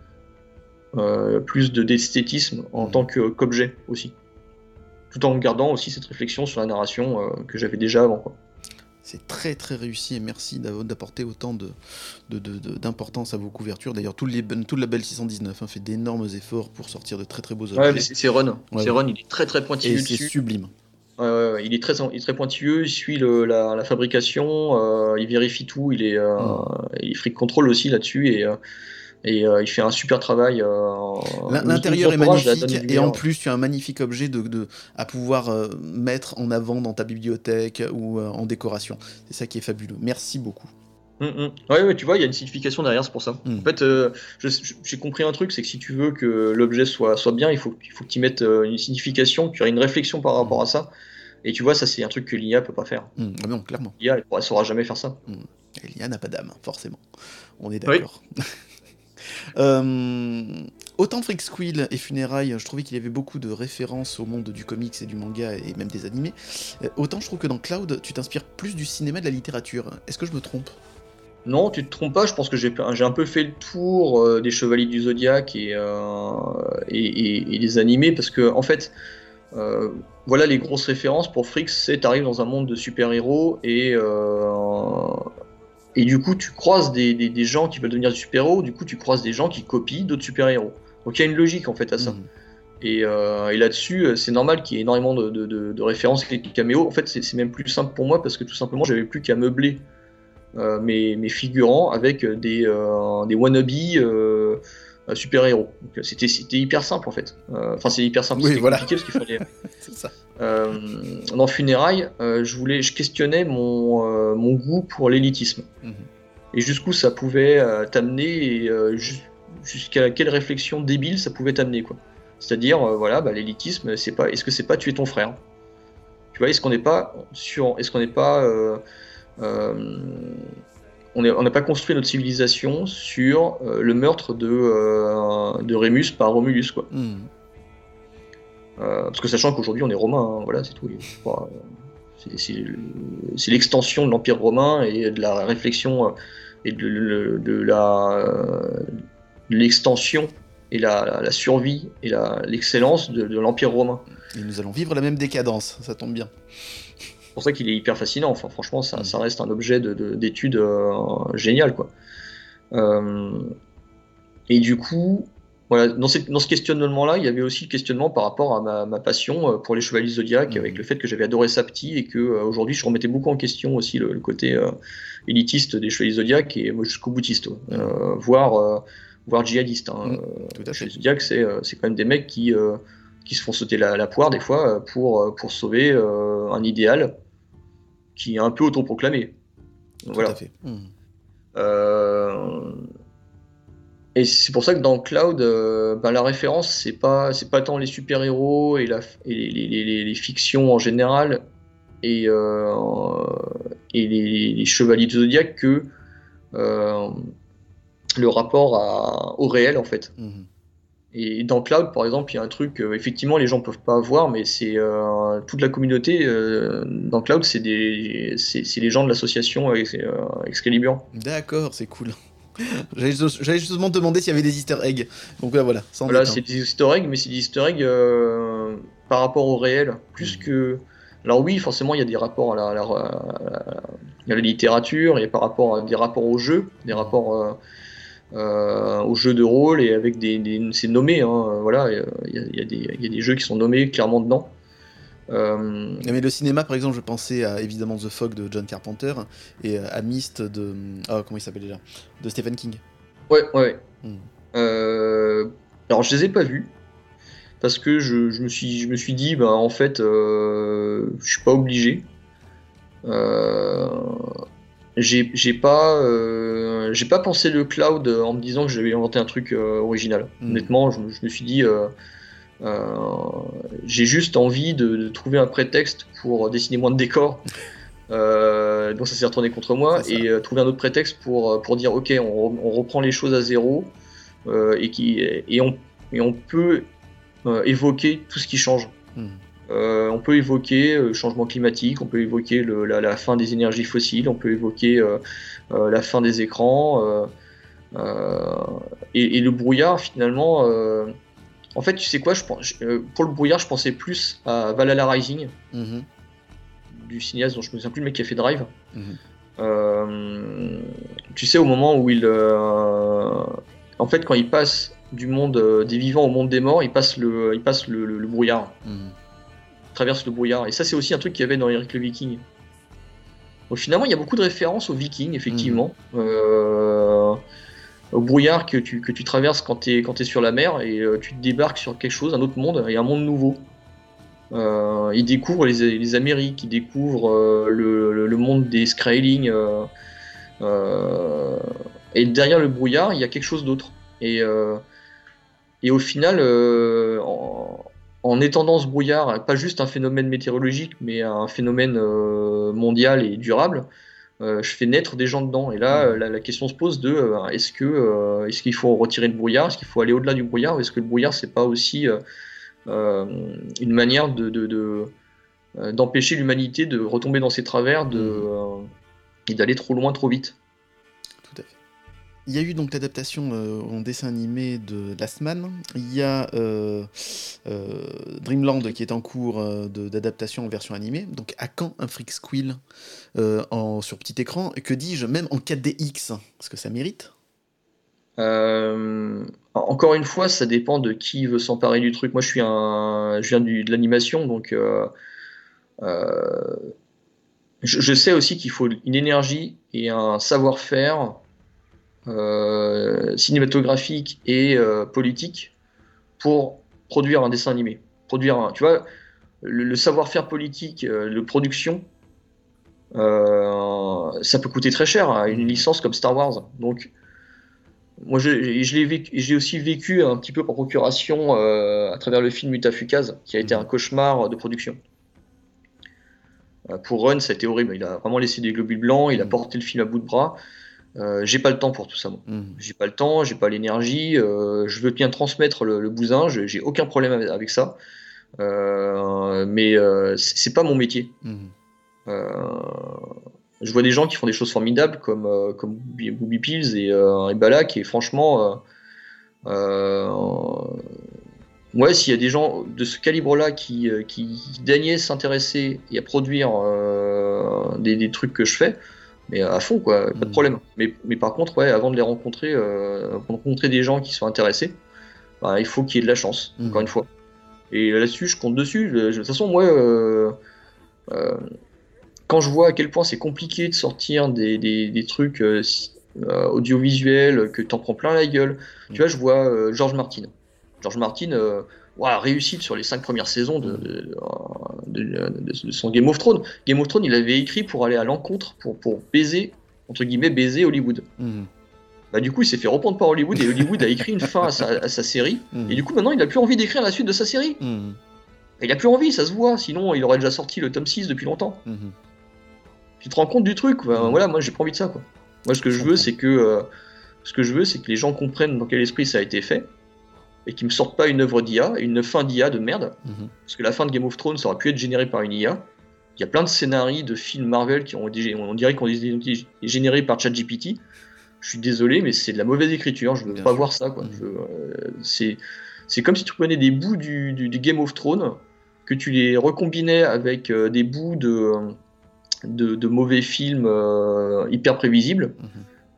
euh, plus de, d'esthétisme en mmh. tant que, qu'objet aussi. Tout en gardant aussi cette réflexion sur la narration euh, que j'avais déjà avant, quoi. C'est très très réussi et merci d'apporter autant de, de, de, de, d'importance à vos couvertures. D'ailleurs, tout, les, tout le label six cent dix-neuf hein, fait d'énormes efforts pour sortir de très très beaux objets. Ouais, mais c'est, c'est Run. Ouais, c'est Run, il est très très pointilleux et dessus. C'est sublime. Ouais, ouais, ouais, il est très, il est très pointilleux, il suit le, la, la fabrication, euh, il vérifie tout, il est, euh, mmh. il fric contrôle aussi là-dessus et, euh, et euh, il fait un super travail. Euh, L'intérieur est magnifique et en plus tu as un magnifique objet de, de, à pouvoir euh, mettre en avant dans ta bibliothèque ou euh, en décoration. C'est ça qui est fabuleux. Merci beaucoup. Mmh, mmh. Ouais, ouais, tu vois, il y a une signification derrière, c'est pour ça. Mmh. En fait, euh, je, j'ai compris un truc, c'est que si tu veux que l'objet soit, soit bien, il faut, il faut que tu y mettes une signification, qu'il y ait une réflexion par rapport mmh. à ça. Et tu vois, ça c'est un truc que l'I A peut pas faire. Mmh. Ah non, clairement. L'I A, elle ne saura jamais faire ça. Mmh. Et l'I A n'a pas d'âme, forcément. On est d'accord. Oui. euh, autant Freak Squill et Funérailles, je trouvais qu'il y avait beaucoup de références au monde du comics et du manga et même des animés. Autant je trouve que dans Cloud, tu t'inspires plus du cinéma et de la littérature. Est-ce que je me trompe ? Non, tu te trompes pas, je pense que j'ai, j'ai un peu fait le tour euh, des Chevaliers du Zodiaque et, euh, et, et, et des animés, parce que en fait, euh, voilà les grosses références pour Freaks, c'est t'arrives dans un monde de super-héros et, euh, et du coup tu croises des, des, des gens qui veulent devenir des super-héros, du coup tu croises des gens qui copient d'autres super-héros. Donc il y a une logique en fait à ça. Mmh. Et, euh, et là-dessus, c'est normal qu'il y ait énormément de, de, de, de références et de caméos. En fait, c'est, c'est même plus simple pour moi parce que tout simplement, j'avais plus qu'à meubler Euh, mes, mes figurants avec des, euh, des wannabe euh, super-héros. Donc, c'était, c'était hyper simple en fait. Enfin, euh, c'est hyper simple, oui, c'était voilà. compliqué parce qu'il fallait. C'est ça. Euh, dans Funérailles, euh, je, voulais, je questionnais mon, euh, mon goût pour l'élitisme. Mm-hmm. Et jusqu'où ça pouvait euh, t'amener et euh, jusqu'à quelle réflexion débile ça pouvait t'amener, quoi. C'est-à-dire, euh, voilà, bah, l'élitisme, c'est pas, est-ce que c'est pas tuer ton frère ? Tu vois, est-ce qu'on n'est pas sur, est-ce qu'on n'est pas euh, Euh, on n'a pas construit notre civilisation sur euh, le meurtre de, euh, de Rémus par Romulus, quoi. Mm. Euh, parce que sachant qu'aujourd'hui on est romain, hein, voilà, c'est tout. C'est, c'est, c'est l'extension de l'Empire romain et de la réflexion et de, de, de la de l'extension et la, la, la survie et la, l'excellence de, de l'Empire romain. Et nous allons vivre la même décadence, ça tombe bien. C'est pour ça qu'il est hyper fascinant. Enfin, franchement, ça, ça reste un objet de, de, d'étude euh, génial, quoi. Euh, et du coup, voilà, dans, ces, dans ce questionnement-là, il y avait aussi le questionnement par rapport à ma, ma passion pour les Chevaliers Zodiac, mmh. avec le fait que j'avais adoré ça petit et que euh, aujourd'hui, je remettais beaucoup en question aussi le, le côté euh, élitiste des Chevaliers Zodiac et moi jusqu'au boutiste, mmh. euh, voire, euh, voire djihadiste. Hein. Mmh. Tout à fait. Les Zodiac, c'est, c'est quand même des mecs qui euh, qui se font sauter la, la poire des fois pour, pour sauver euh, un idéal qui est un peu autoproclamé. Tout voilà. à fait. Mmh. Euh... Et c'est pour ça que dans Cloud, euh, ben, la référence, c'est pas, c'est pas tant les super-héros et, la, et les, les, les, les fictions en général et, euh, et les, les chevaliers du Zodiac que euh, le rapport à, au réel, en fait. Mmh. Et dans Cloud, par exemple, il y a un truc, euh, effectivement, les gens peuvent pas voir, mais c'est euh, toute la communauté euh, dans Cloud, c'est des, c'est, c'est les gens de l'association euh, Excalibur. D'accord, c'est cool. J'allais, j'allais justement te demander s'il y avait des Easter eggs. Donc là, voilà. Sans voilà, déteint. C'est des Easter eggs, mais c'est des Easter eggs euh, par rapport au réel, plus mmh. que. Alors oui, forcément, il y a des rapports à la, à la, à la, à la littérature et par rapport à des rapports au jeu, des rapports. Euh, euh, aux jeux de rôle et avec des, des c'est nommé, hein, voilà, il y a, y a des, il y a des jeux qui sont nommés clairement dedans. Euh, Mais le cinéma, par exemple, je pensais à évidemment The Fog de John Carpenter et à Myst de. Oh, comment il s'appelle déjà De Stephen King. Ouais, ouais. Mm. Euh, alors je les ai pas vus parce que je, je me suis je me suis dit bah en fait euh, je suis pas obligé. Euh, j'ai j'ai pas euh, j'ai pas pensé le cloud en me disant que j'avais inventé un truc euh, original. Mm. Honnêtement, je, me- je me suis dit euh, euh, j'ai juste envie de, de trouver un prétexte pour dessiner moins de décors. Euh, donc ça s'est retourné contre moi C'est ça. et euh, trouver un autre prétexte pour, pour dire ok on, on reprend les choses à zéro euh, et, qui, et, on, et on peut euh, évoquer tout ce qui change. Mm. Euh, on peut évoquer le changement climatique, on peut évoquer le, la, la fin des énergies fossiles, on peut évoquer euh, euh, la fin des écrans. Euh, euh, et, et le brouillard finalement... Euh, en fait tu sais quoi, je pense, euh, pour le brouillard je pensais plus à Valhalla Rising. Mm-hmm. Du cinéaste dont je me souviens plus, le mec qui a fait Drive. Mm-hmm. Euh, tu sais, au moment où il. Euh, en fait, quand il passe du monde euh, des vivants au monde des morts, il passe le, il passe le, le, le brouillard. Mm-hmm. Il traverse le brouillard. Et ça, c'est aussi un truc qu'il y avait dans Eric le Viking. Donc finalement, il y a beaucoup de références aux Vikings, effectivement. Mm-hmm. Euh, au brouillard que tu, que tu traverses quand tu es quand t'es sur la mer et euh, tu te débarques sur quelque chose, un autre monde, et un monde nouveau. Euh, il découvre les, les Amériques, il découvre euh, le, le, le monde des Skrulling, euh, euh, et derrière le brouillard, il y a quelque chose d'autre. Et, euh, et au final, euh, en, en étendant ce brouillard, pas juste un phénomène météorologique, mais un phénomène euh, mondial et durable, euh, je fais naître des gens dedans. Et là, Mmh. la, la question se pose de euh, est-ce que euh, est-ce qu'il faut retirer le brouillard, est-ce qu'il faut aller au-delà du brouillard, ou est-ce que le brouillard c'est pas aussi euh, euh, une manière de, de, de euh, d'empêcher l'humanité de retomber dans ses travers, de, Mmh. euh, et d'aller trop loin, trop vite. Tout à fait. Il y a eu donc l'adaptation euh, en dessin animé de Last Man. Il y a euh, euh, Dreamland qui est en cours euh, de, d'adaptation en version animée. Donc à quand un Freak Squill euh, en, sur petit écran? Que dis-je, même en quatre D X? Parce que ça mérite. Euh, encore une fois, ça dépend de qui veut s'emparer du truc. Moi, je suis un, je viens du, de l'animation, donc euh, euh, je, je sais aussi qu'il faut une énergie et un savoir-faire euh, cinématographique et euh, politique pour produire un dessin animé. Produire un, tu vois, le, le savoir-faire politique, euh, de production, euh, ça peut coûter très cher à une licence comme Star Wars. Donc, moi, je, je l'ai vécu, j'ai aussi vécu un petit peu par procuration euh, à travers le film Mutafukaz, qui a été un cauchemar de production. Euh, pour Run, ça a été horrible. Il a vraiment laissé des globules blancs, il a porté le film à bout de bras. Euh, j'ai pas le temps pour tout ça, moi. Mmh. J'ai pas le temps, j'ai pas l'énergie. Euh, je veux bien transmettre le, le bousin, je- j'ai aucun problème avec, avec ça. Euh, mais euh, c'est c'est pas mon métier. Mmh. Euh, je vois des gens qui font des choses formidables comme, euh, comme Booby Booby Pills et, euh, et Balak, et franchement, euh, euh, ouais, s'il y a des gens de ce calibre-là qui, euh, qui daignaient s'intéresser et à produire euh, des, des trucs que je fais, mais à fond, quoi, pas de Mmh. problème. Mais, mais par contre, ouais, avant de les rencontrer, euh, avant de rencontrer des gens qui sont intéressés, bah, il faut qu'il y ait de la chance, Mmh. encore une fois. Et là-dessus, je compte dessus. Je- de toute façon, moi, euh, euh, quand je vois à quel point c'est compliqué de sortir des, des, des trucs euh, si- euh, audiovisuels, que t'en prends plein la gueule, tu vois, je vois euh, George Martin. George Martin, euh, ouah, réussite sur les cinq premières saisons de, de, de- de- de son Game of Thrones. Game of Thrones, il avait écrit pour aller à l'encontre, pour, pour baiser, entre guillemets, baiser Hollywood. Mmh. Bah, du coup, il s'est fait reprendre par Hollywood et Hollywood a écrit une fin à sa, à sa série. Mmh. Et du coup, maintenant, il a plus envie d'écrire la suite de sa série. Mmh. Il a plus envie, ça se voit. Sinon, il aurait déjà sorti le tome six depuis longtemps. Mmh. Tu te rends compte du truc, quoi. Mhm. Voilà, moi j'ai pas envie de ça, quoi. Moi ce que Je je veux comprends. c'est que euh, ce que je veux c'est que les gens comprennent dans quel esprit ça a été fait et qu'ils me sortent pas une œuvre d'I A, une fin d'I A de merde, Mhm. parce que la fin de Game of Thrones ça aurait pu être générée par une I A. Il y a plein de scénarios de films Marvel qui ont été, on dirait qu'on été générés par ChatGPT. Je suis désolé, mais c'est de la mauvaise écriture. Je veux Bien pas sûr. voir ça, quoi. Mhm. Je veux, euh, c'est c'est comme si tu prenais des bouts du, du, du Game of Thrones, que tu les recombinais avec euh, des bouts de de, de mauvais films euh, hyper prévisibles, Mhm.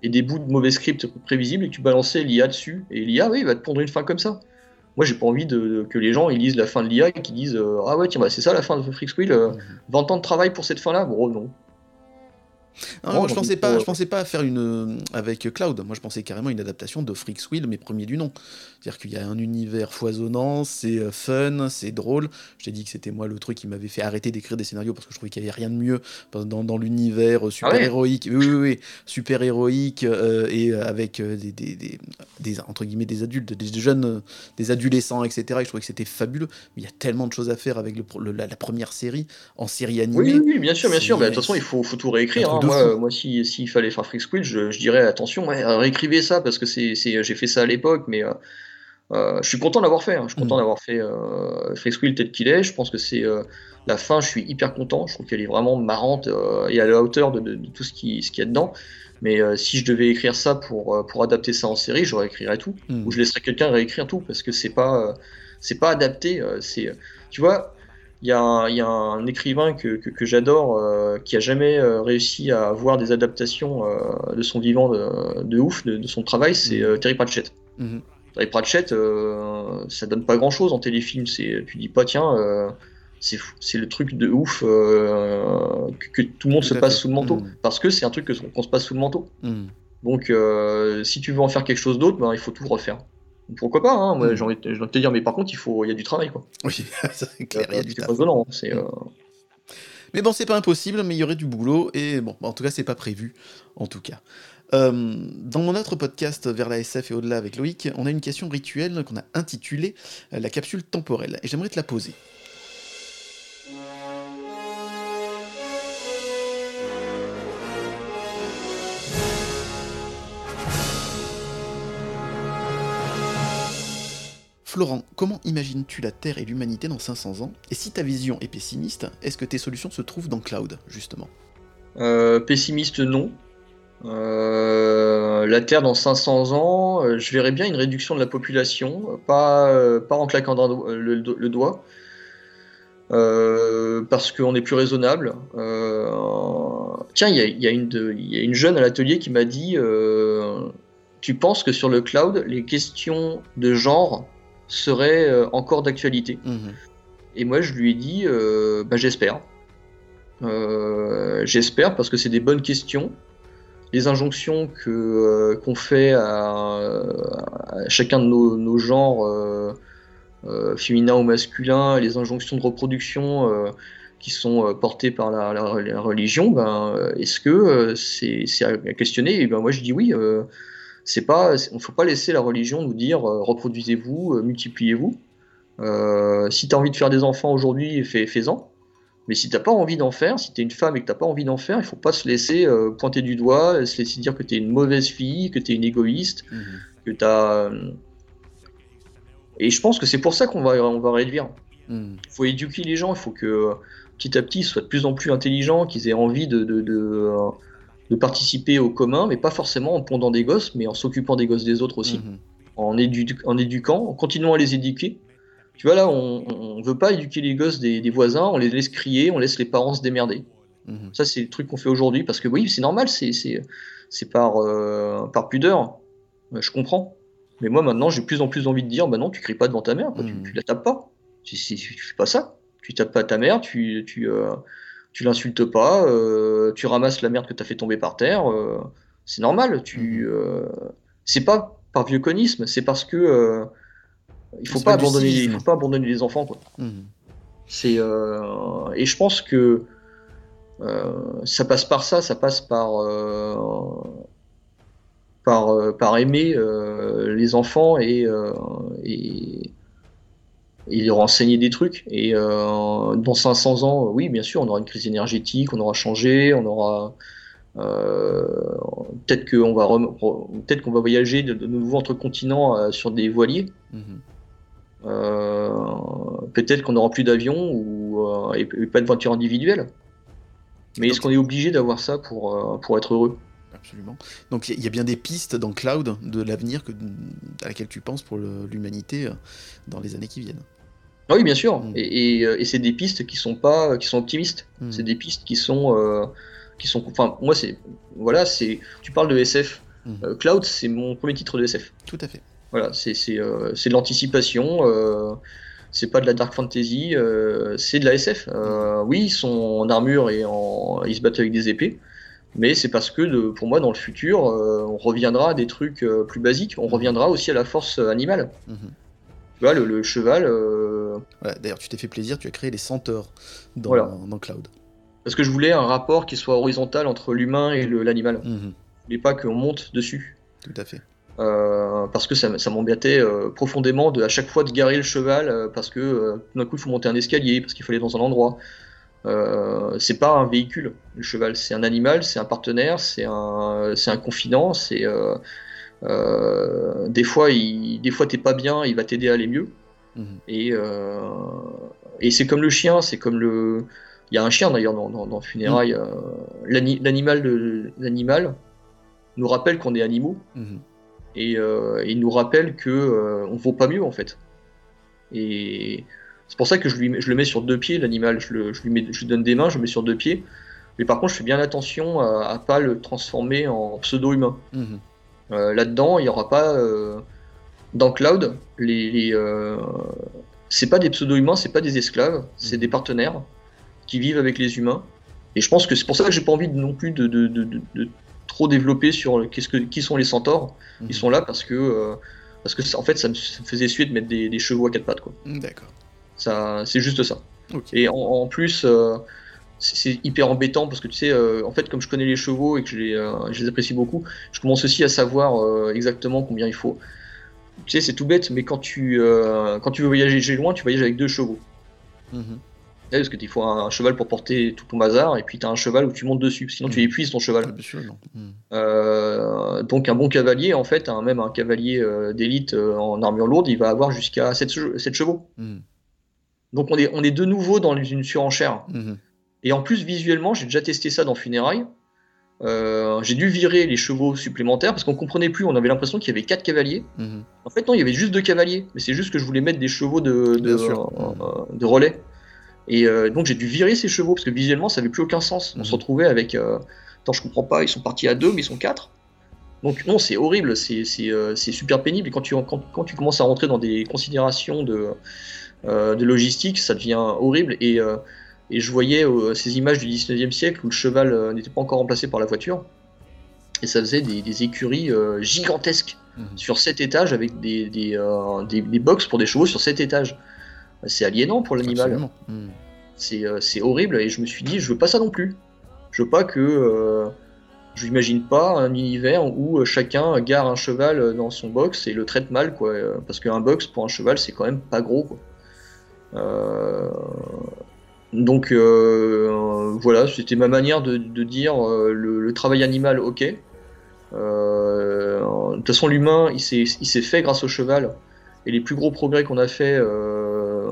et des bouts de mauvais scripts prévisibles et que tu balançais l'I A dessus. Et l'I A, oui, il va te pondre une fin comme ça. Moi, j'ai pas envie de, de- que les gens ils lisent la fin de l'I A et qu'ils disent euh, ah ouais, tiens, bah, c'est ça la fin de Freaksquill, euh, Mhm. vingt ans de travail pour cette fin-là. Bon, non. Non, Non, moi je j'ai envie pensais de- pas, je pensais pas à faire une euh, avec Cloud. Moi je pensais carrément à une adaptation de Freaksquill, mais premier du nom. C'est-à-dire qu'il y a un univers foisonnant, c'est euh, fun, c'est drôle. Je t'ai dit que c'était moi le truc qui m'avait fait arrêter d'écrire des scénarios parce que je trouvais qu'il y avait rien de mieux dans, dans l'univers euh, Ah super ouais? héroïque. Oui, oui, oui, super héroïque euh, et euh, avec euh, des, des, des, des- entre guillemets des adultes, des jeunes, euh, des adolescents, et cetera. Et je trouvais que c'était fabuleux. Mais il y a tellement de choses à faire avec le, pro- le- la, la première série en série Oui, animée. oui, oui, bien sûr, bien sûr. Bah, de C'est toute façon, il faut, faut tout c'est un réécrire. truc Hein. de Moi, fou. euh, moi, si, s'il fallait faire Freaksquill, je, je dirais attention, ouais, euh, réécrivez ça parce que c'est, c'est, j'ai fait ça à l'époque, mais euh, euh, je suis content d'avoir fait. Hein. Je suis content Mm. d'avoir fait euh, Freaksquill tel qu'il est. Je pense que c'est euh, la fin. Je suis hyper content. Je trouve qu'elle est vraiment marrante euh, et à la hauteur de, de- de tout ce qui, ce qu'il y a dedans. Mais euh, si je devais écrire ça pour, euh, pour adapter ça en série, je réécrirais tout. Mm. Ou je laisserais quelqu'un réécrire tout parce que c'est pas, euh, c'est pas adapté. euh, c'est, tu vois. Il y, a un, il y a un écrivain que, que, que j'adore euh, qui a jamais euh, réussi à avoir des adaptations euh, de son vivant de, de ouf, de, de son travail, c'est Mm. euh, Terry Pratchett. Mhm. Terry Pratchett, euh, ça donne pas grand chose en téléfilm. C'est, tu dis pas, tiens, euh, c'est, fou- c'est le truc de ouf euh, que, que tout le monde Tout se à passe fait. sous le manteau. Mm. Parce que c'est un truc que, qu'on se passe sous le manteau. Mm. Donc, euh, si tu veux en faire quelque chose d'autre, ben, il faut tout refaire. Pourquoi pas, hein, moi, Mm. j'ai envie, de- j'ai envie de te dire, mais par contre, il faut, il y a du travail, quoi. Oui, ça, c'est clair, il y a du C'est taf. pas violent, hein, c'est. Mm. euh, Mais bon, c'est pas impossible, mais il y aurait du boulot, et bon, en tout cas, c'est pas prévu, en tout cas. Euh, dans mon autre podcast vers la S F et au-delà avec Loïc, on a une question rituelle qu'on a intitulée euh, la capsule temporelle, et j'aimerais te la poser. Florent, comment imagines-tu la Terre et l'humanité dans cinq cents ans? Et si ta vision est pessimiste, est-ce que tes solutions se trouvent dans Cloud, justement? Euh, pessimiste, non. Euh, la Terre dans cinq cents ans, euh, je verrais bien une réduction de la population, euh, pas, euh, pas en claquant d'un do- le, le- le doigt, euh, parce qu'on est plus raisonnable. Euh, tiens, il y a, il y a une de- il y a une jeune à l'atelier qui m'a dit euh, tu penses que sur le cloud, les questions de genre seraient euh, encore d'actualité? Mhm. Et moi, je lui ai dit euh, bah, j'espère. Euh, j'espère parce que c'est des bonnes questions. Les injonctions que euh, qu'on fait à, à chacun de nos, nos genres, euh, euh, féminin ou masculin, les injonctions de reproduction euh, qui sont euh, portées par la, la- la religion, ben, euh, est-ce que euh, c'est c'est à à questionner? Et ben moi je dis oui. Euh, c'est pas, c'est- on ne faut pas laisser la religion nous dire euh, reproduisez-vous, euh, multipliez-vous. Euh, si tu as envie de faire des enfants aujourd'hui, fais, fais-en. Mais si t'as pas envie d'en faire, si t'es une femme et que t'as pas envie d'en faire, il faut pas se laisser euh, pointer du doigt, se laisser dire que t'es une mauvaise fille, que t'es une égoïste, Mhm. que t'as. euh, Et je pense que c'est pour ça qu'on va, on va réduire. Mhm. Il faut éduquer les gens, il faut que euh, petit à petit ils soient de plus en plus intelligents, qu'ils aient envie de, de, de, euh, de participer au commun, mais pas forcément en pondant des gosses, mais en s'occupant des gosses des autres aussi, Mhm. en, édu- en éduquant, en continuant à les éduquer. Tu vois, là, on ne veut pas éduquer les gosses des, des voisins, on les laisse crier, on laisse les parents se démerder. Mhm. Ça, c'est le truc qu'on fait aujourd'hui, parce que oui, c'est normal, c'est, c'est, c'est par, euh, par pudeur, Euh, je comprends. Mais moi, maintenant, j'ai de plus en plus envie de dire, bah non, tu cries pas devant ta mère, quoi, tu, Mhm. tu la tapes pas. Tu, tu, tu fais pas ça. Tu tapes pas ta mère, tu, tu, euh, tu l'insultes pas, euh, tu ramasses la merde que t'as fait tomber par terre. Euh, c'est normal. Tu, Mhm. euh, c'est pas par vieux conisme, c'est parce que euh, il Ça faut pas s'appelle du abandonner, il civisme. faut pas abandonner les enfants, quoi. Mhm. C'est euh, et je pense que euh, ça passe par ça, ça passe par euh, par, euh, par aimer euh, les enfants et, euh, et et leur enseigner des trucs. Et euh, dans cinq cents ans, oui, bien sûr, on aura une crise énergétique, on aura changé, on aura euh, peut-être qu'on va rem- re- peut-être qu'on va voyager de, de nouveau entre continents euh, sur des voiliers. Mhm. Euh, peut-être qu'on n'aura plus d'avions ou euh, et, et pas de voiture individuelle. Mais Donc, est-ce qu'on est obligé d'avoir ça pour, euh, pour être heureux? absolument. Donc il y, y a bien des pistes dans Cloud de l'avenir que, à laquelle tu penses pour le- l'humanité euh, dans les années qui viennent. Ah oui, bien sûr. Mm. Et, et, euh, et c'est des pistes qui sont pas, qui sont optimistes. Mm. C'est des pistes qui sont, euh, qui sont. Enfin, moi, c'est, voilà, c'est. Tu parles de S F. Mhm. Euh, Cloud, c'est mon premier titre de S F. Tout à fait. Voilà, c'est c'est euh, c'est de l'anticipation, euh, c'est pas de la dark fantasy, euh, c'est de la S F. Euh, oui, ils sont en armure et en, ils se battent avec des épées, mais c'est parce que de- pour moi, dans le futur, euh, on reviendra à des trucs euh, plus basiques. On Mhm. reviendra aussi à la force animale. Mhm. Tu vois, le, le cheval, euh, Voilà, d'ailleurs, tu t'es fait plaisir, tu as créé les centaures dans, voilà. dans Cloud. Parce que je voulais un rapport qui soit horizontal entre l'humain et le- l'animal. Mhm. Je voulais pas qu'on monte dessus. Tout à fait. Euh, parce que ça, ça m'embêtait euh, profondément de à chaque fois de garer le cheval euh, parce que euh, tout d'un coup il faut monter un escalier parce qu'il faut aller dans un endroit. Euh, c'est pas un véhicule, le cheval, c'est un animal, c'est un partenaire, c'est un, c'est un confident, c'est euh, euh, des fois il, des fois t'es pas bien, il va t'aider à aller mieux. Mhm. Et euh, et c'est comme le chien, c'est comme le, il y a un chien d'ailleurs dans, dans, dans Funérailles. euh, l'ani- l'animal de l'animal nous rappelle qu'on est animaux. Mhm. Et euh, il nous rappelle que euh, on vaut pas mieux en fait. Et c'est pour ça que je, lui, mets- je le mets sur deux pieds l'animal. Je, le- je lui mets, je lui donne des mains, je le mets sur deux pieds. Mais par contre, je fais bien attention à, à pas le transformer en pseudo-humain. Mhm. Euh, là-dedans, il y aura pas euh, dans Cloud, les, les euh, c'est pas des pseudo-humains, c'est pas des esclaves, c'est Mhm. des partenaires qui vivent avec les humains. Et je pense que c'est pour ça que j'ai pas envie de- non plus de, de- de- de- de trop développer sur le- qu'est-ce que, qui sont les centaures. Mhm. Ils sont là parce que, euh, parce que ça- en fait, ça me, ça me faisait suer de mettre des, des chevaux à quatre pattes, quoi. D'accord. Ça, c'est juste ça. Ok. Et en, en plus, euh, c'est c'est hyper embêtant parce que tu sais, euh, en fait, comme je connais les chevaux et que je les, euh, je les apprécie beaucoup, je commence aussi à savoir euh, exactement combien il faut. Tu sais, c'est tout bête, mais quand tu, euh, quand tu veux voyager loin, tu voyages avec deux chevaux. Mhm. Ouais, parce qu'il faut un cheval pour porter tout ton bazar, et puis tu as un cheval où tu montes dessus, sinon tu Mhm. épuises ton cheval. Ah, bien sûr, non. Mhm. Euh, donc un bon cavalier, en fait, un- même un cavalier euh, d'élite euh, en armure lourde, il va avoir jusqu'à sept chevaux. Mhm. Donc on est, on est de nouveau dans une surenchère. Mhm. Et en plus, visuellement, j'ai déjà testé ça dans Funérailles. Euh, j'ai dû virer les chevaux supplémentaires parce qu'on comprenait plus, on avait l'impression qu'il y avait quatre cavaliers. Mhm. En fait, non, il y avait juste deux cavaliers, mais c'est juste que je voulais mettre des chevaux de, de, Bien sûr. euh, de relais. Et euh, donc j'ai dû virer ces chevaux parce que visuellement ça n'avait plus aucun sens. On Mhm. se retrouvait avec. Euh... Attends, je comprends pas, ils sont partis à deux, mais ils sont quatre. Donc non, c'est horrible, c'est c'est, euh, c'est super pénible. Et quand tu, quand, quand tu commences à rentrer dans des considérations de, euh, de logistique, ça devient horrible. Et, euh, et je voyais euh, ces images du dix-neuvième siècle où le cheval euh, n'était pas encore remplacé par la voiture. Et ça faisait des, des écuries euh, gigantesques Mhm. sur sept étages avec des, des, euh, des, des box pour des chevaux sur sept étages. C'est aliénant pour l'animal. Absolument. Mhm. C'est euh, c'est horrible et je me suis dit, je veux pas ça non plus. Je veux pas que. Euh, je n'imagine pas un univers où euh, chacun gare un cheval dans son box et le traite mal, quoi. euh, Parce qu'un box pour un cheval, c'est quand même pas gros, quoi. Euh, donc euh, voilà, c'était ma manière de, de dire euh, le, le travail animal, ok. Euh, de toute façon, l'humain, il s'est il s'est fait grâce au cheval. Et les plus gros progrès qu'on a fait euh,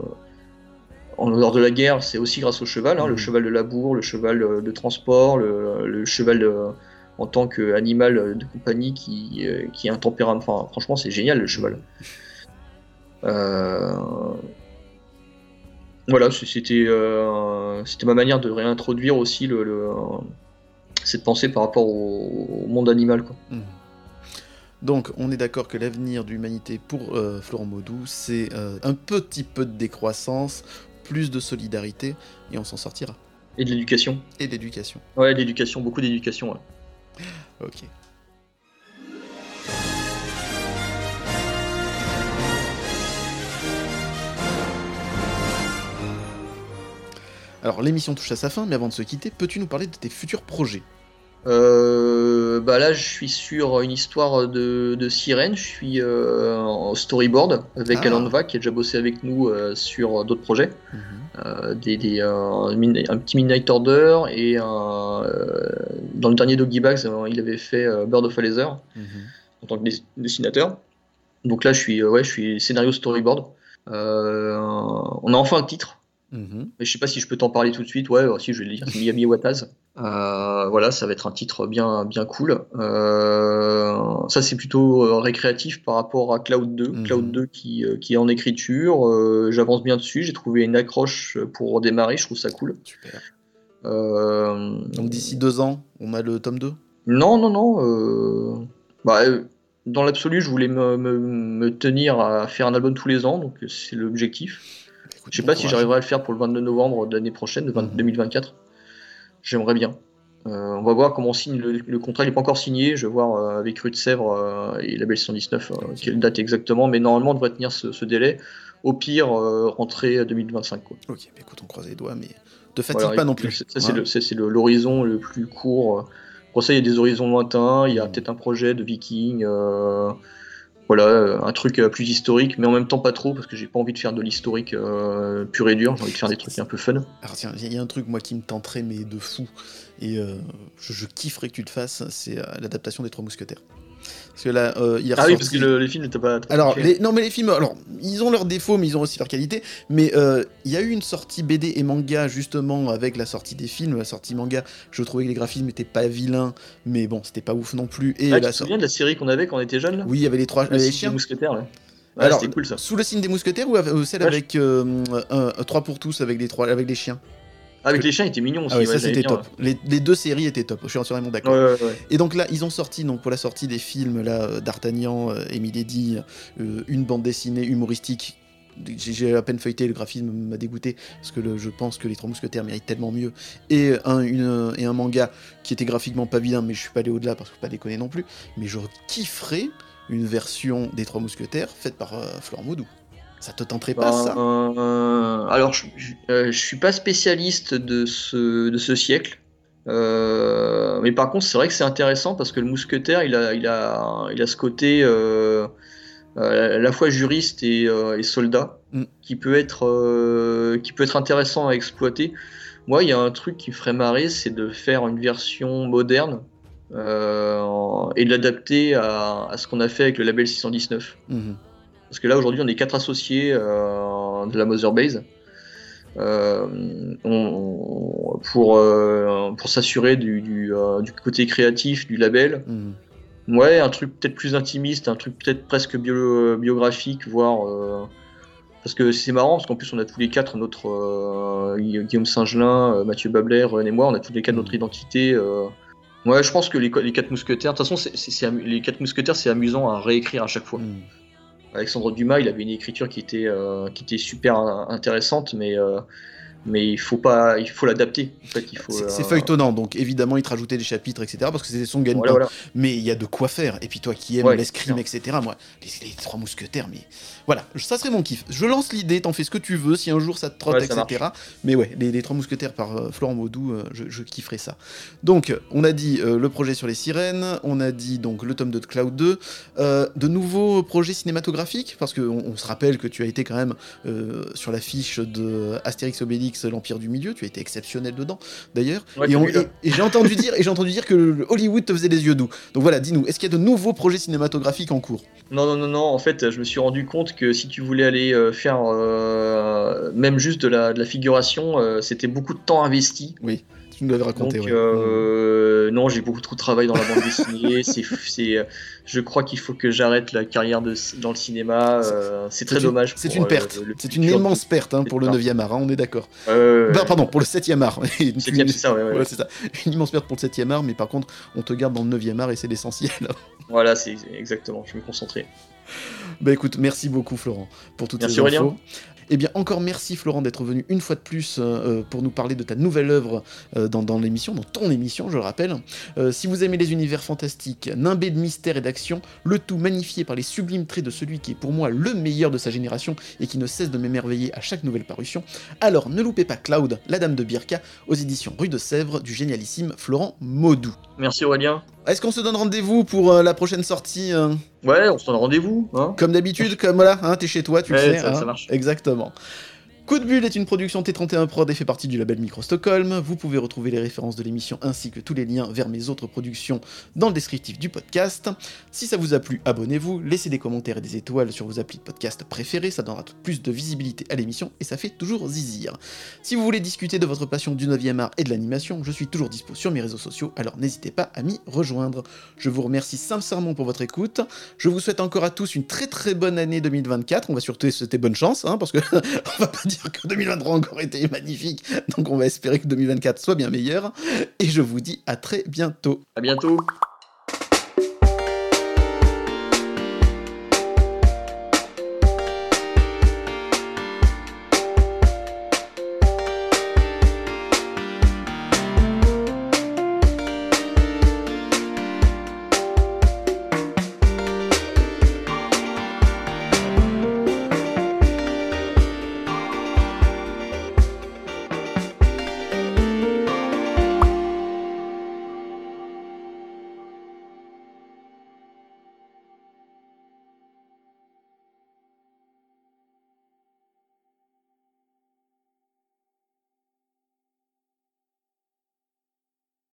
en dehors de la guerre, c'est aussi grâce au cheval, hein, Mhm. le cheval de labour, le cheval euh, de transport, le, le cheval de- en tant qu'animal de compagnie qui, euh, qui a un tempérament. Enfin, franchement, c'est génial le cheval. Euh, Voilà, c- c'était euh, c'était ma manière de réintroduire aussi le, le- cette pensée par rapport au, au monde animal, quoi. Mhm. Donc, on est d'accord que l'avenir de l'humanité pour euh, Florent Maudou, c'est euh, un petit peu de décroissance, plus de solidarité, et on s'en sortira. Et de l'éducation. Et d'éducation. Ouais, de l'éducation, beaucoup d'éducation. Ouais. Ok. Alors, l'émission touche à sa fin, mais avant de se quitter, peux-tu nous parler de tes futurs projets? Euh, bah là, je suis sur une histoire de, de sirène. Je suis euh, en storyboard avec Ah. Alan Va qui a déjà bossé avec nous euh, sur d'autres projets. Mhm. Euh, des, des, euh, un, min- un petit Midnight Order et un, euh, dans le dernier Doggy Bags, euh, il avait fait euh, Bird of a Leather Mhm. en tant que dess- dessinateur. Donc là, je suis, euh, ouais, je suis scénario storyboard. Euh, on a enfin un titre. Mhm. Mais je sais pas si je peux t'en parler tout de suite. Ouais, si je vais le dire, c'est Miami Wataz. Euh, voilà, ça va être un titre bien, bien cool. Euh, ça, c'est plutôt euh, récréatif par rapport à Cloud deux. Mhm. Cloud deux qui, euh, qui est en écriture. Euh, j'avance bien dessus. J'ai trouvé une accroche pour démarrer. Je trouve ça cool. Super. Euh, Donc, d'ici deux ans, on a le tome deux? Non, non, non. Euh... Bah, euh, dans l'absolu, je voulais me, me, me tenir à faire un album tous les ans, donc c'est l'objectif. Écoute, Je sais bon pas si courage. j'arriverai à le faire pour le vingt-deux novembre de l'année prochaine, de vingt- Mhm. deux mille vingt-quatre. J'aimerais bien. Euh, on va voir comment on signe le, le contrat. Il n'est pas encore signé. Je vais voir euh, avec Rue de Sèvres euh, et Label cent dix-neuf euh, Ok. quelle date exactement. Mais normalement, on devrait tenir ce, ce délai. Au pire, euh, rentrée deux mille vingt-cinq. Quoi. Ok, bah écoute, on croise les doigts, mais te fatigue Voilà, pas non écoute, plus. ça c'est Hein. le- ça, c'est le- l'horizon le plus court. Pour ça, il y a des horizons lointains. Il y a Mhm. peut-être un projet de Viking. euh, Voilà, euh, un truc euh, plus historique, mais en même temps pas trop, parce que j'ai pas envie de faire de l'historique euh, pur et dur, j'ai envie de faire des trucs un peu fun. Alors tiens, il y a un truc moi qui me tenterait mais de fou, et euh, je, je kifferais que tu le fasses, c'est euh, l'adaptation des Trois Mousquetaires. Parce que là, euh, il est Ah oui, parce que ressorti... le- les films, t'as pas, t'as pas Alors, kiffé. les, non mais les films, alors, ils ont leurs défauts, mais ils ont aussi leurs qualités, mais euh, il y a eu une sortie B D et manga, justement, avec la sortie des films, la sortie manga, je trouvais que les graphismes étaient pas vilains, mais bon, c'était pas ouf non plus, et Ah, tu la te sortie... souviens de la série qu'on avait quand on était jeunes, là? Oui, il y avait les trois... Le les cycle des chiens. mousquetaires, là. Ouais, Alors, c'était cool, ça. sous le signe des mousquetaires ou, avec- ou celle Ouais, je- avec euh, un- un- trois pour tous avec les, trois, avec les chiens? Avec les chiens, il était mignon aussi, Ah ouais, ouais, ça j'avais c'était bien. top. Les, les deux séries étaient top, je suis entièrement Ouais, d'accord. ouais, ouais. ouais. Et donc là, ils ont sorti, donc pour la sortie des films, là, euh, d'Artagnan euh, et Milady, euh, une bande dessinée humoristique. J'ai j'ai à peine feuilleté, le graphisme m'a dégoûté, parce que le- je pense que les Trois Mousquetaires méritent tellement mieux. Et un, une- et un manga qui était graphiquement pas vilain, mais je suis pas allé au-delà parce que faut pas déconner non plus. Mais je kifferais une version des Trois Mousquetaires faite par euh, Florent Maudou. Ça te tenterait pas, Ben, ça? euh, alors, je, je, euh, je suis pas spécialiste de ce, de ce siècle. Euh, mais par contre, c'est vrai que c'est intéressant parce que le mousquetaire, il a, il a, il a ce côté euh, euh, à la fois juriste et, euh, et soldat Mm. qui peut être, euh, qui peut être intéressant à exploiter. Moi, il y a un truc qui me ferait marrer, c'est de faire une version moderne euh, en- et de l'adapter à, à ce qu'on a fait avec le label six cent dix-neuf. Mhm. Parce que là, aujourd'hui, on est quatre associés euh, de la Mother Base euh, on- pour, euh, pour s'assurer du, du, euh, du côté créatif du label. Mhm. Ouais, un truc peut-être plus intimiste, un truc peut-être presque bio- biographique, voire. euh, parce que c'est marrant, parce qu'en plus, on a tous les quatre notre. euh, Guillaume Singelin, euh, Mathieu Bablet, René et moi, on a tous les quatre Mhm. notre identité. euh. Ouais, je pense que les, les quatre mousquetaires. De toute façon, c'est, c'est- c'est amu- les quatre mousquetaires, c'est amusant à réécrire à chaque fois. Mhm. Alexandre Dumas, il avait une écriture qui était, euh, qui était super in- intéressante, mais, euh, mais il faut pas, il faut l'adapter. En fait, il faut. C'est euh, c'est feuilletonnant, donc évidemment, il te rajoutait des chapitres, et cetera, parce que c'était son gagne-pain. Voilà, voilà. Mais il y a de quoi faire. Et puis toi qui aimes Ouais, l'escrime, clair. et cetera, moi, les, les Trois Mousquetaires, mais... Voilà, ça serait mon kiff. Je lance l'idée, t'en fais ce que tu veux, si un jour ça te trotte, Ouais, ça et cetera. Mais ouais, les, les Trois Mousquetaires par euh, Florent Maudou, euh, je, je kifferais ça. Donc, on a dit euh, le projet sur les sirènes, on a dit donc le tome deux de Cloud deux, euh, de nouveaux projets cinématographiques, parce qu'on on se rappelle que tu as été quand même euh, sur l'affiche de Astérix Obélix, l'Empire du Milieu, tu as été exceptionnel dedans, d'ailleurs. Ouais, et t'as on- vu, là. et- et j'ai entendu dire, et j'ai entendu dire que le Hollywood te faisait les yeux doux. Donc voilà, dis-nous, est-ce qu'il y a de nouveaux projets cinématographiques en cours? Non, non, non, non. En fait, je me suis rendu compte que si tu voulais aller euh, faire euh, même juste de la, de la figuration, euh, c'était beaucoup de temps investi. Oui, tu nous l'avais raconté, Donc, ouais. euh, non, j'ai beaucoup trop de travail dans la bande dessinée. C'est, c'est, euh, je crois qu'il faut que j'arrête la carrière de, dans le cinéma. euh, c'est très une- dommage. C'est pour, une euh, perte. le C'est une futur immense de- perte hein, pour le c'est ça. neuvième art, hein, on est d'accord. Euh, Bah, pardon, pour le septième art. Une- Septième, c'est ça, ouais, ouais, Voilà, ouais. c'est ça. Une immense perte pour le septième art, mais par contre, on te garde dans le neuvième art et c'est l'essentiel. Voilà, c'est exactement. Je vais me concentrer. Bah écoute, merci beaucoup Florent pour toutes Merci, ces Aurélien. infos. Eh bien, encore merci Florent d'être venu une fois de plus euh, pour nous parler de ta nouvelle œuvre euh, dans, dans l'émission, dans ton émission, je le rappelle. Euh, si vous aimez les univers fantastiques, nimbés de mystère et d'action, le tout magnifié par les sublimes traits de celui qui est pour moi le meilleur de sa génération et qui ne cesse de m'émerveiller à chaque nouvelle parution, alors ne loupez pas Cloud, la Dame de Birka, aux éditions Rue de Sèvres du génialissime Florent Maudou. Merci, Aurélien. Est-ce qu'on se donne rendez-vous pour euh, la prochaine sortie euh, Ouais, on se donne rendez-vous. Hein. comme d'habitude, comme voilà, hein, t'es chez toi, tu Ouais, le sais. ça- hein. ça marche. Exactement. Coup de Bulle est une production T trente et un Prod et fait partie du label Micro Stockholm. Vous pouvez retrouver les références de l'émission ainsi que tous les liens vers mes autres productions dans le descriptif du podcast. Si ça vous a plu, abonnez-vous, laissez des commentaires et des étoiles sur vos applis de podcast préférés, ça donnera plus de visibilité à l'émission et ça fait toujours zizir. Si vous voulez discuter de votre passion du neuvième art et de l'animation, je suis toujours dispo sur mes réseaux sociaux, alors n'hésitez pas à m'y rejoindre. Je vous remercie sincèrement pour votre écoute. Je vous souhaite encore à tous une très très bonne année deux mille vingt-quatre. On va surtout souhaiter bonne chance, hein, parce que on va pas dire dire que deux mille vingt-trois a encore été magnifique, donc on va espérer que deux mille vingt-quatre soit bien meilleur, et je vous dis à très bientôt. À bientôt.